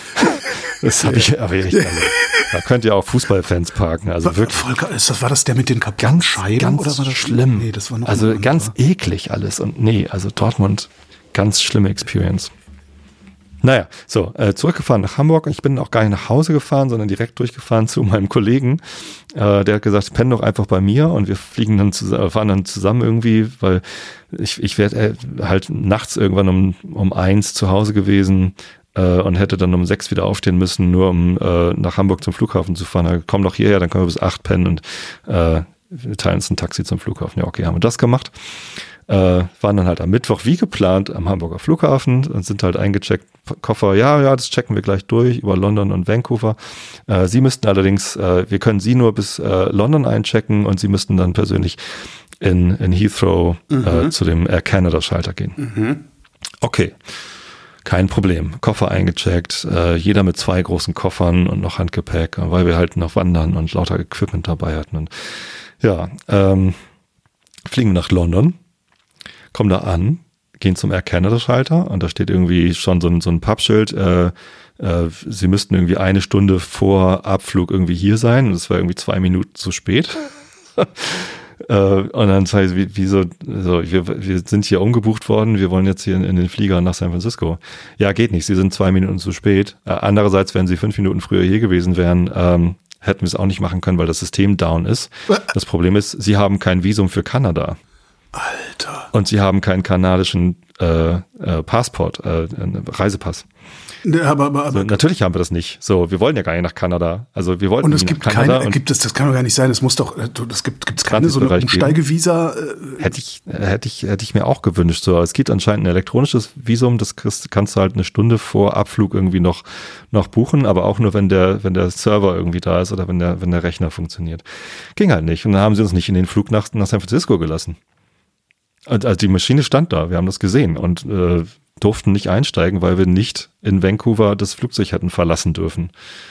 Das habe ich aber echt. Also, da könnt ihr auch Fußballfans parken. Also war, wirklich. Volker, ist das, war das der mit den kaputten Scheiben? Ganz oder war das schlimm. Nee, das war noch also ganz eklig alles. Und nee, also Dortmund, ganz schlimme Experience. Naja, so, äh, zurückgefahren nach Hamburg. Ich bin auch gar nicht nach Hause gefahren, sondern direkt durchgefahren zu meinem Kollegen. Äh, der hat gesagt, penn doch einfach bei mir und wir fliegen dann zusammen, fahren dann zusammen irgendwie, weil ich, ich werde äh, halt nachts irgendwann um, um eins zu Hause gewesen äh, und hätte dann um sechs wieder aufstehen müssen, nur um äh, nach Hamburg zum Flughafen zu fahren. Dann komm doch hierher, dann können wir bis acht pennen und äh, wir teilen uns ein Taxi zum Flughafen. Ja, okay, haben wir das gemacht. Äh, waren dann halt am Mittwoch wie geplant am Hamburger Flughafen und sind halt eingecheckt. Koffer, ja, ja, das checken wir gleich durch über London und Vancouver. Äh, sie müssten allerdings, äh, wir können sie nur bis äh, London einchecken und sie müssten dann persönlich in, in Heathrow mhm. äh, zu dem Air Canada Schalter gehen. Mhm. Okay, kein Problem. Koffer eingecheckt, äh, jeder mit zwei großen Koffern und noch Handgepäck, weil wir halt noch wandern und lauter Equipment dabei hatten. Und ja, ähm, fliegen nach London, kommen da an, gehen zum Air Canada Schalter und da steht irgendwie schon so ein, so ein Pappschild, äh, äh, sie müssten irgendwie eine Stunde vor Abflug irgendwie hier sein und es war irgendwie zwei Minuten zu spät. äh, und dann sage ich, wie, wieso, so, wir, wir sind hier umgebucht worden, wir wollen jetzt hier in, in den Flieger nach San Francisco. Ja, geht nicht, sie sind zwei Minuten zu spät. Äh, andererseits, wenn sie fünf Minuten früher hier gewesen wären, ähm, hätten wir es auch nicht machen können, weil das System down ist. Das Problem ist, sie haben kein Visum für Kanada. Alter. Und sie haben keinen kanadischen äh, äh, Passport, äh, Reisepass. Ne, aber, aber, aber so, natürlich haben wir das nicht. So, wir wollen ja gar nicht nach Kanada. Also wir wollten und es gibt keine, und gibt es, das kann doch gar nicht sein. Es muss doch, das gibt, gibt es keine so eine Umsteigevisa. Äh, hätte ich, hätte ich, hätte ich mir auch gewünscht. So, es gibt anscheinend ein elektronisches Visum. Das kriegst, kannst du halt eine Stunde vor Abflug irgendwie noch, noch buchen, aber auch nur, wenn der, wenn der Server irgendwie da ist oder wenn der, wenn der Rechner funktioniert. Ging halt nicht. Und dann haben sie uns nicht in den Flug nach, nach San Francisco gelassen. Also die Maschine stand da, wir haben das gesehen und äh, durften nicht einsteigen, weil wir nicht in Vancouver das Flugzeug hätten verlassen dürfen.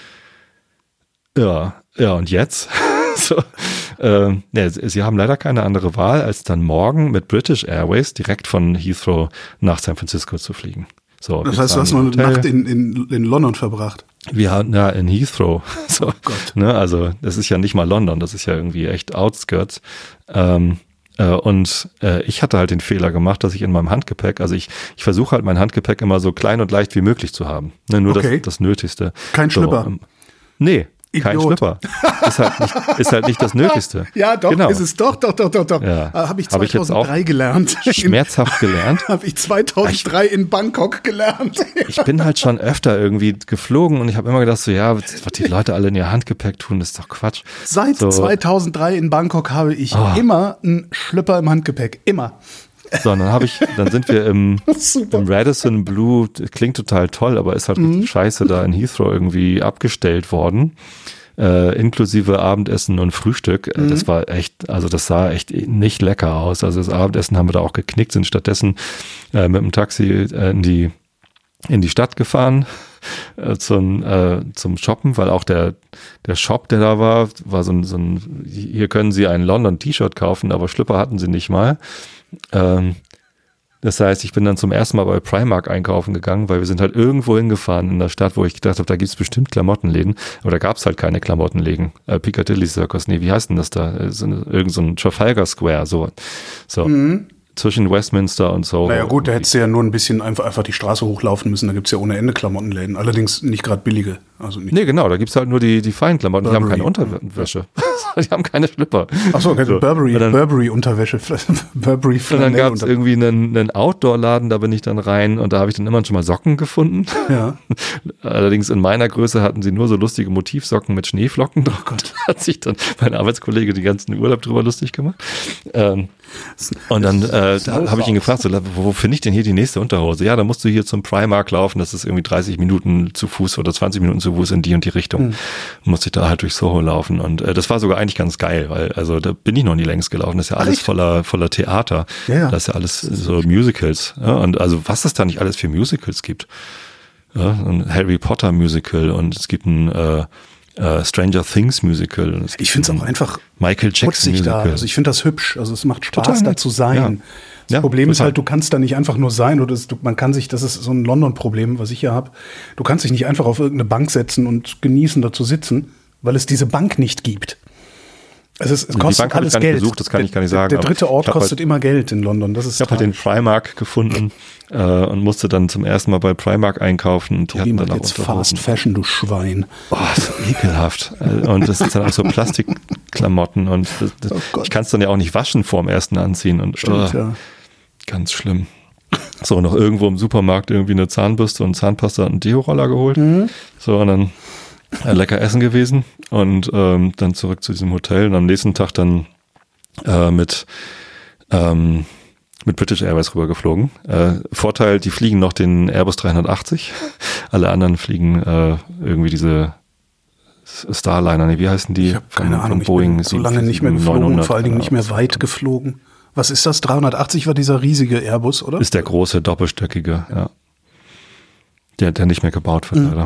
Ja, ja und jetzt? so, äh, ja, sie haben leider keine andere Wahl, als dann morgen mit British Airways direkt von Heathrow nach San Francisco zu fliegen. So, das heißt, du hast noch eine Nacht in, in, in London verbracht? Wir hatten ja in Heathrow. So, oh Gott. Ne, also das ist ja nicht mal London, das ist ja irgendwie echt Outskirts. Ähm, Und äh, ich hatte halt den Fehler gemacht, dass ich in meinem Handgepäck, also ich, ich versuche halt mein Handgepäck immer so klein und leicht wie möglich zu haben. Ne, nur okay. das, das Nötigste. Kein so, Schlüpper. Ähm, nee, Idiot. Kein Schlüpper. Ist halt nicht, ist halt nicht das Nötigste. Ja, doch, genau. ist es doch, doch, doch, doch, doch. Ja. Habe ich Hab zweitausenddrei ich gelernt. Schmerzhaft gelernt. Habe ich zweitausenddrei ich, in Bangkok gelernt. Ich bin halt schon öfter irgendwie geflogen und ich habe immer gedacht so, ja, was die Leute alle in ihr Handgepäck tun, das ist doch Quatsch. Seit so. zweitausenddrei in Bangkok habe ich oh. immer einen Schlüpper im Handgepäck. Immer. So, dann habe ich, dann sind wir im, im Radisson Blue, klingt total toll, aber ist halt mhm. richtig scheiße da in Heathrow irgendwie abgestellt worden. Äh, inklusive Abendessen und Frühstück. Mhm. Das war echt, also das sah echt nicht lecker aus. Also das Abendessen haben wir da auch geknickt, sind stattdessen äh, mit dem Taxi äh, in die in die Stadt gefahren äh, zum äh, zum Shoppen, weil auch der der Shop, der da war, war so ein, so ein hier können Sie ein London-T-Shirt kaufen, aber Schlüpper hatten sie nicht mal. Ähm, Das heißt, ich bin dann zum ersten Mal bei Primark einkaufen gegangen, weil wir sind halt irgendwo hingefahren in der Stadt, wo ich gedacht habe, da gibt's bestimmt Klamottenläden. Aber da gab's halt keine Klamottenläden. Äh, Piccadilly Circus, nee, wie heißt denn das da? So eine, irgend so ein Trafalgar Square, so. So. Mhm. Zwischen Westminster und so. Naja gut, da hättest du ja nur ein bisschen einfach, einfach die Straße hochlaufen müssen. Da gibt's ja ohne Ende Klamottenläden. Allerdings nicht gerade billige. Also nicht. Nee, genau, da gibt's halt nur die, die feinen Klamotten. Die haben keine Unterwäsche. Die haben keine Schlüpper. Ach so, okay, so. Burberry, dann, Burberry Unterwäsche. Burberry Flanell. Und dann gab's irgendwie einen, einen Outdoor-Laden, da bin ich dann rein und da habe ich dann immer schon mal Socken gefunden. Ja. Allerdings in meiner Größe hatten sie nur so lustige Motivsocken mit Schneeflocken. Oh Gott. Da hat sich dann mein Arbeitskollege den ganzen Urlaub drüber lustig gemacht. Ähm, und dann äh, da habe ich ihn gefragt, so, wo, wo finde ich denn hier die nächste Unterhose? Ja, da musst du hier zum Primark laufen, das ist irgendwie dreißig Minuten zu Fuß oder zwanzig Minuten zu Fuß in die und die Richtung. Hm. Musste ich da halt durch Soho laufen und äh, das war sogar eigentlich ganz geil, weil also da bin ich noch nie längst gelaufen, das ist ja alles Echt? voller voller Theater, ja, ja. das ist ja alles so Musicals, ja? Und also was es da nicht alles für Musicals gibt. Ja? Ein Harry Potter Musical und es gibt ein äh, Uh, Stranger Things Musical. Ich finde es auch einfach Michael Jackson Musical. Da. Also ich finde das hübsch. Also es macht Spaß, total da zu sein. Ja. Das ja, Problem total. ist halt, du kannst da nicht einfach nur sein. Oder das, du, man kann sich, das ist so ein London-Problem, was ich hier habe. Du kannst dich nicht einfach auf irgendeine Bank setzen und genießen, da zu sitzen, weil es diese Bank nicht gibt. Also es, es kostet alles Geld. Besucht, das kann ich gar nicht sagen. Der, der dritte Ort kostet halt, immer Geld in London. Das ist ich habe halt den Primark gefunden äh, und musste dann zum ersten Mal bei Primark einkaufen. Und die Tobi, hatten dann auch jetzt Fast Fashion, du Schwein. Oh, das ist ekelhaft. Und das ist dann auch so Plastikklamotten und das, das, oh ich kann es dann ja auch nicht waschen vor dem ersten Anziehen. Und, Stimmt, oh, ja. Ganz schlimm. So, noch irgendwo im Supermarkt irgendwie eine Zahnbürste und Zahnpasta und einen Deo-Roller geholt. Mhm. So, und dann äh, lecker essen gewesen und ähm, dann zurück zu diesem Hotel und am nächsten Tag dann äh, mit ähm, mit British Airways rübergeflogen. Äh, Vorteil, die fliegen noch den Airbus dreihundertachtzig. Alle anderen fliegen äh, irgendwie diese Starliner, nee, wie heißen die? Ich habe keine von, Ahnung, von Boeing ich bin so lange nicht mehr geflogen und vor allen Dingen nicht mehr weit geflogen. Was ist das? dreihundertachtzig war dieser riesige Airbus, oder? Ist der große, doppelstöckige, ja. Der, der nicht mehr gebaut wird, mhm. leider.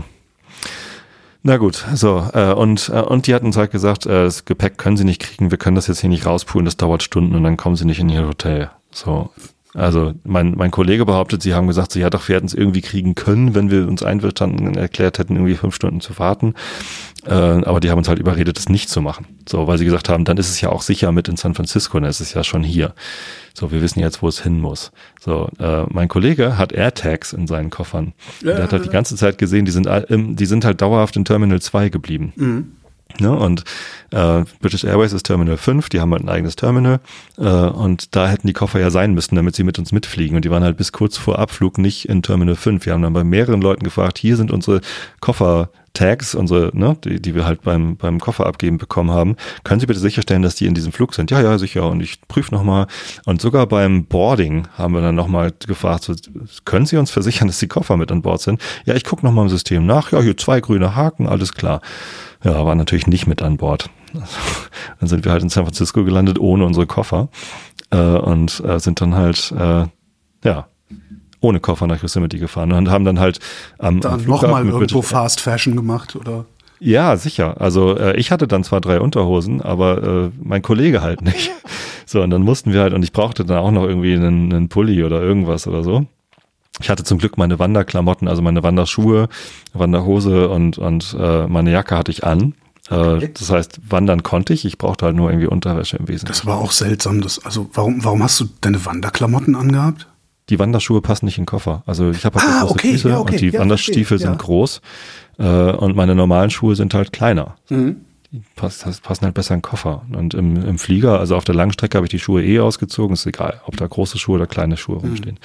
Na gut, so, äh, und, äh, und die hatten uns halt gesagt, äh, das Gepäck können sie nicht kriegen, wir können das jetzt hier nicht rauspulen, das dauert Stunden und dann kommen sie nicht in ihr Hotel. So. Also mein, mein Kollege behauptet, sie haben gesagt, so, ja doch, wir hätten es irgendwie kriegen können, wenn wir uns einverstanden erklärt hätten, irgendwie fünf Stunden zu warten. Äh, aber die haben uns halt überredet, das nicht zu machen. So, weil sie gesagt haben, dann ist es ja auch sicher mit in San Francisco, dann ist es ja schon hier. So, wir wissen jetzt, wo es hin muss. So, äh, mein Kollege hat AirTags in seinen Koffern. Ja, der hat halt die ganze Zeit gesehen, die sind, die sind halt dauerhaft in Terminal zwei geblieben. Mhm. Ne, und äh, British Airways ist Terminal fünf, die haben halt ein eigenes Terminal äh, und da hätten die Koffer ja sein müssen, damit sie mit uns mitfliegen und die waren halt bis kurz vor Abflug nicht in Terminal fünf. Wir haben dann bei mehreren Leuten gefragt, hier sind unsere Koffer-Tags, unsere, ne, die, die wir halt beim beim Koffer abgeben bekommen haben. Können Sie bitte sicherstellen, dass die in diesem Flug sind? Ja, ja, sicher. Und ich prüfe nochmal. Und sogar beim Boarding haben wir dann nochmal gefragt, so, können Sie uns versichern, dass die Koffer mit an Bord sind? Ja, ich gucke nochmal im System nach. Ja, hier zwei grüne Haken, alles klar. Ja, war natürlich nicht mit an Bord. Also, dann sind wir halt in San Francisco gelandet ohne unsere Koffer äh, und äh, sind dann halt, äh, ja, ohne Koffer nach Yosemite gefahren und haben dann halt am, dann am Flughafen nochmal irgendwo Fast Fashion gemacht, oder? Ja, sicher. Also äh, ich hatte dann zwar drei Unterhosen, aber äh, mein Kollege halt nicht. So, und dann mussten wir halt, und ich brauchte dann auch noch irgendwie einen, einen Pulli oder irgendwas oder so. Ich hatte zum Glück meine Wanderklamotten, also meine Wanderschuhe, Wanderhose und und äh, meine Jacke hatte ich an. Äh, das heißt, wandern konnte ich. Ich brauchte halt nur irgendwie Unterwäsche im Wesentlichen. Das war auch seltsam. Das, also warum warum hast du deine Wanderklamotten angehabt? Die Wanderschuhe passen nicht in den Koffer. Also ich habe halt ah, große okay, Füße ja, okay, und die ja, Wanderstiefel verstehe, sind ja. groß äh, und meine normalen Schuhe sind halt kleiner. Mhm. Die pass, passen halt besser in den Koffer. Und im, im Flieger, also auf der Langstrecke, habe ich die Schuhe eh ausgezogen. Ist egal, ob da große Schuhe oder kleine Schuhe mhm. rumstehen.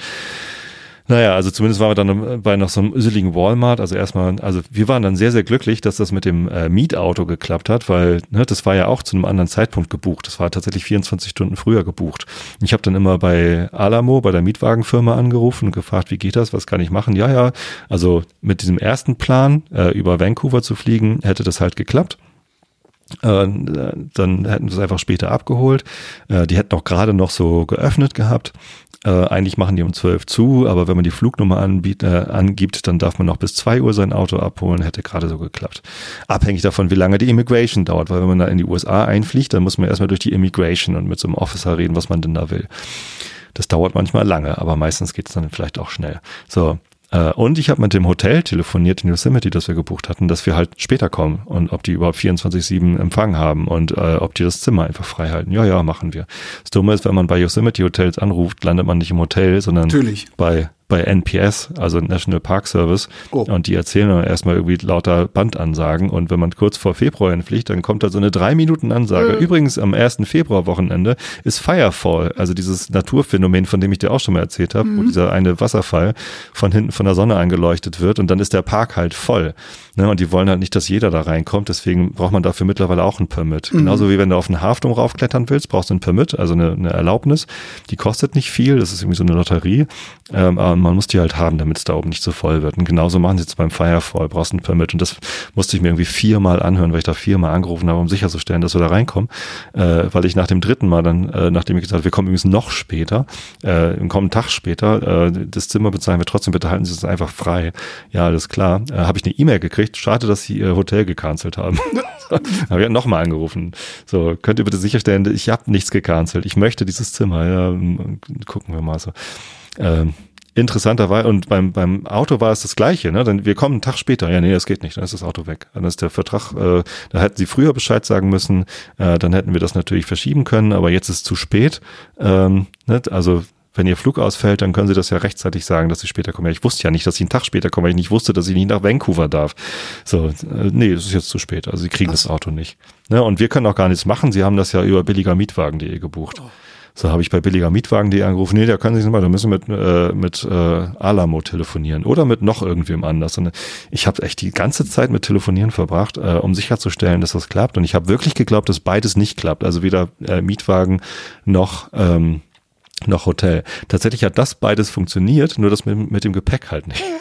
Naja, also zumindest waren wir dann bei noch so einem üseligen Walmart. Also erstmal, also wir waren dann sehr, sehr glücklich, dass das mit dem äh, Mietauto geklappt hat, weil ne, das war ja auch zu einem anderen Zeitpunkt gebucht. Das war tatsächlich vierundzwanzig Stunden früher gebucht. Ich habe dann immer bei Alamo, bei der Mietwagenfirma angerufen und gefragt, wie geht das, was kann ich machen? Ja, ja, also mit diesem ersten Plan, äh, über Vancouver zu fliegen, hätte das halt geklappt. Äh, dann hätten wir es einfach später abgeholt. Äh, die hätten auch gerade noch so geöffnet gehabt. Äh, eigentlich machen die um zwölf zu, aber wenn man die Flugnummer anbiet, äh, angibt, dann darf man noch bis zwei Uhr sein Auto abholen. Hätte gerade so geklappt. Abhängig davon, wie lange die Immigration dauert, weil wenn man da in die U S A einfliegt, dann muss man erstmal durch die Immigration und mit so einem Officer reden, was man denn da will. Das dauert manchmal lange, aber meistens geht es dann vielleicht auch schnell. So. Und ich habe mit dem Hotel telefoniert in Yosemite, das wir gebucht hatten, dass wir halt später kommen und ob die überhaupt vierundzwanzig sieben Empfang haben und äh, ob die das Zimmer einfach frei halten. Ja, ja, machen wir. Das Dumme ist, wenn man bei Yosemite Hotels anruft, landet man nicht im Hotel, sondern Natürlich. bei bei N P S, also National Park Service. Oh. Und die erzählen dann erstmal irgendwie lauter Bandansagen. Und wenn man kurz vor Februar hinfliegt, dann kommt da so eine drei Minuten Ansage. Äh. Übrigens, am ersten Februar-Wochenende ist Firefall, also dieses Naturphänomen, von dem ich dir auch schon mal erzählt habe, mhm. wo dieser eine Wasserfall von hinten von der Sonne angeleuchtet wird. Und dann ist der Park halt voll. Ne? Und die wollen halt nicht, dass jeder da reinkommt. Deswegen braucht man dafür mittlerweile auch ein Permit. Mhm. Genauso wie wenn du auf einen Hafturm raufklettern willst, brauchst du ein Permit, also eine, eine Erlaubnis. Die kostet nicht viel. Das ist irgendwie so eine Lotterie. Ähm, aber man muss die halt haben, damit es da oben nicht so voll wird. Und genauso machen sie jetzt beim Firefall, brauchst ein Permit. Und das musste ich mir irgendwie viermal anhören, weil ich da viermal angerufen habe, um sicherzustellen, dass wir da reinkommen. Äh, weil ich nach dem dritten Mal dann, äh, nachdem ich gesagt habe, wir kommen übrigens noch später, äh, kommen einen Tag später, äh, das Zimmer bezahlen wir trotzdem, bitte halten Sie es einfach frei. Ja, alles klar. Äh, habe ich eine E-Mail gekriegt, schade, dass Sie Ihr Hotel gecancelt haben. Habe ich nochmal angerufen. So, könnt ihr bitte sicherstellen, ich habe nichts gecancelt. Ich möchte dieses Zimmer. Ja, gucken wir mal so. Ähm, Interessanterweise, und beim beim Auto war es das Gleiche, ne? Dann wir kommen einen Tag später, ja, nee, das geht nicht, dann ist das Auto weg. Dann ist der Vertrag, äh, da hätten sie früher Bescheid sagen müssen, äh, dann hätten wir das natürlich verschieben können, aber jetzt ist es zu spät. Ähm, ne? Also wenn ihr Flug ausfällt, dann können sie das ja rechtzeitig sagen, dass sie später kommen. Ja, ich wusste ja nicht, dass ich einen Tag später komme, weil ich nicht wusste, dass ich nicht nach Vancouver darf. So, äh, nee, das ist jetzt zu spät, also sie kriegen Was? das Auto nicht. Ne? Und wir können auch gar nichts machen, sie haben das ja über billiger Mietwagen punkt de gebucht. Oh. So habe ich bei billiger Mietwagen punkt de angerufen. Nee, da können Sie nicht mal, da müssen wir mit, äh, mit äh, Alamo telefonieren oder mit noch irgendwem anders. Und ich habe echt die ganze Zeit mit Telefonieren verbracht, äh, um sicherzustellen, dass das klappt. Und ich habe wirklich geglaubt, dass beides nicht klappt. Also weder äh, Mietwagen noch ähm, noch Hotel. Tatsächlich hat das beides funktioniert, nur das mit, mit dem Gepäck halt nicht.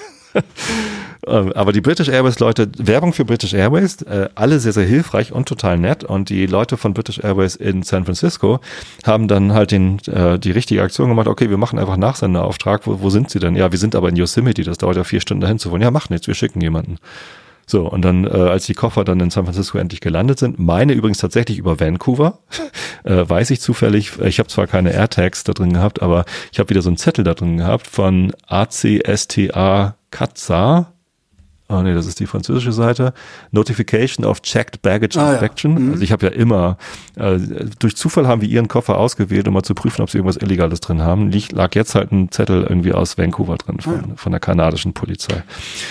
Aber die British Airways Leute, Werbung für British Airways, äh, alle sehr, sehr hilfreich und total nett. Und die Leute von British Airways in San Francisco haben dann halt den, äh, die richtige Aktion gemacht. Okay, wir machen einfach Nachsenderauftrag. Wo, wo sind sie denn? Ja, wir sind aber in Yosemite. Das dauert ja vier Stunden dahin zu fahren. Ja, macht nichts. Wir schicken jemanden. So, und dann, äh, als die Koffer dann in San Francisco endlich gelandet sind, meine übrigens tatsächlich über Vancouver, äh, weiß ich zufällig, ich habe zwar keine AirTags da drin gehabt, aber ich habe wieder so einen Zettel da drin gehabt von A C S T A C A T S A. Oh nee, das ist die französische Seite. Notification of Checked Baggage ah, Inspection. Ja. Mhm. Also ich habe ja immer, äh, durch Zufall haben wir ihren Koffer ausgewählt, um mal zu prüfen, ob sie irgendwas Illegales drin haben. Lieg, lag jetzt halt ein Zettel irgendwie aus Vancouver drin von, ah, ja. von der kanadischen Polizei.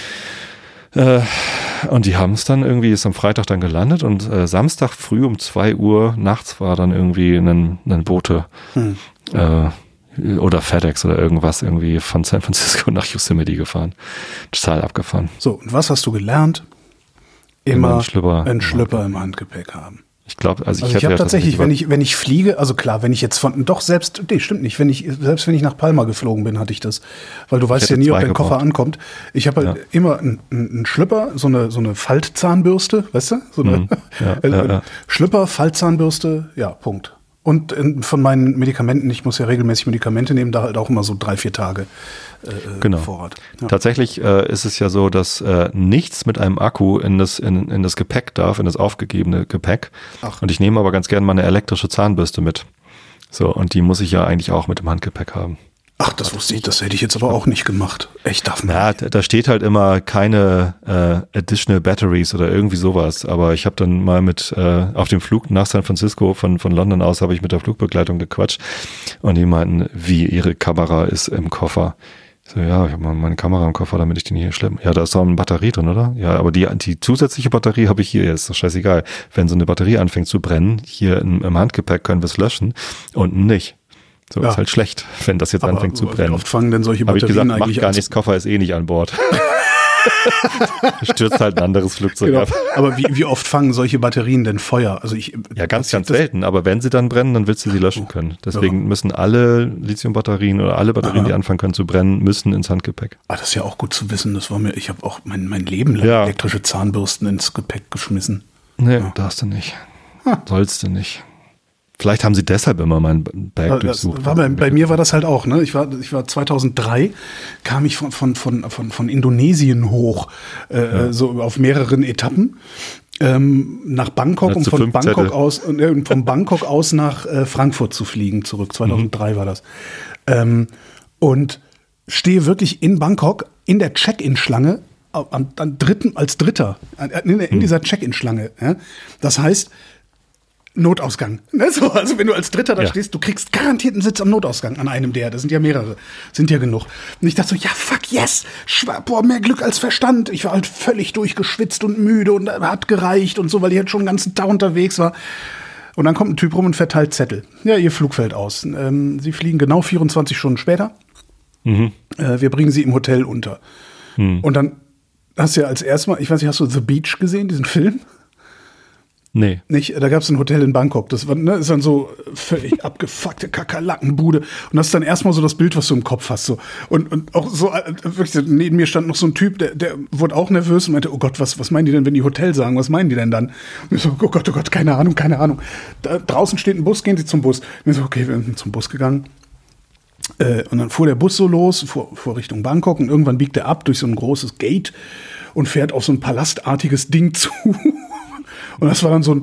Äh, und die haben es dann irgendwie, ist am Freitag dann gelandet und äh, Samstag früh um zwei Uhr nachts war dann irgendwie ein, ein Bote hm. äh, oder FedEx oder irgendwas irgendwie von San Francisco nach Yosemite gefahren. Total abgefahren. So, und was hast du gelernt? Immer einen Schlüpper, einen Schlüpper im Handgepäck haben. Ich glaube, also ich, also ich habe ja tatsächlich, wenn ich wenn ich fliege, also klar, wenn ich jetzt von doch selbst, nee, stimmt nicht, wenn ich selbst wenn ich nach Palma geflogen bin, hatte ich das, weil du weißt ja nie, ob dein gebraucht. Koffer ankommt. Ich habe halt ja. immer einen, einen Schlüpper, so eine so eine Faltzahnbürste, weißt du, so eine mhm. ja, ja, ja. Schlüpper, Faltzahnbürste, ja, Punkt. Und in, von meinen Medikamenten, ich muss ja regelmäßig Medikamente nehmen, da halt auch immer so drei, vier Tage äh, genau. Vorrat. Ja. Tatsächlich äh, ist es ja so, dass äh, nichts mit einem Akku in das, in, in das Gepäck darf, in das aufgegebene Gepäck. Ach. Und ich nehme aber ganz gerne mal eine elektrische Zahnbürste mit. So, und die muss ich ja eigentlich auch mit dem Handgepäck haben. Ach, das wusste ich, das hätte ich jetzt aber auch nicht gemacht. Ich darf mal. Ja, da steht halt immer keine äh, additional batteries oder irgendwie sowas. Aber ich habe dann mal mit äh, auf dem Flug nach San Francisco von von London aus habe ich mit der Flugbegleitung gequatscht und die meinten, wie ihre Kamera ist im Koffer. So, ja, ich habe mal meine Kamera im Koffer, damit ich den hier schleppe. Ja, da ist doch eine Batterie drin, oder? Ja, aber die die zusätzliche Batterie habe ich hier. Ja, ist doch scheißegal. Wenn so eine Batterie anfängt zu brennen, hier im, im Handgepäck können wir es löschen, unten nicht. So ja. Ist halt schlecht, wenn das jetzt aber anfängt zu brennen. Wie oft fangen denn solche Batterien eigentlich? Habe ich gesagt, eigentlich mach gar nichts, Koffer ist eh nicht an Bord. Stürzt halt ein anderes Flugzeug genau. ab. Aber wie, wie oft fangen solche Batterien denn Feuer? Also ich, ja, ganz, ganz selten. Aber wenn sie dann brennen, dann willst du sie löschen können. Deswegen ja. müssen alle Lithium-Batterien oder alle Batterien, Aha. die anfangen können zu brennen, müssen ins Handgepäck. Ah, das ist ja auch gut zu wissen. Das war mir, ich habe auch mein, mein Leben lang ja. elektrische Zahnbürsten ins Gepäck geschmissen. Nee, ja. darfst du nicht. Hm. Sollst du nicht. Vielleicht haben sie deshalb immer mein Bag durchsucht. War bei, bei mir war das halt auch, ne? Ich war, ich war zweitausenddrei, kam ich von, von, von, von, von Indonesien hoch, äh, ja. so auf mehreren Etappen, ähm, nach Bangkok, um von Bangkok Zettel. aus, äh, von Bangkok aus nach äh, Frankfurt zu fliegen, zurück. zweitausenddrei mhm. war das. Ähm, und stehe wirklich in Bangkok in der Check-in-Schlange, am, am dritten, als Dritter, in, in mhm. dieser Check-in-Schlange. Ja? Das heißt, Notausgang. Ne? So, also wenn du als Dritter da ja. stehst, du kriegst garantiert einen Sitz am Notausgang an einem der. Das sind ja mehrere. Sind ja genug. Und ich dachte so, ja fuck yes. Schwa- Boah, mehr Glück als Verstand. Ich war halt völlig durchgeschwitzt und müde und hat gereicht und so, weil ich halt schon den ganzen Tag unterwegs war. Und dann kommt ein Typ rum und verteilt Zettel. Ja, ihr Flug fällt aus. Ähm, Sie fliegen genau vierundzwanzig Stunden später. Mhm. Äh, wir bringen Sie im Hotel unter. Mhm. Und dann hast du ja als erstes Mal, ich weiß nicht, hast du The Beach gesehen, diesen Film? Nee. Nicht, da gab es ein Hotel in Bangkok, das war, ne, ist dann so völlig abgefuckte Kakerlakenbude und das ist dann erstmal so das Bild, was du im Kopf hast, so. Und, und auch so, wirklich, neben mir stand noch so ein Typ, der, der wurde auch nervös und meinte, oh Gott, was, was meinen die denn, wenn die Hotel sagen, was meinen die denn dann? Und ich so, oh Gott, oh Gott, keine Ahnung, keine Ahnung. Da, draußen steht ein Bus, gehen Sie zum Bus. Und ich so, okay, wir sind zum Bus gegangen. Äh, und dann fuhr der Bus so los, fuhr, fuhr Richtung Bangkok und irgendwann biegt er ab durch so ein großes Gate und fährt auf so ein palastartiges Ding zu. Und das war dann so ein,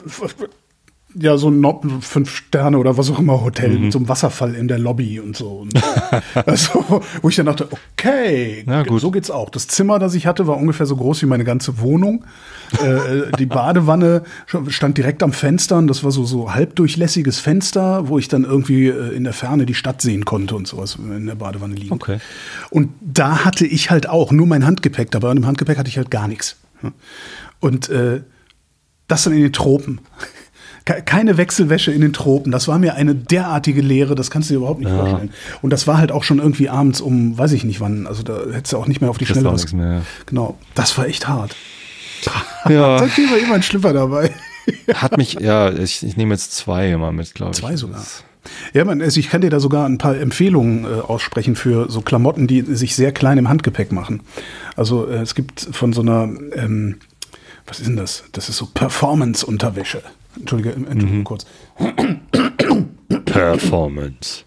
ja, so ein fünf Sterne oder was auch immer Hotel mhm. mit so einem Wasserfall in der Lobby und so. Und also, wo ich dann dachte, okay, ja, gut. So geht's auch. Das Zimmer, das ich hatte, war ungefähr so groß wie meine ganze Wohnung. äh, die Badewanne stand direkt am Fenster und das war so, so halbdurchlässiges Fenster, wo ich dann irgendwie äh, in der Ferne die Stadt sehen konnte und sowas in der Badewanne liegen. Okay. Und da hatte ich halt auch nur mein Handgepäck dabei und im Handgepäck hatte ich halt gar nichts. Und äh, das dann in den Tropen. Keine Wechselwäsche in den Tropen. Das war mir eine derartige Lehre, das kannst du dir überhaupt nicht ja. vorstellen. Und das war halt auch schon irgendwie abends um, weiß ich nicht wann. Also da hättest du auch nicht mehr auf die Schnelle was. Genau, das war echt hart. Ja. Seitdem war immer ein Schlüpper dabei. Hat mich, ja, ich, ich nehme jetzt zwei immer mit, glaube ich. Zwei sogar. Ja, man, also ich kann dir da sogar ein paar Empfehlungen äh, aussprechen für so Klamotten, die sich sehr klein im Handgepäck machen. Also äh, es gibt von so einer, ähm, was ist denn das? Das ist so Performance-Unterwäsche. Entschuldige, Entschuldige mhm. kurz. Performance.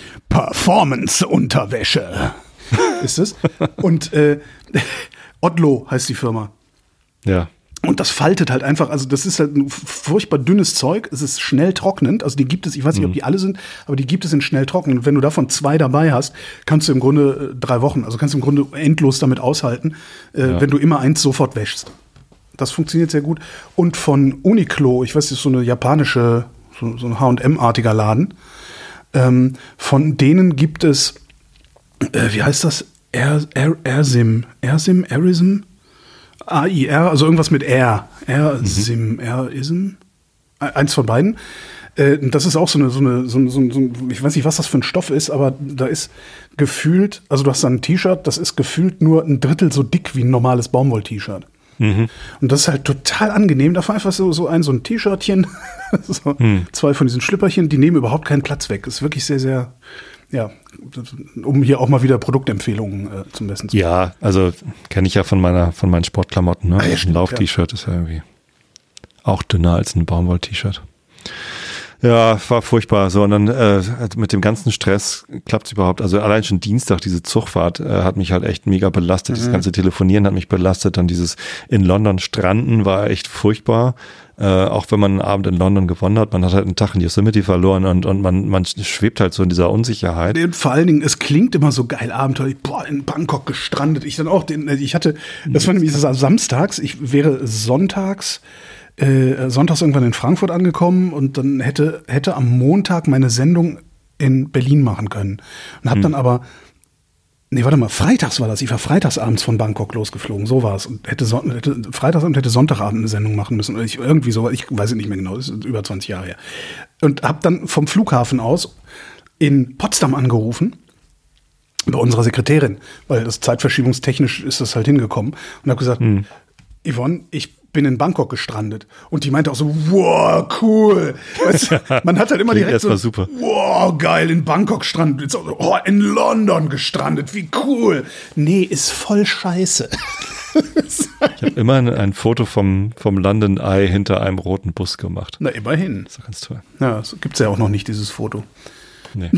Performance-Unterwäsche ist es. Und äh, Odlo heißt die Firma. Ja. Und das faltet halt einfach, also das ist halt ein furchtbar dünnes Zeug, es ist schnell trocknend, also die gibt es, ich weiß nicht, ob die alle sind, aber die gibt es in schnell trocknen. Und wenn du davon zwei dabei hast, kannst du im Grunde äh, drei Wochen, also kannst du im Grunde endlos damit aushalten, äh, ja. wenn du immer eins sofort wäschst. Das funktioniert sehr gut. Und von Uniqlo, ich weiß, das ist so eine japanische, so, so ein H und M-artiger Laden, ähm, von denen gibt es, äh, wie heißt das? Air, Air, Airsim, Airsim, Airism? A I R, also irgendwas mit R. R-Sim, R-Ism? Eins von beiden. Äh, das ist auch so eine, so eine, so eine, so eine, ich weiß nicht, was das für ein Stoff ist, aber da ist gefühlt, also du hast da ein T-Shirt, das ist gefühlt nur ein Drittel so dick wie ein normales Baumwoll-T-Shirt. Mhm. Und das ist halt total angenehm. Da war einfach so, so ein, so ein T-Shirtchen, so mhm. zwei von diesen Schlipperchen, die nehmen überhaupt keinen Platz weg. Das ist wirklich sehr, sehr, ja, um hier auch mal wieder Produktempfehlungen äh, zum Besten zu bringen. Ja, also kenne ich ja von meiner, von meinen Sportklamotten. Ne? Ah, ja, ein Lauf-T-Shirt ja. ist ja irgendwie auch dünner als ein Baumwoll-T-Shirt. Ja, war furchtbar. So, und dann äh, mit dem ganzen Stress klappt es überhaupt. Also allein schon Dienstag, diese Zugfahrt, äh, hat mich halt echt mega belastet. Mhm. Das ganze Telefonieren hat mich belastet. Dann dieses in London stranden war echt furchtbar. Äh, auch wenn man einen Abend in London gewonnen hat, man hat halt einen Tag in Yosemite verloren und, und man, man schwebt halt so in dieser Unsicherheit. Und vor allen Dingen, es klingt immer so geil abenteuerlich. Boah, in Bangkok gestrandet. Ich dann auch, den, ich hatte, das war nämlich so samstags, ich wäre sonntags Äh, sonntags irgendwann in Frankfurt angekommen und dann hätte, hätte am Montag meine Sendung in Berlin machen können. Und hab hm. dann aber, nee, warte mal, freitags war das. Ich war freitagsabends von Bangkok losgeflogen, so war es. Und hätte, Son- hätte Freitagsabend hätte Sonntagabend eine Sendung machen müssen. Oder ich, irgendwie so, ich weiß es nicht mehr genau, das ist über zwanzig Jahre her. Und hab dann vom Flughafen aus in Potsdam angerufen, bei unserer Sekretärin, weil das zeitverschiebungstechnisch ist das halt hingekommen. Und hab gesagt, hm. Yvonne, ich bin in Bangkok gestrandet. Und die meinte auch so, wow, cool. Weißt du, man hat halt immer direkt so, super. wow, geil, in Bangkok gestrandet. Jetzt auch so, oh, in London gestrandet, wie cool. Nee, ist voll scheiße. Ich habe immer ein, ein Foto vom, vom London Eye hinter einem roten Bus gemacht. Na, immerhin. Das ist ganz toll. Ja, das gibt's ja auch noch nicht, dieses Foto. Nee.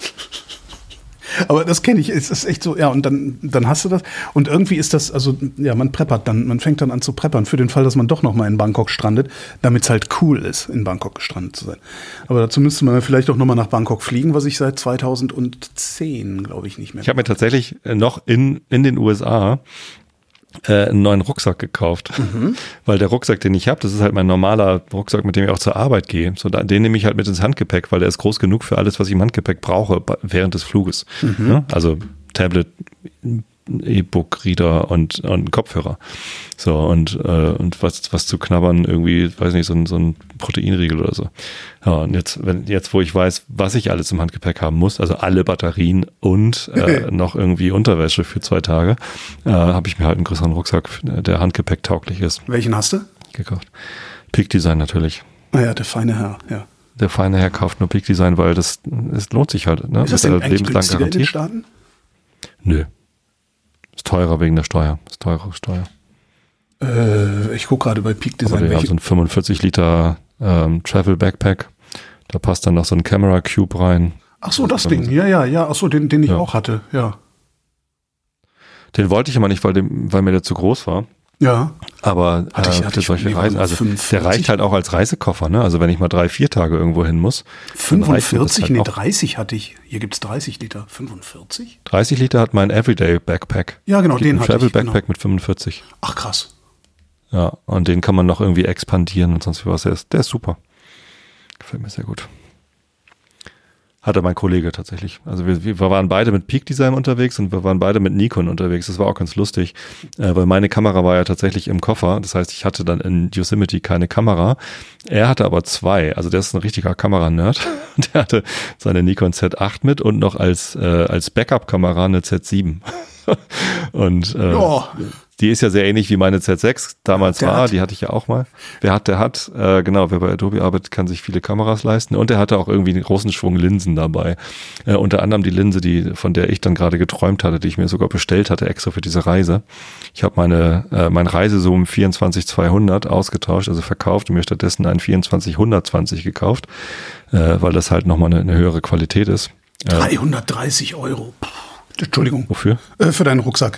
Aber das kenne ich, es ist echt so, ja, und dann, dann hast du das. Und irgendwie ist das, also, ja, man preppert dann, man fängt dann an zu preppern für den Fall, dass man doch noch mal in Bangkok strandet, damit es halt cool ist, in Bangkok gestrandet zu sein. Aber dazu müsste man vielleicht auch noch mal nach Bangkok fliegen, was ich seit zweitausendzehn, glaube ich, nicht mehr. Ich habe mir tatsächlich noch in, in den U S A äh, einen neuen Rucksack gekauft, mhm. weil der Rucksack, den ich habe, das ist halt mein normaler Rucksack, mit dem ich auch zur Arbeit gehe. So, da, den nehme ich halt mit ins Handgepäck, weil der ist groß genug für alles, was ich im Handgepäck brauche während des Fluges. Mhm. Ja? Also Tablet, E-Book-Reader und, und Kopfhörer. So, und, äh, und was, was zu knabbern, irgendwie, weiß nicht, so ein, so ein Proteinriegel oder so. Ja, und jetzt, wenn, jetzt, wo ich weiß, was ich alles im Handgepäck haben muss, also alle Batterien und äh, noch irgendwie Unterwäsche für zwei Tage, äh, habe ich mir halt einen größeren Rucksack, der handgepäcktauglich ist. Welchen hast du? Gekauft. Peak Design natürlich. Naja, der feine Herr, ja. Der feine Herr kauft nur Peak Design, weil das, es lohnt sich halt. Ne? Ist das denn eigentlich günstiger in den Staaten? Nö. Ist teurer wegen der Steuer. Ist teure Steuer. Äh, ich gucke gerade bei Peak Design. Aber wir haben so ein fünfundvierzig Liter ähm, Travel Backpack. Da passt dann noch so ein Camera Cube rein. Ach so, das Ding. Ja, ja, ja. Ach so, den, den ich ja. auch hatte. Ja. Den wollte ich aber nicht, weil, dem, weil mir der zu groß war. Ja. Aber hatte ich, äh, hatte für solche ich Reisen, also fünfundvierzig? Der reicht halt auch als Reisekoffer, ne? Also wenn ich mal drei, vier Tage irgendwo hin muss. fünfundvierzig? Halt nee, auch. dreißig hatte ich. Hier gibt's dreißig Liter. fünfundvierzig? dreißig Liter hat mein Everyday Backpack. Ja, genau, den hatte Travel ich. Travel Backpack genau. mit fünfundvierzig. Ach, krass. Ja, und den kann man noch irgendwie expandieren und sonst was. Der ist, der ist super. Gefällt mir sehr gut. Hatte mein Kollege tatsächlich. Also wir, wir waren beide mit Peak Design unterwegs und wir waren beide mit Nikon unterwegs. Das war auch ganz lustig, äh, weil meine Kamera war ja tatsächlich im Koffer. Das heißt, ich hatte dann in Yosemite keine Kamera. Er hatte aber zwei. Also der ist ein richtiger Kameranerd. Der hatte seine Nikon Z acht mit und noch als äh, als Backup-Kamera eine Z sieben. Und äh, Ja. die ist ja sehr ähnlich wie meine Z sechs damals Der war. hat. Die hatte ich ja auch mal. Wer hat, der hat. Äh, genau, wer bei Adobe arbeitet, kann sich viele Kameras leisten. Und er hatte auch irgendwie einen großen Schwung Linsen dabei. Äh, unter anderem die Linse, die von der ich dann gerade geträumt hatte, die ich mir sogar bestellt hatte, extra für diese Reise. Ich habe meine äh, mein Reisezoom vierundzwanzig zweihundert ausgetauscht, also verkauft und mir stattdessen einen vierundzwanzig hundertzwanzig gekauft, äh, weil das halt nochmal eine, eine höhere Qualität ist. Äh, dreihundertdreißig Euro. Puh. Entschuldigung. wofür? Äh, für deinen Rucksack.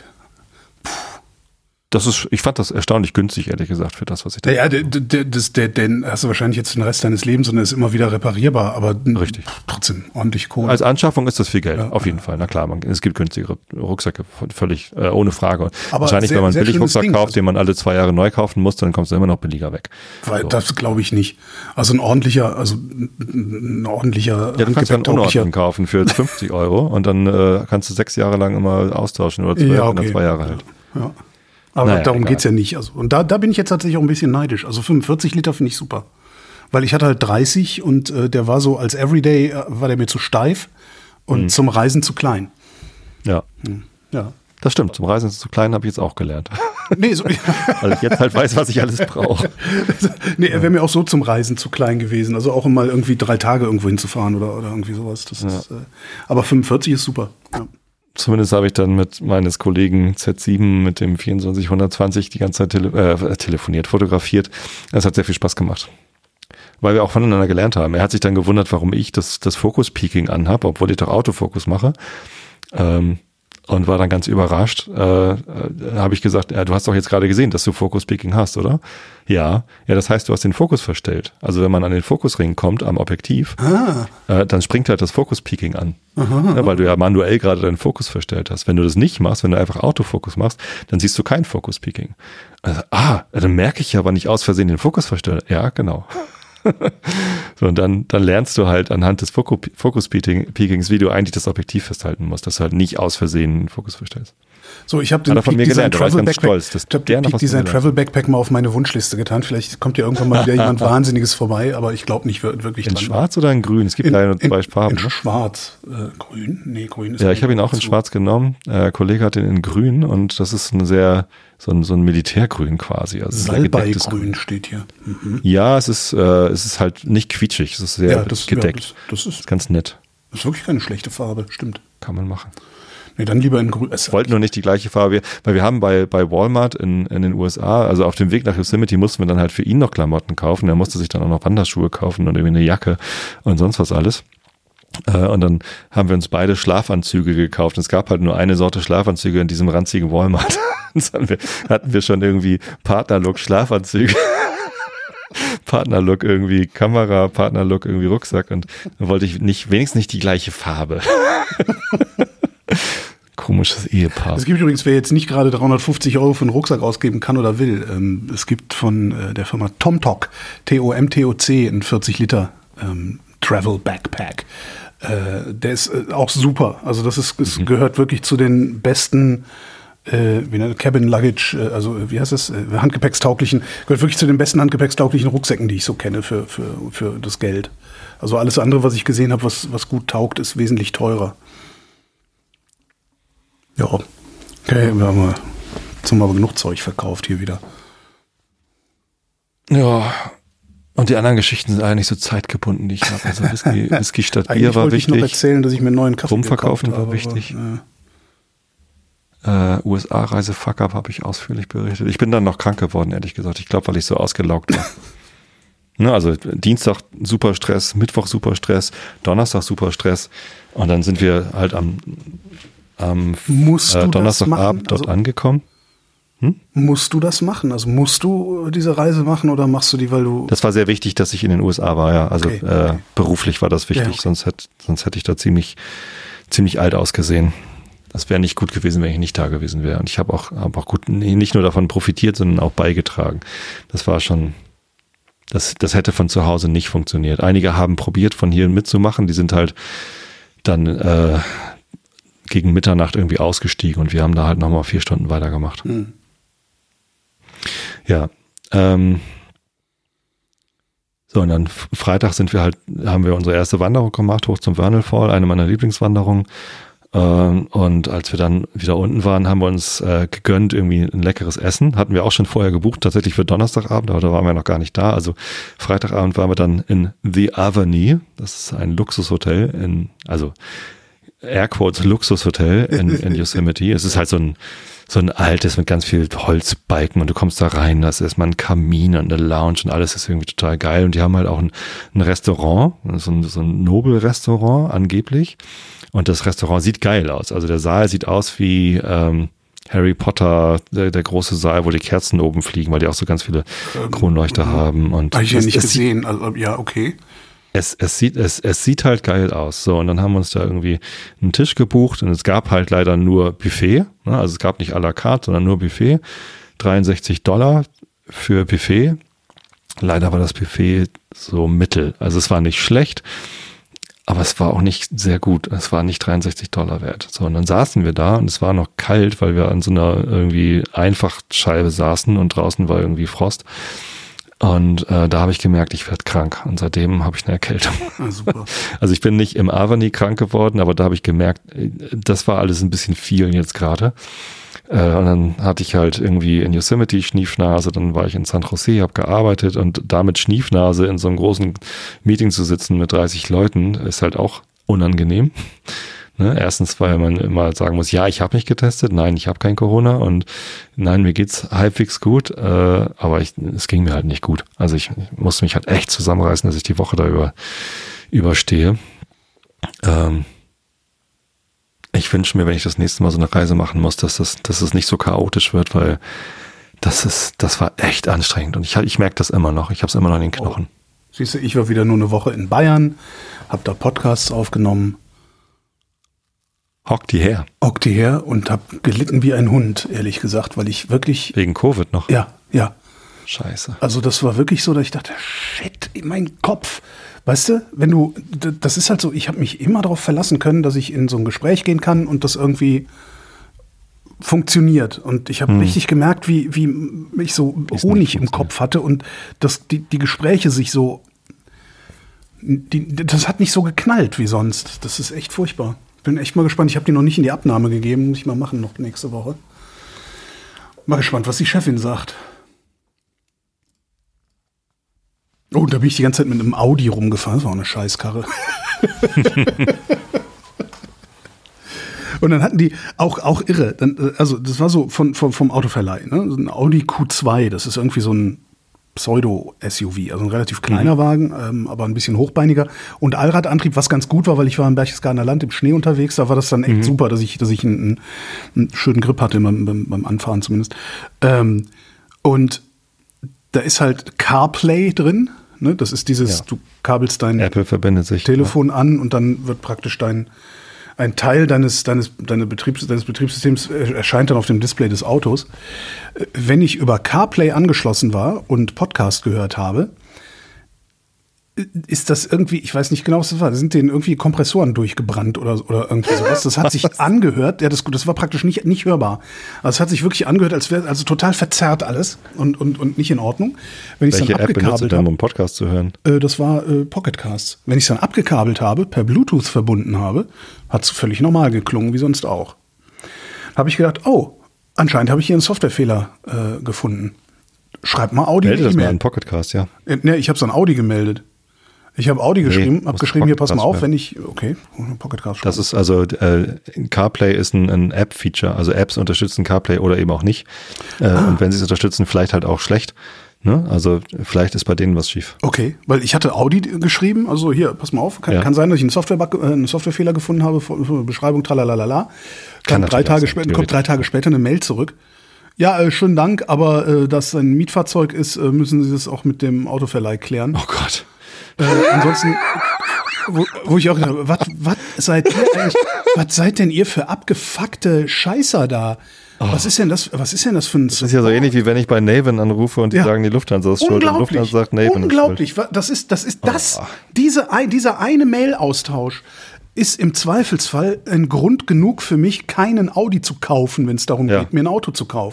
Das ist, ich fand das erstaunlich günstig, ehrlich gesagt, für das, was ich da. Ja, der, der, das, der, den hast du wahrscheinlich jetzt den Rest deines Lebens und er ist immer wieder reparierbar, aber Richtig. trotzdem ordentlich Kohle. Als Anschaffung ist das viel Geld, Ja. auf jeden Fall. Na klar, man, es gibt günstigere Rucksäcke, völlig äh, ohne Frage. Aber Wahrscheinlich, sehr- wenn man sehr einen Billigrucksack schönes Ding. kauft, den man alle zwei Jahre neu kaufen muss, dann kommst du immer noch billiger weg. Weil So. das glaube ich nicht. Also ein ordentlicher, also ein ein ordentlicher Ja, du kannst ja einen handgepäcktauglicher- Unordnung kaufen für fünfzig Euro und dann äh, kannst du sechs Jahre lang immer austauschen oder zwölf Ja, oder okay. zwei Jahre halt. Ja. Aber Naja, darum egal. geht's ja nicht. Also, und da, da bin ich jetzt tatsächlich auch ein bisschen neidisch. Also fünfundvierzig Liter finde ich super. Weil ich hatte halt dreißig und äh, der war so als Everyday, äh, war der mir zu steif und Mhm. zum Reisen zu klein. Ja, Ja. das stimmt. Zum Reisen ist es zu klein, habe ich jetzt auch gelernt. Nee, so, Weil ich jetzt halt weiß, was ich alles brauche. nee, er wäre mir auch so zum Reisen zu klein gewesen. Also auch um mal irgendwie drei Tage irgendwo hinzufahren oder, oder irgendwie sowas. Das ist, äh, aber fünfundvierzig ist super. Ja. Zumindest habe ich dann mit meines Kollegen Z sieben mit dem vierundzwanzig hundertzwanzig die ganze Zeit tele äh, telefoniert, fotografiert. Das hat sehr viel Spaß gemacht. Weil wir auch voneinander gelernt haben. Er hat sich dann gewundert, warum ich das, das Focus-Peaking anhabe, obwohl ich doch Autofokus mache. Ähm, und war dann ganz überrascht. Äh, äh, habe ich gesagt, ja, du hast doch jetzt gerade gesehen, dass du Focus-Peaking hast, oder? Ja. Ja, das heißt, du hast den Fokus verstellt. Also wenn man an den Fokusring kommt am Objektiv, Ah. äh, dann springt halt das Focus-Peaking an. Ja, weil du ja manuell gerade deinen Fokus verstellt hast. Wenn du das nicht machst, wenn du einfach Autofokus machst, dann siehst du kein Focus-Peaking. Also, ah, dann merke ich ja, wann ich aus Versehen den Fokus verstelle. Ja, genau. So, und dann, dann lernst du halt anhand des Focus-Peakings, wie du eigentlich das Objektiv festhalten musst, dass du halt nicht aus Versehen den Fokus verstellst. So, ich habe Hat den er von Peak mir Design gelernt, er war Travel ganz Backpack, stolz. Das ich hab den gerne Peak was von Design mir Travel Backpack mal auf meine Wunschliste getan. Vielleicht kommt ja irgendwann mal wieder jemand Wahnsinniges vorbei, aber ich glaube nicht wir- wirklich In dran. schwarz oder in grün? Es gibt In, leider nur in, zwei Farben. in ne? schwarz. Äh, grün? Nee, grün ist Ja, ich habe ihn auch in zu- schwarz genommen. Der Kollege hat ihn in grün und das ist ein sehr, so ein, so ein Militärgrün quasi. Also sehr gedecktes Salbei-grün steht hier. Mhm. Ja, es ist, äh, es ist halt nicht quietschig, es ist sehr Ja, das, ja, gedeckt. das, das, Das ist, ist ganz nett. das ist wirklich keine schlechte Farbe, stimmt. Kann man machen. Nee, dann lieber in grün. Es- Ich wollte nur nicht die gleiche Farbe, weil wir haben bei, bei Walmart in, in den U S A, also auf dem Weg nach Yosemite mussten wir dann halt für ihn noch Klamotten kaufen. Er musste sich dann auch noch Wanderschuhe kaufen und irgendwie eine Jacke und sonst was alles. Äh, Und dann haben wir uns beide Schlafanzüge gekauft. Es gab halt nur eine Sorte Schlafanzüge in diesem ranzigen Walmart. Jetzt hatten wir, hatten wir schon irgendwie Partnerlook Schlafanzüge. Partnerlook irgendwie Kamera, Partnerlook irgendwie Rucksack und dann wollte ich nicht, wenigstens nicht die gleiche Farbe. Komisches Ehepaar. Es gibt übrigens, wer jetzt nicht gerade dreihundertfünfzig Euro für einen Rucksack ausgeben kann oder will, ähm, es gibt von äh, der Firma TomToc, T O M T O C, einen vierzig Liter ähm, Travel Backpack. Äh, der ist äh, auch super. Also das ist, es Mhm. gehört wirklich zu den besten äh, wie nennt, Cabin Luggage, äh, also äh, wie heißt das, äh, handgepäckstauglichen, gehört wirklich zu den besten handgepäckstauglichen Rucksäcken, die ich so kenne für, für, für das Geld. Also alles andere, was ich gesehen habe, was, was gut taugt, ist wesentlich teurer. Ja, okay, wir haben, jetzt haben wir aber genug Zeug verkauft hier wieder. Ja, und die anderen Geschichten sind eigentlich so zeitgebunden, die ich habe. Also Whisky, Whisky statt Bier Eigentlich war wollte ich noch wichtig. erzählen, dass ich mir einen neuen Kaffee Rumverkaufen gekauft war habe, wichtig. Aber, Äh, U S A-Reise Fuck-Up habe ich ausführlich berichtet. Ich bin dann noch krank geworden, ehrlich gesagt. Ich glaube, weil ich so ausgelaugt war. Ne, also Dienstag super Stress, Mittwoch super Stress, Donnerstag super Stress und dann sind wir halt am, am äh, musst du äh, das Donnerstagabend machen? dort Also, angekommen. musst du das machen? Also musst du diese Reise machen oder machst du die, weil du... Das war sehr wichtig, dass ich in den U S A war, ja. Also Okay, äh, okay. beruflich war das wichtig, Ja, okay. sonst hätte sonst hätte ich da ziemlich ziemlich alt ausgesehen. Das wäre nicht gut gewesen, wenn ich nicht da gewesen wäre. Und ich habe auch, hab auch gut nicht nur davon profitiert, sondern auch beigetragen. Das war schon, das, das hätte von zu Hause nicht funktioniert. Einige haben probiert, von hier mitzumachen. Die sind halt dann äh, gegen Mitternacht irgendwie ausgestiegen und wir haben da halt nochmal vier Stunden weitergemacht. Hm. Ja. Ähm, so, und dann Freitag sind wir halt, haben wir unsere erste Wanderung gemacht, hoch zum Vernal Fall, eine meiner Lieblingswanderungen. Ähm, und als wir dann wieder unten waren, haben wir uns äh, gegönnt irgendwie ein leckeres Essen. Hatten wir auch schon vorher gebucht, tatsächlich für Donnerstagabend, aber da waren wir noch gar nicht da. Also Freitagabend waren wir dann in The Avenue. Das ist ein Luxushotel in, also Airquotes Luxushotel in, in Yosemite. Es ist halt so ein so ein altes mit ganz viel Holzbalken und du kommst da rein, da ist erstmal ein Kamin und eine Lounge und alles ist irgendwie total geil. Und die haben halt auch ein, ein Restaurant, so ein, so ein Nobel-Restaurant angeblich. Und das Restaurant sieht geil aus. Also der Saal sieht aus wie ähm, Harry Potter, der, der große Saal, wo die Kerzen oben fliegen, weil die auch so ganz viele ähm, Kronleuchter ähm, haben. Und habe ich ja nicht es, gesehen. Also, ja, okay. Es, es, sieht, es, es sieht halt geil aus. So, und dann haben wir uns da irgendwie einen Tisch gebucht und es gab halt leider nur Buffet. Ne? Also es gab nicht à la carte, sondern nur Buffet. dreiundsechzig Dollar für Buffet. Leider war das Buffet so mittel. Also es war nicht schlecht, aber es war auch nicht sehr gut. Es war nicht dreiundsechzig Dollar wert. So, und dann saßen wir da und es war noch kalt, weil wir an so einer irgendwie Einfachscheibe saßen und draußen war irgendwie Frost. Und äh, da habe ich gemerkt, ich werde krank. Und seitdem habe ich eine Erkältung. Ah, super. Also ich bin nicht im Avenue krank geworden, aber da habe ich gemerkt, das war alles ein bisschen viel jetzt gerade. Äh, und dann hatte ich halt irgendwie in Yosemite Schniefnase, dann war ich in San Jose, habe gearbeitet und damit Schniefnase in so einem großen Meeting zu sitzen mit dreißig Leuten ist halt auch unangenehm. Ne? Erstens, weil man immer sagen muss, ja, ich habe mich getestet, nein, ich habe kein Corona und nein, mir geht's halbwegs gut, äh, aber ich, es ging mir halt nicht gut. Also ich, ich musste mich halt echt zusammenreißen, dass ich die Woche da über, überstehe. Ähm, ich wünsche mir, wenn ich das nächste Mal so eine Reise machen muss, dass das, dass es nicht so chaotisch wird, weil das ist, das war echt anstrengend und ich, ich merke das immer noch. Ich habe es immer noch in den Knochen. Oh. Siehst du, ich war wieder nur eine Woche in Bayern, habe da Podcasts aufgenommen. Hock die her. Hock die her und habe gelitten wie ein Hund, ehrlich gesagt, weil ich wirklich... Wegen Covid noch? Ja, ja. Scheiße. Also das war wirklich so, dass ich dachte, shit, mein Kopf. Weißt du, wenn du, das ist halt so, ich habe mich immer darauf verlassen können, dass ich in so ein Gespräch gehen kann und das irgendwie funktioniert. Und ich habe hm. richtig gemerkt, wie, wie ich so ist Honig im Kopf hatte und dass die, die Gespräche sich so, die, das hat nicht so geknallt wie sonst. Das ist echt furchtbar. Bin echt mal gespannt. Ich habe die noch nicht in die Abnahme gegeben. Muss ich mal machen noch nächste Woche. Mal gespannt, was die Chefin sagt. Oh, und da bin ich die ganze Zeit mit einem Audi rumgefahren. Das war auch eine Scheißkarre. Und dann hatten die auch, auch irre. Dann, also das war so von, von, vom Autoverleih. Ne? So ein Audi Q zwei. Das ist irgendwie so ein Pseudo-S U V, also ein relativ kleiner mhm. Wagen, ähm, aber ein bisschen hochbeiniger und Allradantrieb, was ganz gut war, weil ich war im Berchtesgadener Land im Schnee unterwegs, da war das dann echt mhm. super, dass ich, dass ich einen, einen schönen Grip hatte beim, beim, beim Anfahren zumindest. Ähm, und da ist halt CarPlay drin, ne? Das ist dieses, ja. du kabelst dein Apple verbindet sich, Telefon ja. an und dann wird praktisch dein ein Teil deines, deines, deines, Betriebs, deines Betriebssystems erscheint dann auf dem Display des Autos. Wenn ich über CarPlay angeschlossen war und Podcast gehört habe, ist das irgendwie, ich weiß nicht genau, was das war, da sind denen irgendwie Kompressoren durchgebrannt oder, oder irgendwie sowas. Das hat sich angehört, ja, das, das war praktisch nicht, nicht hörbar. Also es hat sich wirklich angehört, als wäre, also total verzerrt alles und, und, und nicht in Ordnung. Wenn ich Welche dann App benutzt abgekabelt du habe, dann, um Podcast zu hören? Äh, das war äh, Pocketcast. Wenn ich es dann abgekabelt habe, per Bluetooth verbunden habe, hat es völlig normal geklungen, wie sonst auch. Habe ich gedacht, oh, anscheinend habe ich hier einen Softwarefehler äh, gefunden. Schreib mal Audi. Melde das mal an Pocketcast, ja. Äh, ne, ich habe es an Audi gemeldet. Ich habe Audi geschrieben, nee, habe geschrieben, hier pass mal auf, wenn ich, okay, Pocketcast. Das ist also, äh, CarPlay ist ein, ein App-Feature, also Apps unterstützen CarPlay oder eben auch nicht. Äh, ah. Und wenn sie es unterstützen, vielleicht halt auch schlecht. Ne? Also vielleicht ist bei denen was schief. Okay, weil ich hatte Audi geschrieben, also hier, pass mal auf, kann, ja. kann sein, dass ich einen, Software äh, einen Softwarefehler gefunden habe, Beschreibung, tralalala. Kann drei Tage später, kommt drei Tage später eine Mail zurück. Ja, äh, schönen Dank, aber äh, dass ein Mietfahrzeug ist, äh, müssen Sie das auch mit dem Autoverleih klären. Oh Gott. Äh, ansonsten, wo, wo ich auch gedacht habe, was, was seid ihr eigentlich, was seid denn ihr für abgefuckte Scheißer da? Oh. Was ist denn das, was ist denn das für ein Das ist ja so ähnlich, wie wenn ich bei Naven anrufe und die ja. sagen, die Lufthansa ist schuld. Und Lufthansa sagt, Naven Unglaublich. ist schuld. Das ist, das ist das, oh. diese, dieser eine Mail-Austausch ist im Zweifelsfall ein Grund genug für mich, keinen Audi zu kaufen, wenn es darum ja. geht, mir ein Auto zu kaufen.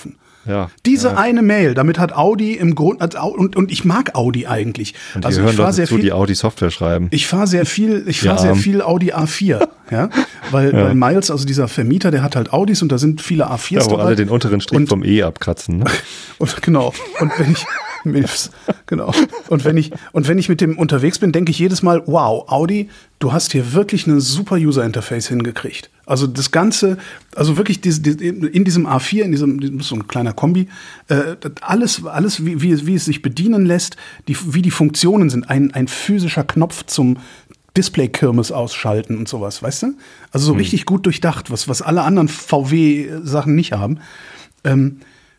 Ja. Diese ja. eine Mail, damit hat Audi im Grund, und, und ich mag Audi eigentlich. Und die also hören ich fahre doch sehr zu, viel, die Audi-Software schreiben. ich fahre sehr viel, ich fahre Ja. sehr viel Audi A vier, ja, weil, Ja. weil Miles, also dieser Vermieter, der hat halt Audis und da sind viele A viers Ja, wo dabei. alle den unteren Strich Und- vom E abkratzen. Ne? Und genau. Und wenn ich Milfs, genau. Und wenn ich und wenn ich mit dem unterwegs bin, denke ich jedes Mal, wow, Audi, du hast hier wirklich eine super User Interface hingekriegt. Also das Ganze, also wirklich diese, diese, in diesem A vier, in diesem so ein kleiner Kombi, äh, alles, alles wie, wie, wie es sich bedienen lässt, die, wie die Funktionen sind, ein, ein physischer Knopf zum Display-Kirmes ausschalten und sowas, weißt du? Also so Hm. richtig gut durchdacht, was, was alle anderen V W-Sachen nicht haben. Ähm,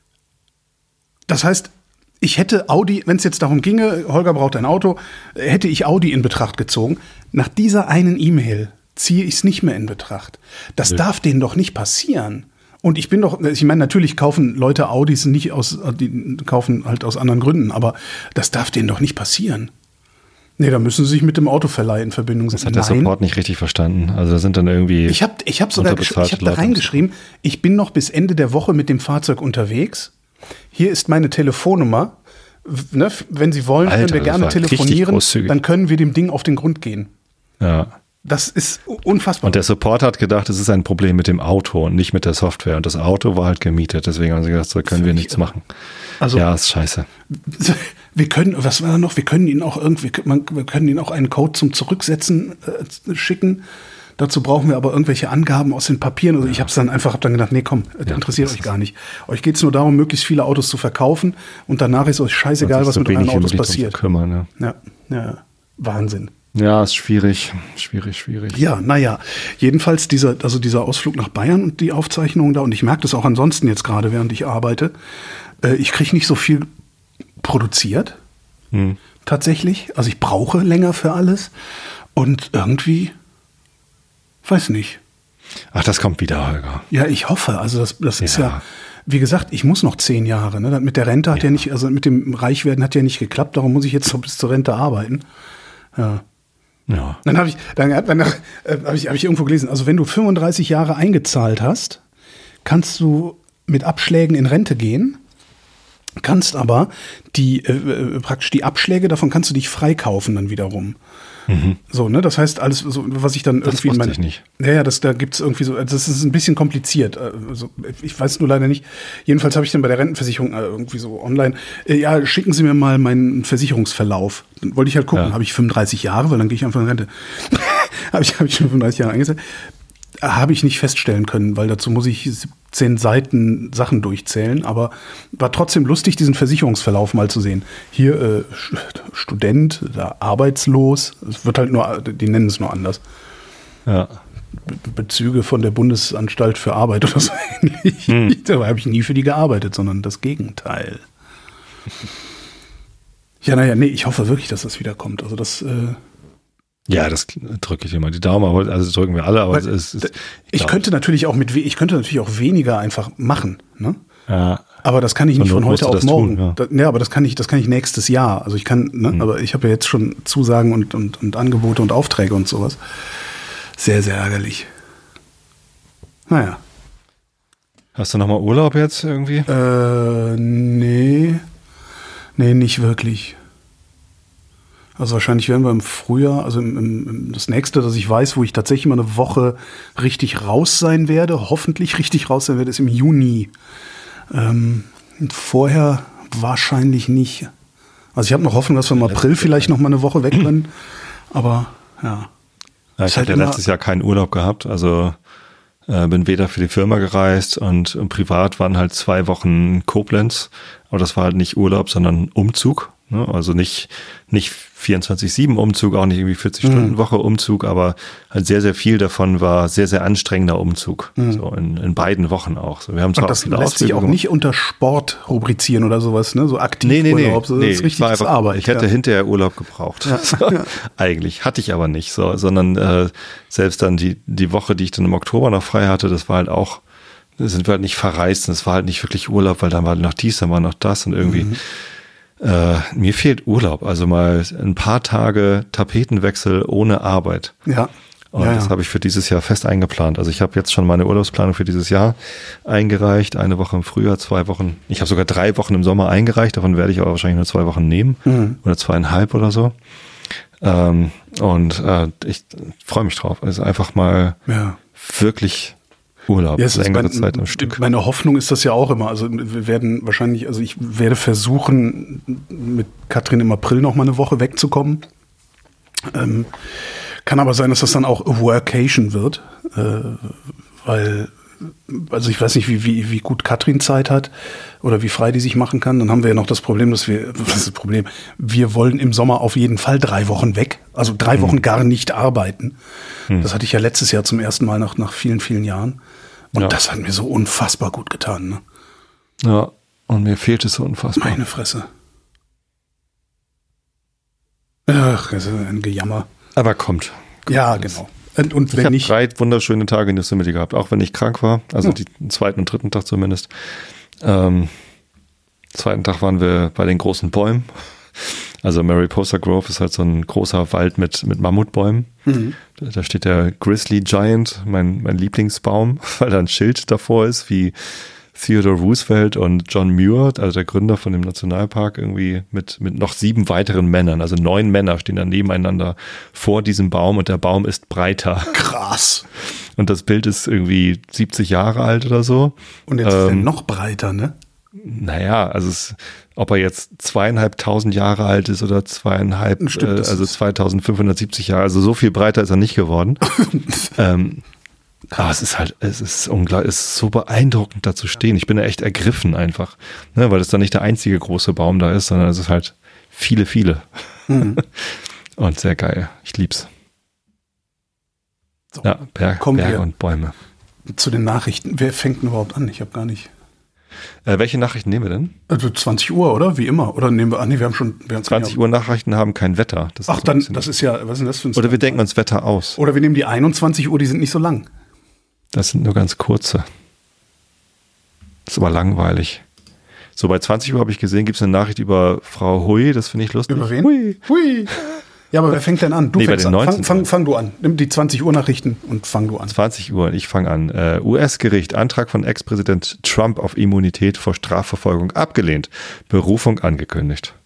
das heißt, ich hätte Audi, wenn es jetzt darum ginge, Holger braucht ein Auto, hätte ich Audi in Betracht gezogen. Nach dieser einen E-Mail ziehe ich es nicht mehr in Betracht. Das Ja. darf denen doch nicht passieren. Und ich bin doch, ich meine, natürlich kaufen Leute Audis nicht aus, die kaufen halt aus anderen Gründen, aber das darf denen doch nicht passieren. Nee, da müssen sie sich mit dem Autoverleih in Verbindung Das setzen. hat der Support nicht richtig verstanden. Also da sind dann irgendwie. Ich habe ich hab sogar gesch- unterbezahlte ich hab da Leute. reingeschrieben, ich bin noch bis Ende der Woche mit dem Fahrzeug unterwegs. Hier ist meine Telefonnummer. W- Ne, f- wenn Sie wollen, Alter, können wir das gerne war richtig telefonieren. großzügig. Dann können wir dem Ding auf den Grund gehen. Ja. Das ist u- unfassbar. Und der Support hat gedacht, es ist ein Problem mit dem Auto und nicht mit der Software. Und das Auto war halt gemietet. Deswegen haben sie gedacht, so können wir Völlig nichts irre. machen. Also- ja, ist scheiße. Wir können, was war da noch? Wir können Ihnen auch irgendwie, man, wir können Ihnen auch einen Code zum Zurücksetzen äh, schicken. Dazu brauchen wir aber irgendwelche Angaben aus den Papieren. Also ich habe es dann einfach, hab dann gedacht, nee, komm, das Ja, interessiert das euch ist- gar nicht. Euch geht es nur darum, möglichst viele Autos zu verkaufen und danach ist euch scheißegal, Sonst was so mit wenig euren wie Autos möglich drum zu passiert. Kümmern, ja. Ja, ja, Wahnsinn. ja, ist schwierig. Schwierig, schwierig. Ja, naja, jedenfalls dieser, also dieser Ausflug nach Bayern und die Aufzeichnungen da, und ich merke das auch ansonsten jetzt gerade, während ich arbeite, äh, ich kriege nicht so viel produziert, Hm. tatsächlich. Also ich brauche länger für alles und irgendwie, weiß nicht. Ach, das kommt wieder, Holger. Ja, ich hoffe, also das, das ist Ja. ja, wie gesagt, ich muss noch zehn Jahre, ne? Mit der Rente hat ja. Ja. nicht, also mit dem Reichwerden hat ja nicht geklappt, darum muss ich jetzt noch bis zur Rente arbeiten. Ja. Ja. Dann habe ich, dann, dann äh, habe ich, hab ich irgendwo gelesen, also wenn du fünfunddreißig Jahre eingezahlt hast, kannst du mit Abschlägen in Rente gehen, kannst aber die, äh, praktisch die Abschläge, davon kannst du dich freikaufen dann wiederum. Mhm. So, ne, das heißt, alles, so, was ich dann Das irgendwie in wusste meine, ich nicht. Ja, ja, das, da gibt's irgendwie so, das ist ein bisschen kompliziert. Also, ich weiß nur leider nicht. Jedenfalls habe ich dann bei der Rentenversicherung äh, irgendwie so online, äh, ja, schicken Sie mir mal meinen Versicherungsverlauf. Dann wollte ich halt gucken, Ja. habe ich fünfunddreißig Jahre, weil dann gehe ich einfach in Rente. habe ich, hab ich schon fünfunddreißig Jahre eingesetzt. Habe ich nicht feststellen können, weil dazu muss ich siebzehn Seiten Sachen durchzählen, aber war trotzdem lustig, diesen Versicherungsverlauf mal zu sehen. Hier äh, Student, da arbeitslos, es wird halt nur, die nennen es nur anders. Ja. Be Bezüge von der Bundesanstalt für Arbeit oder so ähnlich. Hm. Da habe ich nie für die gearbeitet, sondern das Gegenteil. Ja, naja, nee, ich hoffe wirklich, dass das wiederkommt. Also das äh, Ja, das drücke ich dir mal die Daumen, aber also das drücken wir alle, aber es ist, ist ich glaub, könnte natürlich auch mit we ich könnte natürlich auch weniger einfach machen, ne? ja, Aber das kann ich nicht Zur von Not heute musst du auf das morgen. tun, ja. Da, ja, aber das kann ich, das kann ich nächstes Jahr. Also ich kann, ne, Mhm. aber ich habe ja jetzt schon Zusagen und, und, und Angebote und Aufträge und sowas. Sehr, sehr ärgerlich. Naja. Hast du nochmal Urlaub jetzt irgendwie? Äh, nee. Nee, nicht wirklich. Also wahrscheinlich werden wir im Frühjahr, also im, im, das nächste, dass ich weiß, wo ich tatsächlich mal eine Woche richtig raus sein werde, hoffentlich richtig raus sein werde, ist im Juni. Ähm, vorher wahrscheinlich nicht. Also ich habe noch Hoffnung, dass wir im April vielleicht noch mal eine Woche weg können. Aber ja. Ja, Ist ich halt habe ja immer- letztes Jahr keinen Urlaub gehabt, also äh, bin weder für die Firma gereist und äh, privat waren halt zwei Wochen in Koblenz, aber das war halt nicht Urlaub, sondern Umzug, ne? Also nicht nicht vierundzwanzig sieben Umzug, auch nicht irgendwie vierzig Stunden Woche Umzug, aber halt sehr, sehr viel davon war sehr, sehr anstrengender Umzug, so in, in beiden Wochen auch. So, wir haben zwar Und das viele lässt sich auch Ausflüge nicht unter Sport rubrizieren oder sowas, ne? So aktiv Nee, nee, nee. Urlaub, so, nee das ist ich, war richtiges einfach, Arbeit. ich hätte ja. hinterher Urlaub gebraucht. So, eigentlich. Hatte ich aber nicht. So, sondern äh, selbst dann die, die Woche, die ich dann im Oktober noch frei hatte, das war halt auch, da sind wir halt nicht verreist und es war halt nicht wirklich Urlaub, weil dann war noch dies, dann war noch das und irgendwie. Mhm. Äh, mir fehlt Urlaub. Also mal ein paar Tage Tapetenwechsel ohne Arbeit. Ja. Und ja, ja. das habe ich für dieses Jahr fest eingeplant. Also ich habe jetzt schon meine Urlaubsplanung für dieses Jahr eingereicht. Eine Woche im Frühjahr, zwei Wochen. Ich habe sogar drei Wochen im Sommer eingereicht. Davon werde ich aber wahrscheinlich nur zwei Wochen nehmen. Mhm. Oder zweieinhalb oder so. Ähm, und äh, ich freue mich drauf. Also einfach mal ja. wirklich Urlaub, ja, längere mein, Zeit am Stück. Meine Hoffnung ist das ja auch immer. Also wir werden wahrscheinlich, also ich werde versuchen, mit Katrin im April noch mal eine Woche wegzukommen. Ähm, kann aber sein, dass das dann auch a Workation wird, äh, weil, also ich weiß nicht, wie, wie, wie gut Katrin Zeit hat oder wie frei die sich machen kann. Dann haben wir ja noch das Problem, dass wir, was ist das Problem? Wir wollen im Sommer auf jeden Fall drei Wochen weg, also drei hm. Wochen gar nicht arbeiten. Hm. Das hatte ich ja letztes Jahr zum ersten Mal nach, nach vielen, vielen Jahren. Und ja. das hat mir so unfassbar gut getan. Ne? Ja, und mir fehlt es so unfassbar. Meine Fresse. Ach, das ist ein Gejammer. Aber kommt. kommt ja, genau. Und, und ich wenn habe nicht, drei wunderschöne Tage in Yosemite gehabt, auch wenn ich krank war. Also ja. den zweiten und dritten Tag zumindest. Ähm, zweiten Tag waren wir bei den großen Bäumen. Also Mariposa Grove ist halt so ein großer Wald mit, mit Mammutbäumen. Mhm. Da, da steht der Grizzly Giant, mein, mein Lieblingsbaum, weil da ein Schild davor ist, wie Theodore Roosevelt und John Muir, also der Gründer von dem Nationalpark, irgendwie mit, mit noch sieben weiteren Männern. Also neun Männer stehen dann nebeneinander vor diesem Baum und der Baum ist breiter. Krass. Und das Bild ist irgendwie siebzig Jahre alt oder so. Und jetzt ähm, ist er noch breiter, ne? Naja, also es, ob er jetzt zweieinhalbtausend Jahre alt ist oder zweieinhalb, Stimmt, äh, also zweitausendfünfhundertsiebzig Jahre, also so viel breiter ist er nicht geworden. ähm, aber es ist halt, es ist unglaublich, es ist so beeindruckend da zu stehen. Ich bin da echt ergriffen einfach, ne, weil es dann nicht der einzige große Baum da ist, sondern es ist halt viele, viele. Mhm. Und sehr geil. Ich lieb's. So, ja, Berg, Berge und Bäume. Zu den Nachrichten. Wer fängt denn überhaupt an? Ich habe gar nicht. Äh, welche Nachrichten nehmen wir denn? Also zwanzig Uhr, oder? Wie immer. Oder nehmen wir an? Nee, wir haben schon. Wir haben zwanzig Uhr Nachrichten haben kein Wetter. Das Ach, ist dann, das ist ja, was ist denn das für ein Oder wir denken uns Wetter aus. Oder wir nehmen die einundzwanzig Uhr, die sind nicht so lang. Das sind nur ganz kurze. Das ist aber langweilig. So, bei zwanzig Uhr habe ich gesehen, gibt es eine Nachricht über Frau Hui, das finde ich lustig. Über wen? Hui. Hui. Ja, aber wer fängt denn an? Du nee, fängst bei den an. Fang, fang, fang du an. Nimm die zwanzig Uhr Nachrichten und fang du an. zwanzig Uhr, ich fange an. Uh, U S-Gericht, Antrag von Ex-Präsident Trump auf Immunität vor Strafverfolgung abgelehnt. Berufung angekündigt.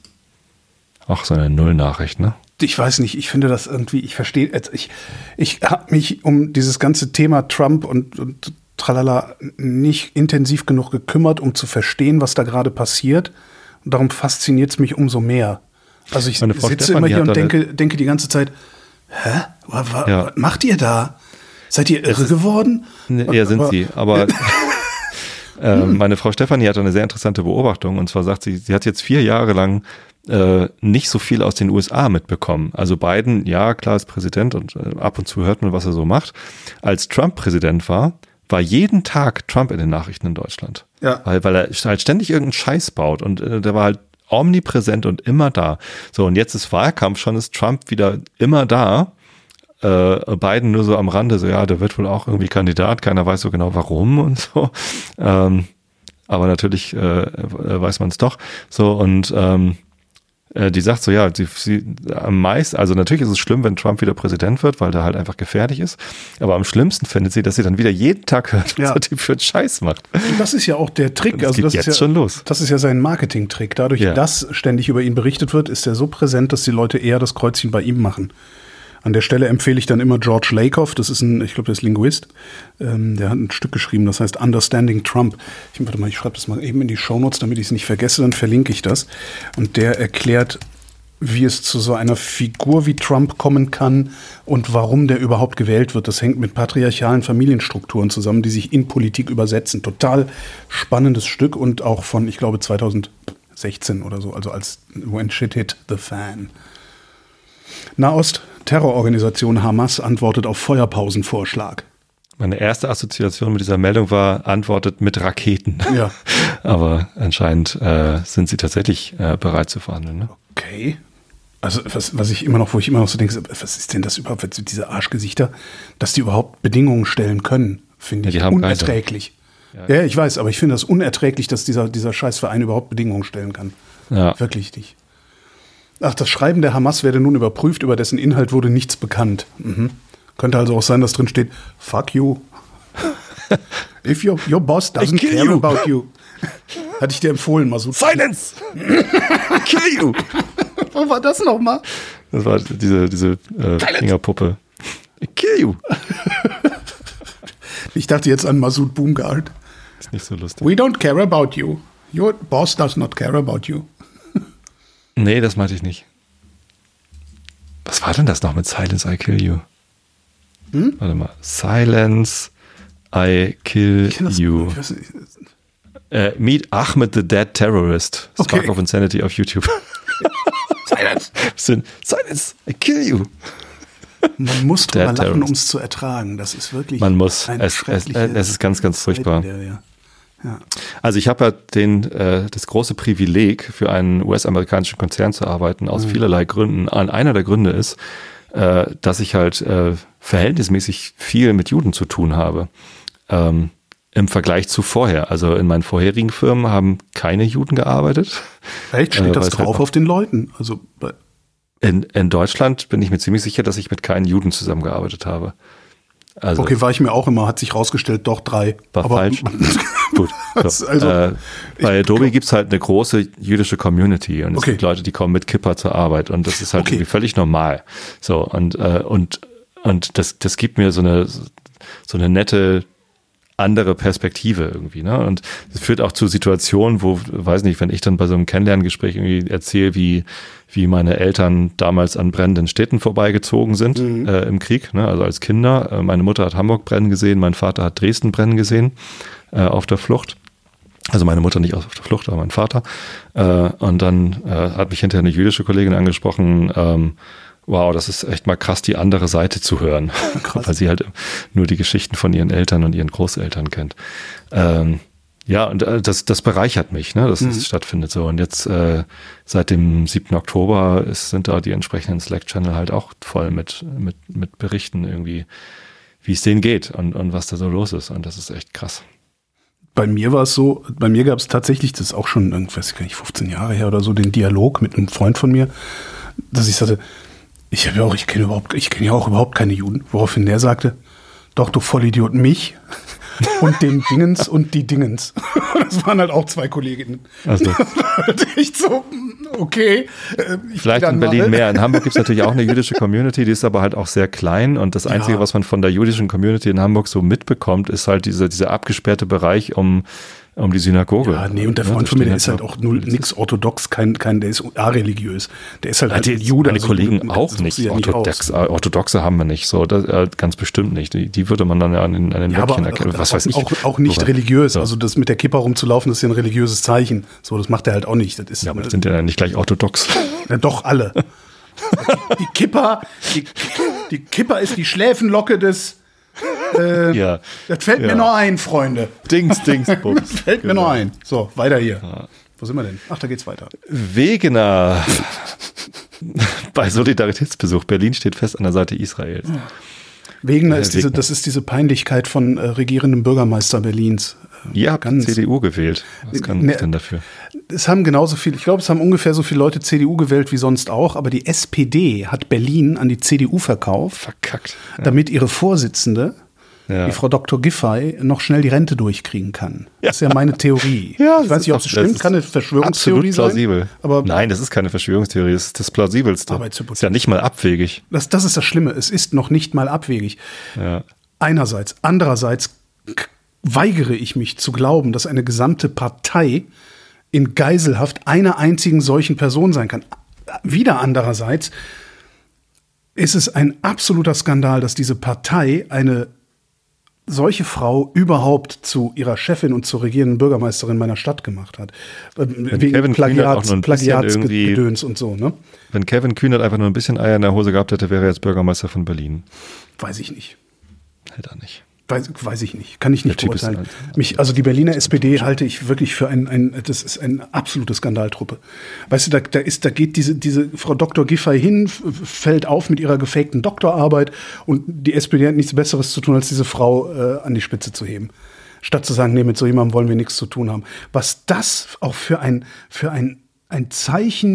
Auch so eine Null-Nachricht, ne? Ich weiß nicht, ich finde das irgendwie, ich verstehe, ich, ich habe mich um dieses ganze Thema Trump und, und tralala nicht intensiv genug gekümmert, um zu verstehen, was da gerade passiert. Und darum fasziniert es mich umso mehr. Also ich sitze Stefan, immer hier und denke, denke die ganze Zeit, hä? Was, was, ja. was macht ihr da? Seid ihr irre geworden? Ja, sind sie, aber äh, meine Frau Stefanie hat eine sehr interessante Beobachtung, und zwar sagt sie, sie hat jetzt vier Jahre lang äh, nicht so viel aus den U S A mitbekommen. Also Biden, ja, klar, ist Präsident und äh, ab und zu hört man, was er so macht. Als Trump Präsident war, war jeden Tag Trump in den Nachrichten in Deutschland. Ja. Weil, weil er halt ständig irgendeinen Scheiß baut, und äh, der war halt omnipräsent und immer da. So, und jetzt ist Wahlkampf, schon ist Trump wieder immer da. Äh, Biden nur so am Rande, so ja, der wird wohl auch irgendwie Kandidat, keiner weiß so genau warum und so. Ähm, aber natürlich äh, weiß man es doch. So, und ähm, äh, die sagt so, ja, sie, sie am meisten, also natürlich ist es schlimm, wenn Trump wieder Präsident wird, weil der halt einfach gefährlich ist. Aber am schlimmsten findet sie, dass sie dann wieder jeden Tag hört, was ja. er die für einen Scheiß macht. Das ist ja auch der Trick. Das also geht das jetzt ist ja, schon los. Das ist ja sein Marketing-Trick. Dadurch, ja. dass ständig über ihn berichtet wird, ist er so präsent, dass die Leute eher das Kreuzchen bei ihm machen. An der Stelle empfehle ich dann immer George Lakoff, das ist ein, ich glaube, der ist Linguist, ähm, der hat ein Stück geschrieben, das heißt Understanding Trump. Ich, warte mal, ich schreibe das mal eben in die Shownotes, damit ich es nicht vergesse, dann verlinke ich das. Und der erklärt, wie es zu so einer Figur wie Trump kommen kann und warum der überhaupt gewählt wird. Das hängt mit patriarchalen Familienstrukturen zusammen, die sich in Politik übersetzen. Total spannendes Stück und auch von, ich glaube, zweitausendsechzehn oder so, also als When Shit Hit the Fan. Nahost, Terrororganisation Hamas antwortet auf Feuerpausenvorschlag. Meine erste Assoziation mit dieser Meldung war, antwortet mit Raketen. Ja. Aber anscheinend äh, sind sie tatsächlich äh, bereit zu verhandeln. Ne? Okay. Also was, was ich immer noch, wo ich immer noch so denke, was ist denn das überhaupt, diese Arschgesichter, dass die überhaupt Bedingungen stellen können, finde ich ja, unerträglich. Ja, ja, ich weiß, aber ich finde das unerträglich, dass dieser, dieser Scheißverein überhaupt Bedingungen stellen kann. Ja. Wirklich nicht. Ach, das Schreiben der Hamas werde nun überprüft, über dessen Inhalt wurde nichts bekannt. Mhm. Könnte also auch sein, dass drin steht, fuck you. If your, your boss doesn't care you. about you. Hatte ich dir empfohlen, Masud. Silence! I kill you! Wo war das nochmal? Das war diese, diese äh, Fingerpuppe. I kill you! Ich dachte jetzt an Masud Boomgard. Ist nicht so lustig. We don't care about you. Your boss does not care about you. Nee, das meinte ich nicht. Was war denn das noch mit Silence, I kill you? Hm? Warte mal. Silence, I kill das, you. Äh, meet Ahmed the Dead Terrorist. Spark okay. of Insanity auf YouTube. Silence. Silence, I kill you. Man muss drüber lachen, um es zu ertragen. Das ist wirklich Man muss. Es, es, es ist ganz, ganz furchtbar. Der, ja. Ja. Also ich habe ja den, äh, das große Privileg, für einen U S-amerikanischen Konzern zu arbeiten, aus mhm. vielerlei Gründen. Einer der Gründe ist, äh, dass ich halt äh, verhältnismäßig viel mit Juden zu tun habe. Ähm, im Vergleich zu vorher. Also in meinen vorherigen Firmen haben keine Juden gearbeitet. Echt? Steht äh, das drauf halt auf den Leuten? Also bei in, in Deutschland bin ich mir ziemlich sicher, dass ich mit keinen Juden zusammengearbeitet habe. Also, okay, war ich mir auch immer, hat sich rausgestellt, doch drei. War aber falsch. Gut. So. Also, äh, bei Adobe gibt es halt eine große jüdische Community und es okay. gibt Leute, die kommen mit Kippa zur Arbeit und das ist halt okay. irgendwie völlig normal. So, und, äh, und, und das, das gibt mir so eine, so eine nette andere Perspektive irgendwie, ne? Und es führt auch zu Situationen, wo, weiß nicht, wenn ich dann bei so einem Kennenlerngespräch irgendwie erzähle, wie, wie meine Eltern damals an brennenden Städten vorbeigezogen sind mhm. äh, im Krieg, ne? Also als Kinder. Äh, meine Mutter hat Hamburg brennen gesehen, mein Vater hat Dresden brennen gesehen äh, auf der Flucht. Also meine Mutter nicht auf der Flucht, aber mein Vater. Äh, und dann äh, hat mich hinterher eine jüdische Kollegin angesprochen, ähm, wow, das ist echt mal krass, die andere Seite zu hören, weil sie halt nur die Geschichten von ihren Eltern und ihren Großeltern kennt. Ähm, ja, und äh, das, das bereichert mich, ne, dass mhm. das stattfindet so. Und jetzt äh, seit dem siebten Oktober ist, sind da die entsprechenden Slack-Channel halt auch voll mit, mit, mit Berichten irgendwie, wie es denen geht und, und was da so los ist. Und das ist echt krass. Bei mir war es so, bei mir gab es tatsächlich, das ist auch schon irgendwas, gar nicht fünfzehn Jahre her oder so, den Dialog mit einem Freund von mir, dass ich sagte, Ich habe ja auch, ich kenne überhaupt, ich kenne ja auch überhaupt keine Juden. Woraufhin der sagte, doch, du Vollidiot, mich und den Dingens und die Dingens. Das waren halt auch zwei Kolleginnen. Also. Echt so, okay. Ich Vielleicht in Berlin mal. mehr. In Hamburg gibt es natürlich auch eine jüdische Community, die ist aber halt auch sehr klein. Und das Einzige, ja. was man von der jüdischen Community in Hamburg so mitbekommt, ist halt dieser, dieser abgesperrte Bereich um um die Synagoge. Ja, nee, und der Freund ja, von mir, der ist halt auch null, nix orthodox, kein, kein, der ist areligiös. Der ist halt, halt die, Jude. Meine also Kollegen Jude, auch nicht. ja Orthodox, nicht Orthodoxe haben wir nicht, so, das, äh, ganz bestimmt nicht. Die, die würde man dann ja an den, an den ja, Wöckchen erkennen. Was auch, weiß ich. Auch, auch nicht Wobei, religiös. So. Also das mit der Kippa rumzulaufen, das ist ja ein religiöses Zeichen. So, das macht er halt auch nicht. Das ist, ja, aber das sind ja nicht gleich orthodox. Ja, doch, alle. die, die Kippa, die, die Kippa ist die Schläfenlocke des Äh, ja. Das fällt ja. mir noch ein, Freunde. Dings, Dings, Bums. Das fällt genau. mir noch ein. So, weiter hier. Ja. Wo sind wir denn? Ach, da geht's weiter. Wegener. Bei Solidaritätsbesuch. Berlin steht fest an der Seite Israels. Ja. Wegener ist diese, das ist diese Peinlichkeit von äh, regierendem Bürgermeister Berlins. Ihr habt Ganz, C D U gewählt. Was kann ne, ich denn dafür? Es haben genauso viel, ich glaube, es haben ungefähr so viele Leute C D U gewählt wie sonst auch, aber die S P D hat Berlin an die C D U verkauft. Verkackt. Ja. Damit ihre Vorsitzende, ja. die Frau Doktor Giffey, noch schnell die Rente durchkriegen kann. Ja. Das ist ja meine Theorie. Ja, ich weiß nicht, ob es stimmt, kann eine Verschwörungstheorie sein. Plausibel. Aber Nein, das ist keine Verschwörungstheorie, das ist das Plausibelste. Das ist ja nicht mal abwegig. Das, das ist das Schlimme, es ist noch nicht mal abwegig. Ja. Einerseits. Andererseits weigere ich mich zu glauben, dass eine gesamte Partei in Geiselhaft einer einzigen solchen Person sein kann. Wieder andererseits ist es ein absoluter Skandal, dass diese Partei eine solche Frau überhaupt zu ihrer Chefin und zur regierenden Bürgermeisterin meiner Stadt gemacht hat. Wenn Wegen Kevin Plagiats, Plagiatsgedöns und so, ne? Wenn Kevin Kühnert einfach nur ein bisschen Eier in der Hose gehabt hätte, wäre er jetzt Bürgermeister von Berlin. Weiß ich nicht. Hätte er nicht. Weiß, weiß ich nicht, kann ich nicht beurteilen. Halt, Mich, also die Berliner S P D halte ich wirklich für ein, ein das ist eine absolute Skandaltruppe. Weißt du, da, da ist, da geht diese, diese Frau Doktor Giffey hin, fällt auf mit ihrer gefakten Doktorarbeit und die S P D hat nichts Besseres zu tun, als diese Frau äh, an die Spitze zu heben. Statt zu sagen, nee, mit so jemandem wollen wir nichts zu tun haben. Was das auch für ein, für ein, ein Zeichen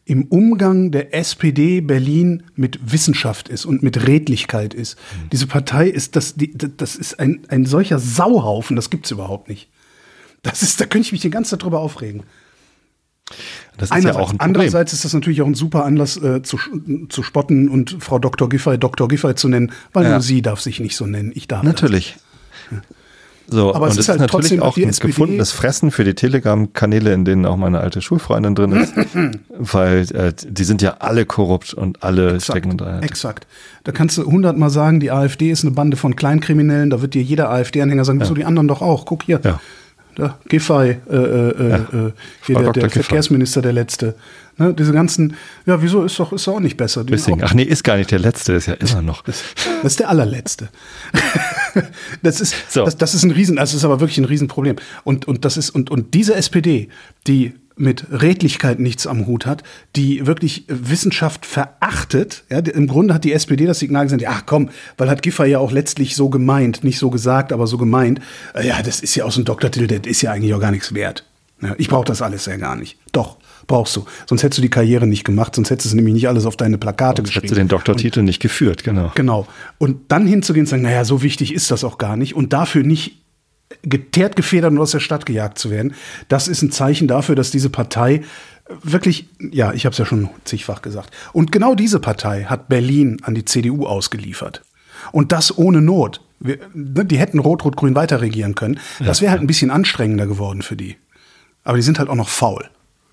im Umgang der S P D Berlin mit Wissenschaft ist und mit Redlichkeit ist. Mhm. Diese Partei ist das, die, das ist ein, ein solcher Sauhaufen, das gibt's überhaupt nicht. Das ist, da könnte ich mich die ganze Zeit drüber aufregen. Das ist ja auch ein Problem. Andererseits ist das natürlich auch ein super Anlass äh, zu, zu spotten und Frau Doktor Giffey Doktor Giffey zu nennen, weil ja. nur sie darf sich nicht so nennen. Ich darf natürlich. Das. Ja. So, aber und es ist, ist halt natürlich trotzdem auch ein S P D gefundenes Fressen für die Telegram-Kanäle, in denen auch meine alte Schulfreundin drin ist, weil äh, die sind ja alle korrupt und alle exakt, stecken da. Exakt. Da kannst du hundertmal sagen, die AfD ist eine Bande von Kleinkriminellen, da wird dir jeder AfD-Anhänger sagen, ja. so die anderen doch auch, guck hier. Ja. Da, Giffey, äh, äh, ja. äh, hier der, der Verkehrsminister, der Letzte. Ne, diese ganzen, ja, wieso ist doch, ist doch auch nicht besser. Deswegen, ach nee, ist gar nicht der Letzte, ist ja immer noch. Das, das ist der allerletzte. das ist, so. das, das ist ein Riesen, das ist aber wirklich ein Riesenproblem. Und, und das ist, und, und diese S P D, die mit Redlichkeit nichts am Hut hat, die wirklich Wissenschaft verachtet. Ja, im Grunde hat die S P D das Signal gesagt, ach komm, weil hat Giffey ja auch letztlich so gemeint, nicht so gesagt, aber so gemeint. Ja, das ist ja aus dem Doktortitel, das ist ja eigentlich auch gar nichts wert. Ja, ich brauche das alles ja gar nicht. Doch, brauchst du. Sonst hättest du die Karriere nicht gemacht, sonst hättest du nämlich nicht alles auf deine Plakate geschrieben. Hättest du den Doktortitel und, nicht geführt, genau. Genau. Und dann hinzugehen und sagen, naja, so wichtig ist das auch gar nicht und dafür nicht geteert, gefedert und aus der Stadt gejagt zu werden, das ist ein Zeichen dafür, dass diese Partei wirklich, ja, ich habe es ja schon zigfach gesagt, und genau diese Partei hat Berlin an die C D U ausgeliefert. Und das ohne Not. Wir, die hätten Rot-Rot-Grün weiter regieren können. Das wäre halt ein bisschen anstrengender geworden für die. Aber die sind halt auch noch faul.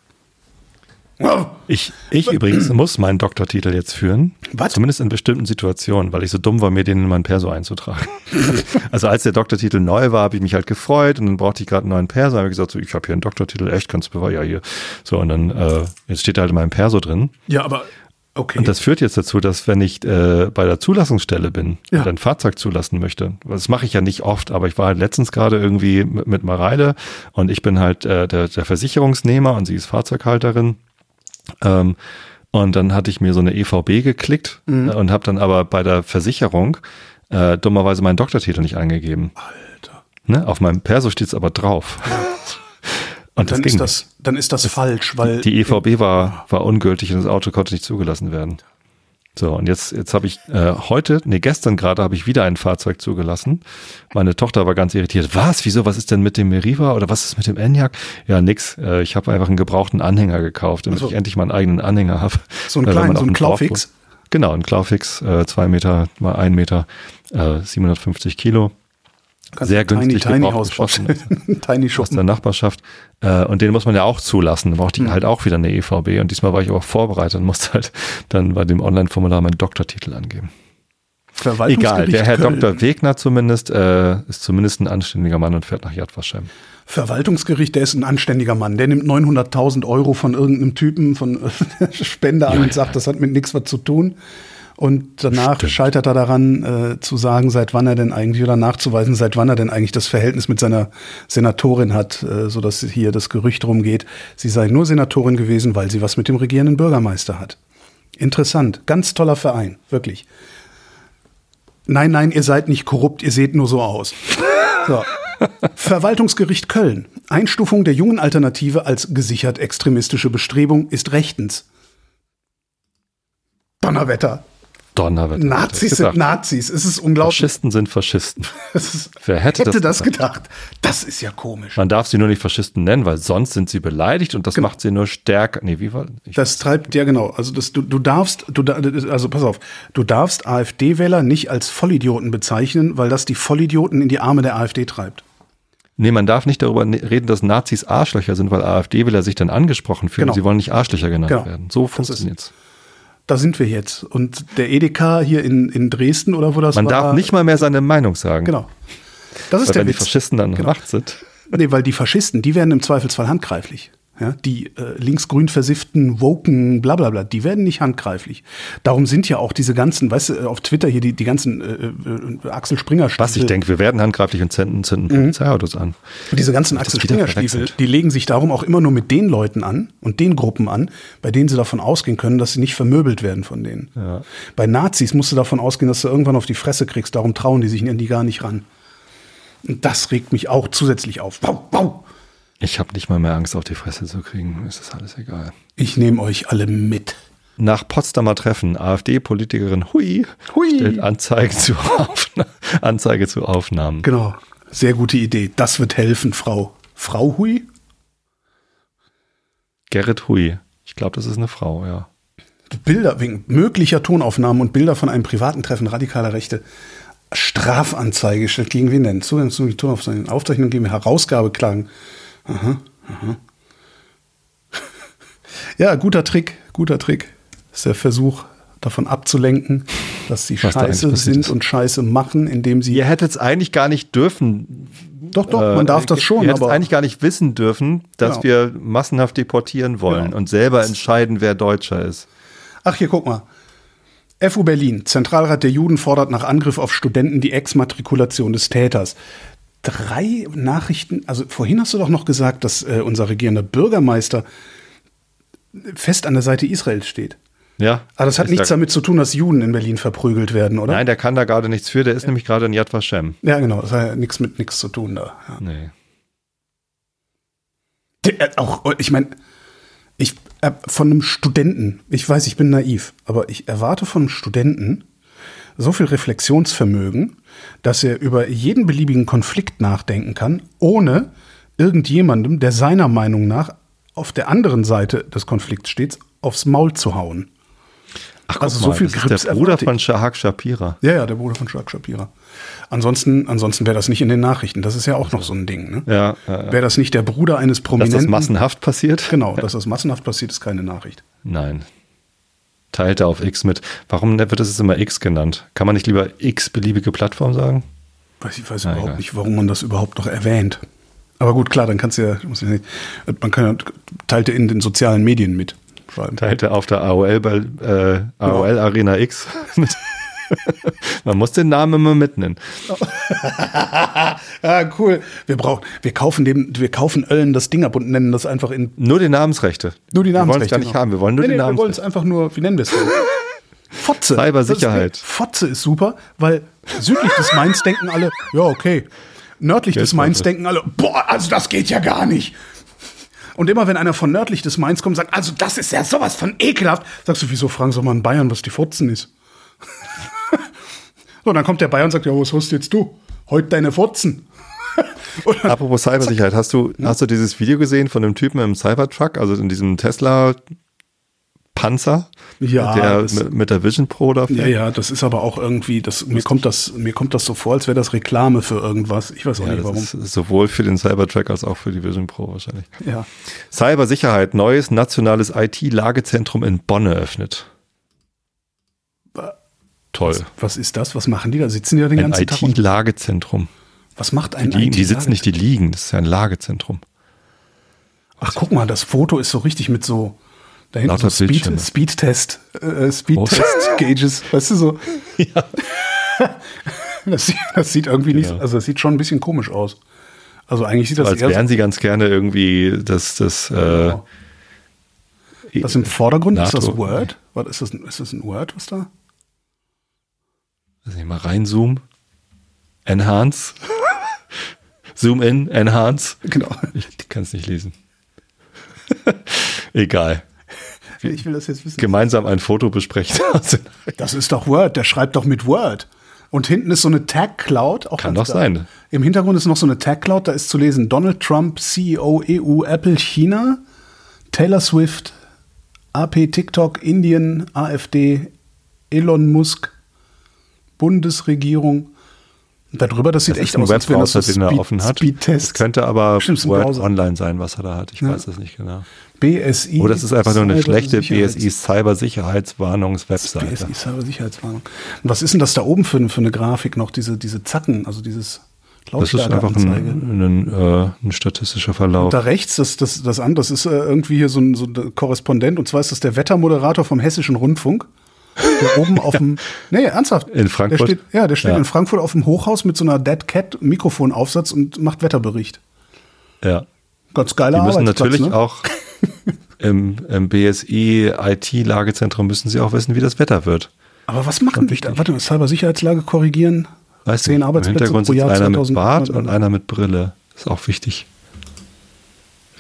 Ich, ich übrigens muss meinen Doktortitel jetzt führen. Was? Zumindest in bestimmten Situationen, weil ich so dumm war, mir den in mein Perso einzutragen. Also als der Doktortitel neu war, habe ich mich halt gefreut und dann brauchte ich gerade einen neuen Perso. Habe ich gesagt, so, ich habe hier einen Doktortitel, echt, kannst du beweisen? Ja, hier. So, und dann, äh, jetzt steht er halt in meinem Perso drin. Ja, aber okay. Und das führt jetzt dazu, dass wenn ich äh, bei der Zulassungsstelle bin ja. und ein Fahrzeug zulassen möchte, das mache ich ja nicht oft, aber ich war halt letztens gerade irgendwie mit, mit Mareile und ich bin halt äh, der, der Versicherungsnehmer und sie ist Fahrzeughalterin. Ähm, und dann hatte ich mir so eine E V B geklickt mhm. äh, und habe dann aber bei der Versicherung äh, dummerweise meinen Doktortitel nicht eingegeben. Alter. Ne? Auf meinem Perso steht es aber drauf. Ja. Und, und dann, das ist ging das, nicht. dann ist das das, falsch, weil die E V B war, war ungültig und das Auto konnte nicht zugelassen werden. So, und jetzt, jetzt habe ich äh, heute, nee, gestern gerade habe ich wieder ein Fahrzeug zugelassen. Meine Tochter war ganz irritiert. Was? Wieso? Was ist denn mit dem Meriva oder was ist mit dem Enyaq? Ja, nix. Äh, ich habe einfach einen gebrauchten Anhänger gekauft, damit also, ich endlich mal einen eigenen Anhänger habe. So einen kleinen, so einen Klaufix? Genau, ein Klaufix, äh, zwei Meter mal ein Meter, äh, siebenhundertfünfzig Kilo. Kannst sehr günstig Tiny, Tiny gebraucht geschossen Tiny aus der Nachbarschaft. Äh, und den muss man ja auch zulassen. Da braucht die mhm. halt auch wieder eine E V B. Und diesmal war ich aber vorbereitet und musste halt dann bei dem Online-Formular meinen Doktortitel angeben. Egal, der Herr Köln. Doktor Wegner zumindest äh, ist zumindest ein anständiger Mann und fährt nach Yad Vashem. Verwaltungsgericht, der ist ein anständiger Mann. Der nimmt neunhunderttausend Euro von irgendeinem Typen, von Spender an ja, und sagt, ja. das hat mit nichts was zu tun. Und danach Stimmt. scheitert er daran, äh, zu sagen, seit wann er denn eigentlich, oder nachzuweisen, seit wann er denn eigentlich das Verhältnis mit seiner Senatorin hat, äh, sodass hier das Gerücht rumgeht, sie sei nur Senatorin gewesen, weil sie was mit dem regierenden Bürgermeister hat. Interessant, ganz toller Verein, wirklich. Nein, nein, ihr seid nicht korrupt, ihr seht nur so aus. So. Verwaltungsgericht Köln. Einstufung der jungen Alternative als gesichert extremistische Bestrebung ist rechtens. Donnerwetter. Donnerwetter. Nazis sind Nazis. Es ist unglaublich. Faschisten sind Faschisten. Ist, Wer hätte, hätte das, das gedacht? Das ist ja komisch. Man darf sie nur nicht Faschisten nennen, weil sonst sind sie beleidigt und das genau. macht sie nur stärker. Nee, wie war ich das? Treibt, ja genau. Also das, du, du darfst, du, also pass auf, du darfst AfD-Wähler nicht als Vollidioten bezeichnen, weil das die Vollidioten in die Arme der AfD treibt. Nee, man darf nicht darüber reden, dass Nazis Arschlöcher sind, weil AfD-Wähler sich dann angesprochen fühlen. Genau. Sie wollen nicht Arschlöcher genannt genau. werden. So funktioniert's. Da sind wir jetzt. Und der Edeka hier in, in Dresden oder wo das Man war. Man darf nicht mal mehr seine Meinung sagen. Genau. Das ist weil der wenn Witz. Die Faschisten dann genau. Macht sind. Nee, weil die Faschisten, die werden im Zweifelsfall handgreiflich. Ja, die äh, linksgrün versifften, woken, bla bla bla, die werden nicht handgreiflich. Darum sind ja auch diese ganzen, weißt du, auf Twitter hier die, die ganzen äh, äh, Axel Springer-Stiefel. Was ich denke, wir werden handgreiflich und zünden, zünden mhm. Polizeiautos an. Und diese ganzen Axel Springer-Stiefel, die legen sich darum auch immer nur mit den Leuten an und den Gruppen an, bei denen sie davon ausgehen können, dass sie nicht vermöbelt werden von denen. Ja. Bei Nazis musst du davon ausgehen, dass du irgendwann auf die Fresse kriegst, darum trauen die sich an die gar nicht ran. Und das regt mich auch zusätzlich auf. Wow, wow. Ich habe nicht mal mehr Angst, auf die Fresse zu kriegen. Es ist alles egal. Ich nehme euch alle mit. Nach Potsdamer Treffen, AfD-Politikerin Hui, Hui. stellt Anzeige zu, Aufna- Anzeige zu Aufnahmen. Genau, sehr gute Idee. Das wird helfen, Frau. Frau Hui? Gerrit Hui. Ich glaube, das ist eine Frau, ja. Bilder wegen möglicher Tonaufnahmen und Bilder von einem privaten Treffen radikaler Rechte. Strafanzeige gestellt. Gegen wen denn? Zugang zu den Tonaufzeichnungen. Aufzeichnungen geben Herausgabeklagen. Aha, aha. Ja, guter Trick, guter Trick. Das ist der Versuch, davon abzulenken, dass sie Was da scheiße eigentlich passiert sind ist. und scheiße machen, indem sie... Ihr hättet es eigentlich gar nicht dürfen. Doch, doch, man darf das schon, Ihr hättet aber... eigentlich gar nicht wissen dürfen, dass Genau. wir massenhaft deportieren wollen Genau. und selber entscheiden, wer Deutscher ist. Ach, hier, guck mal. F U Berlin, Zentralrat der Juden fordert nach Angriff auf Studenten die Exmatrikulation des Täters. Drei Nachrichten, also vorhin hast du doch noch gesagt, dass äh, unser regierender Bürgermeister fest an der Seite Israels steht. Ja. Aber das hat Ist nichts ja- damit zu tun, dass Juden in Berlin verprügelt werden, oder? Nein, der kann da gerade nichts für, der ist nämlich gerade in Yad Vashem. Ja, genau, das hat ja nichts mit nichts zu tun da. Ja. Nee. Der, äh, auch, ich meine, ich äh, von einem Studenten, ich weiß, ich bin naiv, aber ich erwarte von einem Studenten so viel Reflexionsvermögen, dass er über jeden beliebigen Konflikt nachdenken kann, ohne irgendjemandem, der seiner Meinung nach auf der anderen Seite des Konflikts steht, aufs Maul zu hauen. Ach, Also guck so mal, viel das Grips ist der Bruder erwarte ich. von Shahak Shapira. Ja, ja, der Bruder von Jacques Shapira. Ansonsten, ansonsten wäre das nicht in den Nachrichten. Das ist ja auch noch so ein Ding. Ne? Ja, ja, ja. Wäre das nicht der Bruder eines Dass Prominenten? das massenhaft passiert? Genau, dass das massenhaft passiert, ist keine Nachricht. Nein. Teilt er auf X mit. Warum wird das jetzt immer X genannt? Kann man nicht lieber x-beliebige Plattform sagen? Weiß ich weiß Na, überhaupt egal. nicht, warum man das überhaupt noch erwähnt. Aber gut, klar, dann kannst du ja, muss ja nicht, man kann ja, teilt er in den sozialen Medien mit schreiben. Teilt er auf der A O L bei äh, A O L Arena X mit. Man muss den Namen immer mitnehmen. Ah, cool. Wir brauchen, wir kaufen dem, wir kaufen Öllen das Ding ab und nennen das einfach in Nur die Namensrechte. nur die Wir wollen es Namensrechte. gar nicht genau. haben. Wir wollen nur nee, die nee, wir wollen es Namensrechte. einfach nur, wie nennen wir es denn? Fotze. Cybersicherheit. Das ist- Fotze ist super, weil südlich des Mains denken alle, ja, okay. Nördlich Jetzt des Mains warte. denken alle, boah, also das geht ja gar nicht. Und immer wenn einer von nördlich des Mains kommt und sagt, also das ist ja sowas von ekelhaft, sagst du, wieso fragen Sie mal in Bayern, was die Fotzen ist? So, dann kommt der Bayern und sagt, ja, was hast jetzt du? Heute deine Fotzen. Und dann- Apropos Cybersicherheit, hast du, hast du dieses Video gesehen von dem Typen im Cybertruck, also in diesem Tesla Panzer, Ja, der das- mit, mit der Vision Pro da fährt? Ja, ja, das ist aber auch irgendwie, das, mir kommt das, mir kommt das so vor, als wäre das Reklame für irgendwas. Ich weiß auch Ja, nicht das warum. ist sowohl für den Cybertruck als auch für die Vision Pro wahrscheinlich. Ja. Cybersicherheit, neues nationales I T-Lagezentrum in Bonn eröffnet. Toll. Was, was ist das? Was machen die da? Sitzen die da den Ein ganzen Tag? und- I T-Lagezentrum. Was macht Die, ein liegen- die I T-Lager? sitzen nicht, die liegen. Das ist ja ein Lagezentrum. Ach, guck mal, das Foto ist so richtig mit so da hinten Lauter so Speed, Bildschirme. Speedtest, äh, Speedtest-Gauges, weißt du so? Ja. Das, sieht- das sieht irgendwie nicht, Genau. also das sieht schon ein bisschen komisch aus. Also eigentlich sieht das Als eher wären so, sie ganz gerne irgendwie das, das, äh, das im Vordergrund, ist das NATO. Word? Was ist das, ist das ein Word, was da? Lass mich mal reinzoomen. Enhance. Zoom in, enhance. Genau. Ich kann es nicht lesen. Egal. Ich will das jetzt wissen. Gemeinsam ein Foto besprechen. Das ist doch Word, der schreibt doch mit Word. Und hinten ist so eine Tag Cloud. Auch Kann ganz doch geil. sein. Im Hintergrund ist noch so eine Tag Cloud, da ist zu lesen Donald Trump, C E O, E U, Apple, China, Taylor Swift, A P, TikTok, Indien, A F D, Elon Musk, Bundesregierung. Und darüber, das sieht Das echt ist ein aus, als wenn das so Webbrowser, den er Speed, offen hat. Speedtest. Das könnte aber Bestimmt ein Word Browser. Online sein, was er da hat. Ich Ja. weiß das nicht genau. B S I. Oder es ist einfach nur eine schlechte B S I Cybersicherheits- Cybersicherheitswarnungs-Webseite. B S I Cybersicherheitswarnung. Und was ist denn das da oben für, für eine Grafik noch? Diese, diese Zacken, also dieses Das ist einfach ein, Lautstärkeanzeige. ein, äh, ein statistischer Verlauf. Da rechts, das, das, das an, das ist äh, irgendwie hier so ein, so ein Korrespondent, und zwar ist das der Wettermoderator vom Hessischen Rundfunk. Der oben auf dem, nee, ernsthaft. In Frankfurt? Der steht, ja, der steht Ja. in Frankfurt auf dem Hochhaus mit so einer Dead Cat Mikrofonaufsatz und macht Wetterbericht. Ja. Ganz geiler Die müssen Arbeitsplatz, natürlich ne? auch im, im B S I I T-Lagezentrum müssen sie auch wissen, wie das Wetter wird. Aber was machen die da? Warte mal, Cybersicherheitslage korrigieren. Weißt du, Zehn im Arbeitsplätze Hintergrund pro sitzt Jahr einer mit zweitausend. Bart und einer mit Brille. Ist auch wichtig.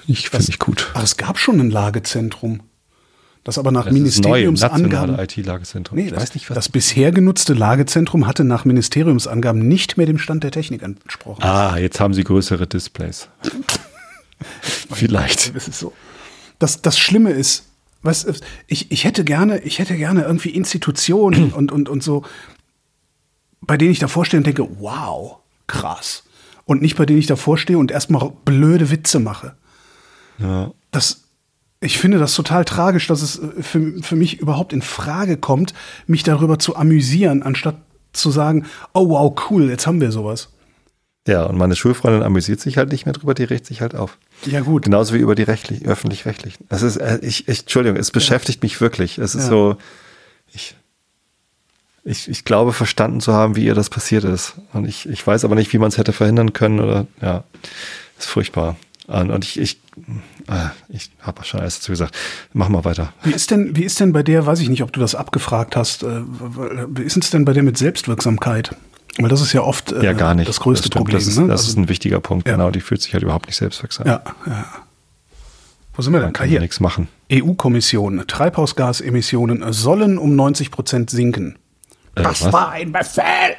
Ich finde ich gut. Ach, es gab schon ein Lagezentrum. Das aber nach Das Ministeriumsangaben. I T-Lagezentrum. Nee, ich das, weiß nicht, was. das bisher genutzte Lagezentrum hatte nach Ministeriumsangaben nicht mehr dem Stand der Technik entsprochen. Ah, jetzt haben sie größere Displays. Vielleicht. Das ist so. Das, das Schlimme ist, was, ich, ich hätte gerne, ich hätte gerne irgendwie Institutionen und, und, und so, bei denen ich davor stehe und denke, wow, krass. Und nicht bei denen ich davor stehe und erstmal blöde Witze mache. Ja. Das, ich finde das total tragisch, dass es für, für mich überhaupt in Frage kommt, mich darüber zu amüsieren, anstatt zu sagen, oh wow, cool, jetzt haben wir sowas. Ja, und meine Schulfreundin amüsiert sich halt nicht mehr drüber, die regt sich halt auf. Ja, gut. Genauso wie über die rechtlich, öffentlich-rechtlichen. Das ist, äh, ich, ich, Entschuldigung, es beschäftigt ja. mich wirklich. Es ist ja. so, ich, ich, ich glaube, verstanden zu haben, wie ihr das passiert ist. Und ich, ich weiß aber nicht, wie man es hätte verhindern können oder, ja, ist furchtbar. Und, und ich, ich, äh, ich habe schon alles dazu gesagt. Mach mal weiter. Wie ist denn, wie ist denn bei der, weiß ich nicht, ob du das abgefragt hast, äh, wie ist es denn bei der mit Selbstwirksamkeit? Weil das ist ja oft äh, ja, gar nicht. das größte das Problem. Das, ist, ne? das also, ist ein wichtiger Punkt, ja. genau. Die fühlt sich halt überhaupt nicht selbstwirksam. Ja, ja. Wo sind wir denn? Man kann ah, hier. nichts machen. E U-Kommission. Treibhausgasemissionen sollen um neunzig Prozent sinken. Äh, das was? war ein Befehl!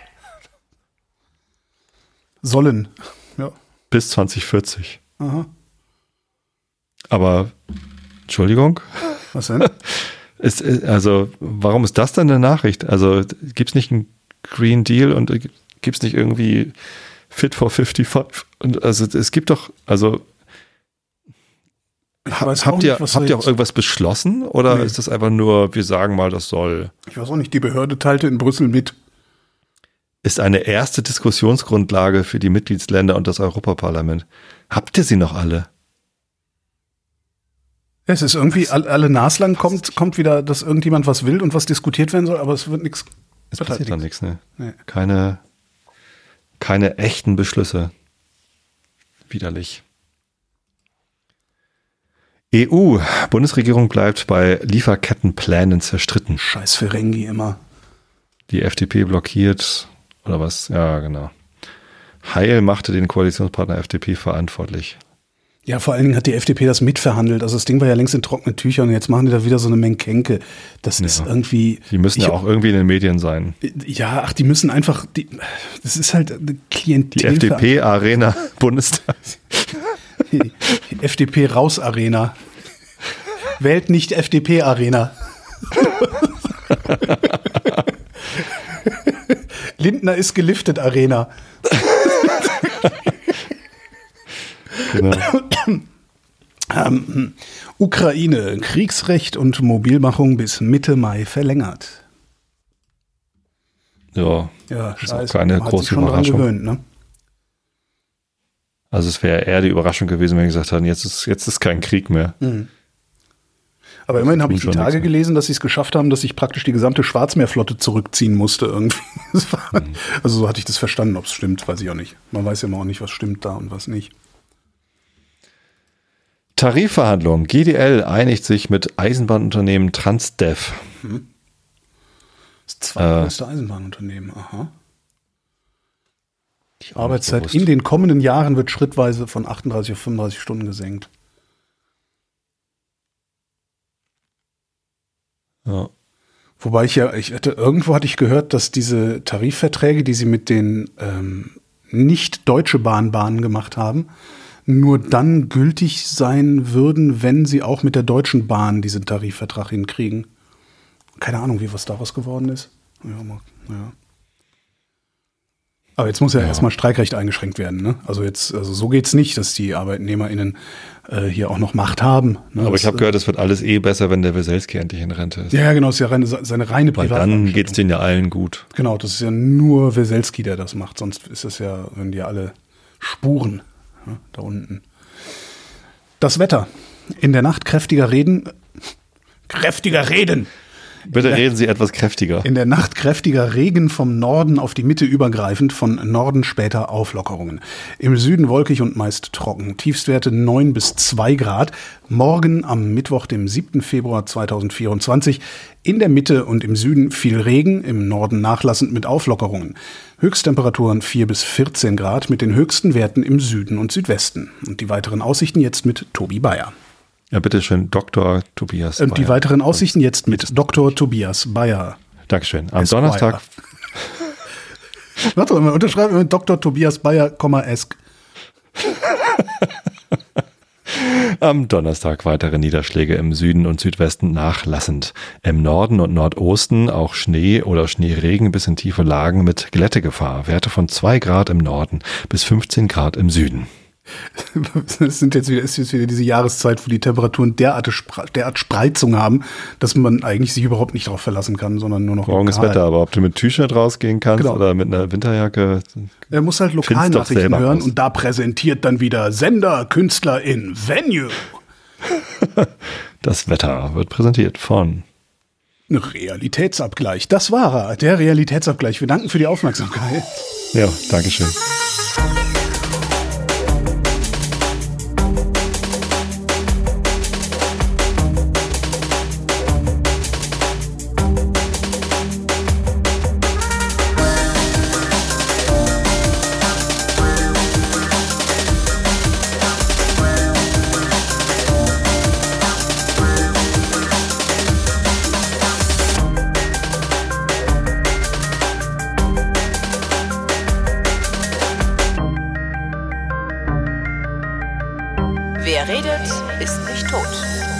Sollen. Ja. Bis zwanzig vierzig. Aha. Aber, Entschuldigung? Was denn? ist, also, warum ist das denn eine Nachricht? Also, gibt es nicht einen Green Deal und gibt es nicht irgendwie Fit for fünfundfünfzig? Und also, es gibt doch, also, Ich weiß auch habt ihr, nicht, was habt da ihr auch jetzt- irgendwas beschlossen? Oder Nee. ist das einfach nur, wir sagen mal, das soll? Ich weiß auch nicht, die Behörde teilte in Brüssel mit. Ist eine erste Diskussionsgrundlage für die Mitgliedsländer und das Europaparlament. Habt ihr sie noch alle? Es ist irgendwie, all- alle naslang kommt, kommt wieder, dass irgendjemand was will und was diskutiert werden soll, aber es wird nichts. Es wird halt passiert dann nix. nichts, ne? Nee. Keine, keine echten Beschlüsse. Widerlich. E U, Bundesregierung bleibt bei Lieferkettenplänen zerstritten. Scheiß Ferengi immer. Die F D P blockiert, oder was? Ja, genau. Heil machte den Koalitionspartner F D P verantwortlich. Ja, vor allen Dingen hat die F D P das mitverhandelt. Also das Ding war ja längst in trockenen Tüchern und jetzt machen die da wieder so eine Menkenke. Das ist Ja. irgendwie. Die müssen ich, ja auch irgendwie in den Medien sein. Ja, ach, die müssen einfach. Die, das ist halt eine Klientel. Die F D P-Arena Bundestag. Die F D P raus Arena. Wählt nicht F D P Arena. Lindner ist geliftet Arena. Genau. Ähm, Ukraine, Kriegsrecht und Mobilmachung bis Mitte Mai verlängert. Ja, Ja, ist auch scheiße. keine Man hat große sich schon dran Überraschung. gewöhnt, ne? Also es wäre eher die Überraschung gewesen, wenn wir gesagt hätten, jetzt ist, jetzt ist kein Krieg mehr. Mhm. Aber immerhin habe ich die tun schon Tage nichts. gelesen, dass sie es geschafft haben, dass sich praktisch die gesamte Schwarzmeerflotte zurückziehen musste irgendwie. Das war, Mhm. also so hatte ich das verstanden, ob es stimmt, weiß ich auch nicht. Man weiß ja immer auch nicht, was stimmt da und was nicht. Tarifverhandlungen. G D L einigt sich mit Eisenbahnunternehmen Transdev. Das zweitgrößte äh, Eisenbahnunternehmen, aha. Die Arbeitszeit bewusst. in den kommenden Jahren wird schrittweise von achtunddreißig auf fünfunddreißig Stunden gesenkt. Ja. Wobei ich ja, ich hatte, irgendwo hatte ich gehört, dass diese Tarifverträge, die sie mit den ähm, nicht Deutsche Bahnbahnen gemacht haben, nur dann gültig sein würden, wenn sie auch mit der Deutschen Bahn diesen Tarifvertrag hinkriegen. Keine Ahnung, wie was daraus geworden ist. Ja, mal, ja. Aber jetzt muss ja, Ja. erstmal Streikrecht eingeschränkt werden. Ne? Also jetzt, also so geht's nicht, dass die ArbeitnehmerInnen äh, hier auch noch Macht haben. Ne? Aber das, ich habe gehört, es wird alles eh besser, wenn der Weselski endlich in Rente ist. Ja, ja, genau, ist ja reine, seine reine Weil dann Privatveranstaltung. geht's denen ja allen gut. Genau, das ist ja nur Weselski, der das macht. Sonst ist es ja, wenn die alle Spuren ja, da unten. Das Wetter. In der Nacht kräftiger Reden. Kräftiger Reden. Bitte reden Sie etwas kräftiger. In der Nacht kräftiger Regen vom Norden auf die Mitte übergreifend, von Norden später Auflockerungen. Im Süden wolkig und meist trocken. Tiefstwerte neun bis zwei Grad. Morgen am Mittwoch, dem siebten Februar zweitausendvierundzwanzig. In der Mitte und im Süden viel Regen, im Norden nachlassend mit Auflockerungen. Höchsttemperaturen vier bis vierzehn Grad mit den höchsten Werten im Süden und Südwesten. Und die weiteren Aussichten jetzt mit Tobi Bayer. Ja, bitteschön, Doktor Tobias Bayer. Und die weiteren Aussichten jetzt mit Doktor Tobias Bayer. Dankeschön. Am Esquire. Donnerstag. Warte mal, unterschreiben wir mit Doktor Tobias Bayer, Esk. Am Donnerstag weitere Niederschläge im Süden und Südwesten nachlassend. Im Norden und Nordosten auch Schnee oder Schneeregen bis in tiefe Lagen mit Glättegefahr. Werte von zwei Grad im Norden bis fünfzehn Grad im Süden. Es sind jetzt wieder, ist jetzt wieder diese Jahreszeit, wo die Temperaturen derart, derart Spreizung haben, dass man eigentlich sich überhaupt nicht darauf verlassen kann, sondern nur noch Morgen ist Wetter, aber ob du mit T-Shirt rausgehen kannst genau. oder mit einer Winterjacke. Er muss halt Lokalnachrichten hören aus. Und da präsentiert dann wieder Sender, Künstler in Venue. Das Wetter wird präsentiert von Realitätsabgleich. Das war er, der Realitätsabgleich. Wir danken für die Aufmerksamkeit. Ja, Dankeschön. Wer redet, ist nicht tot.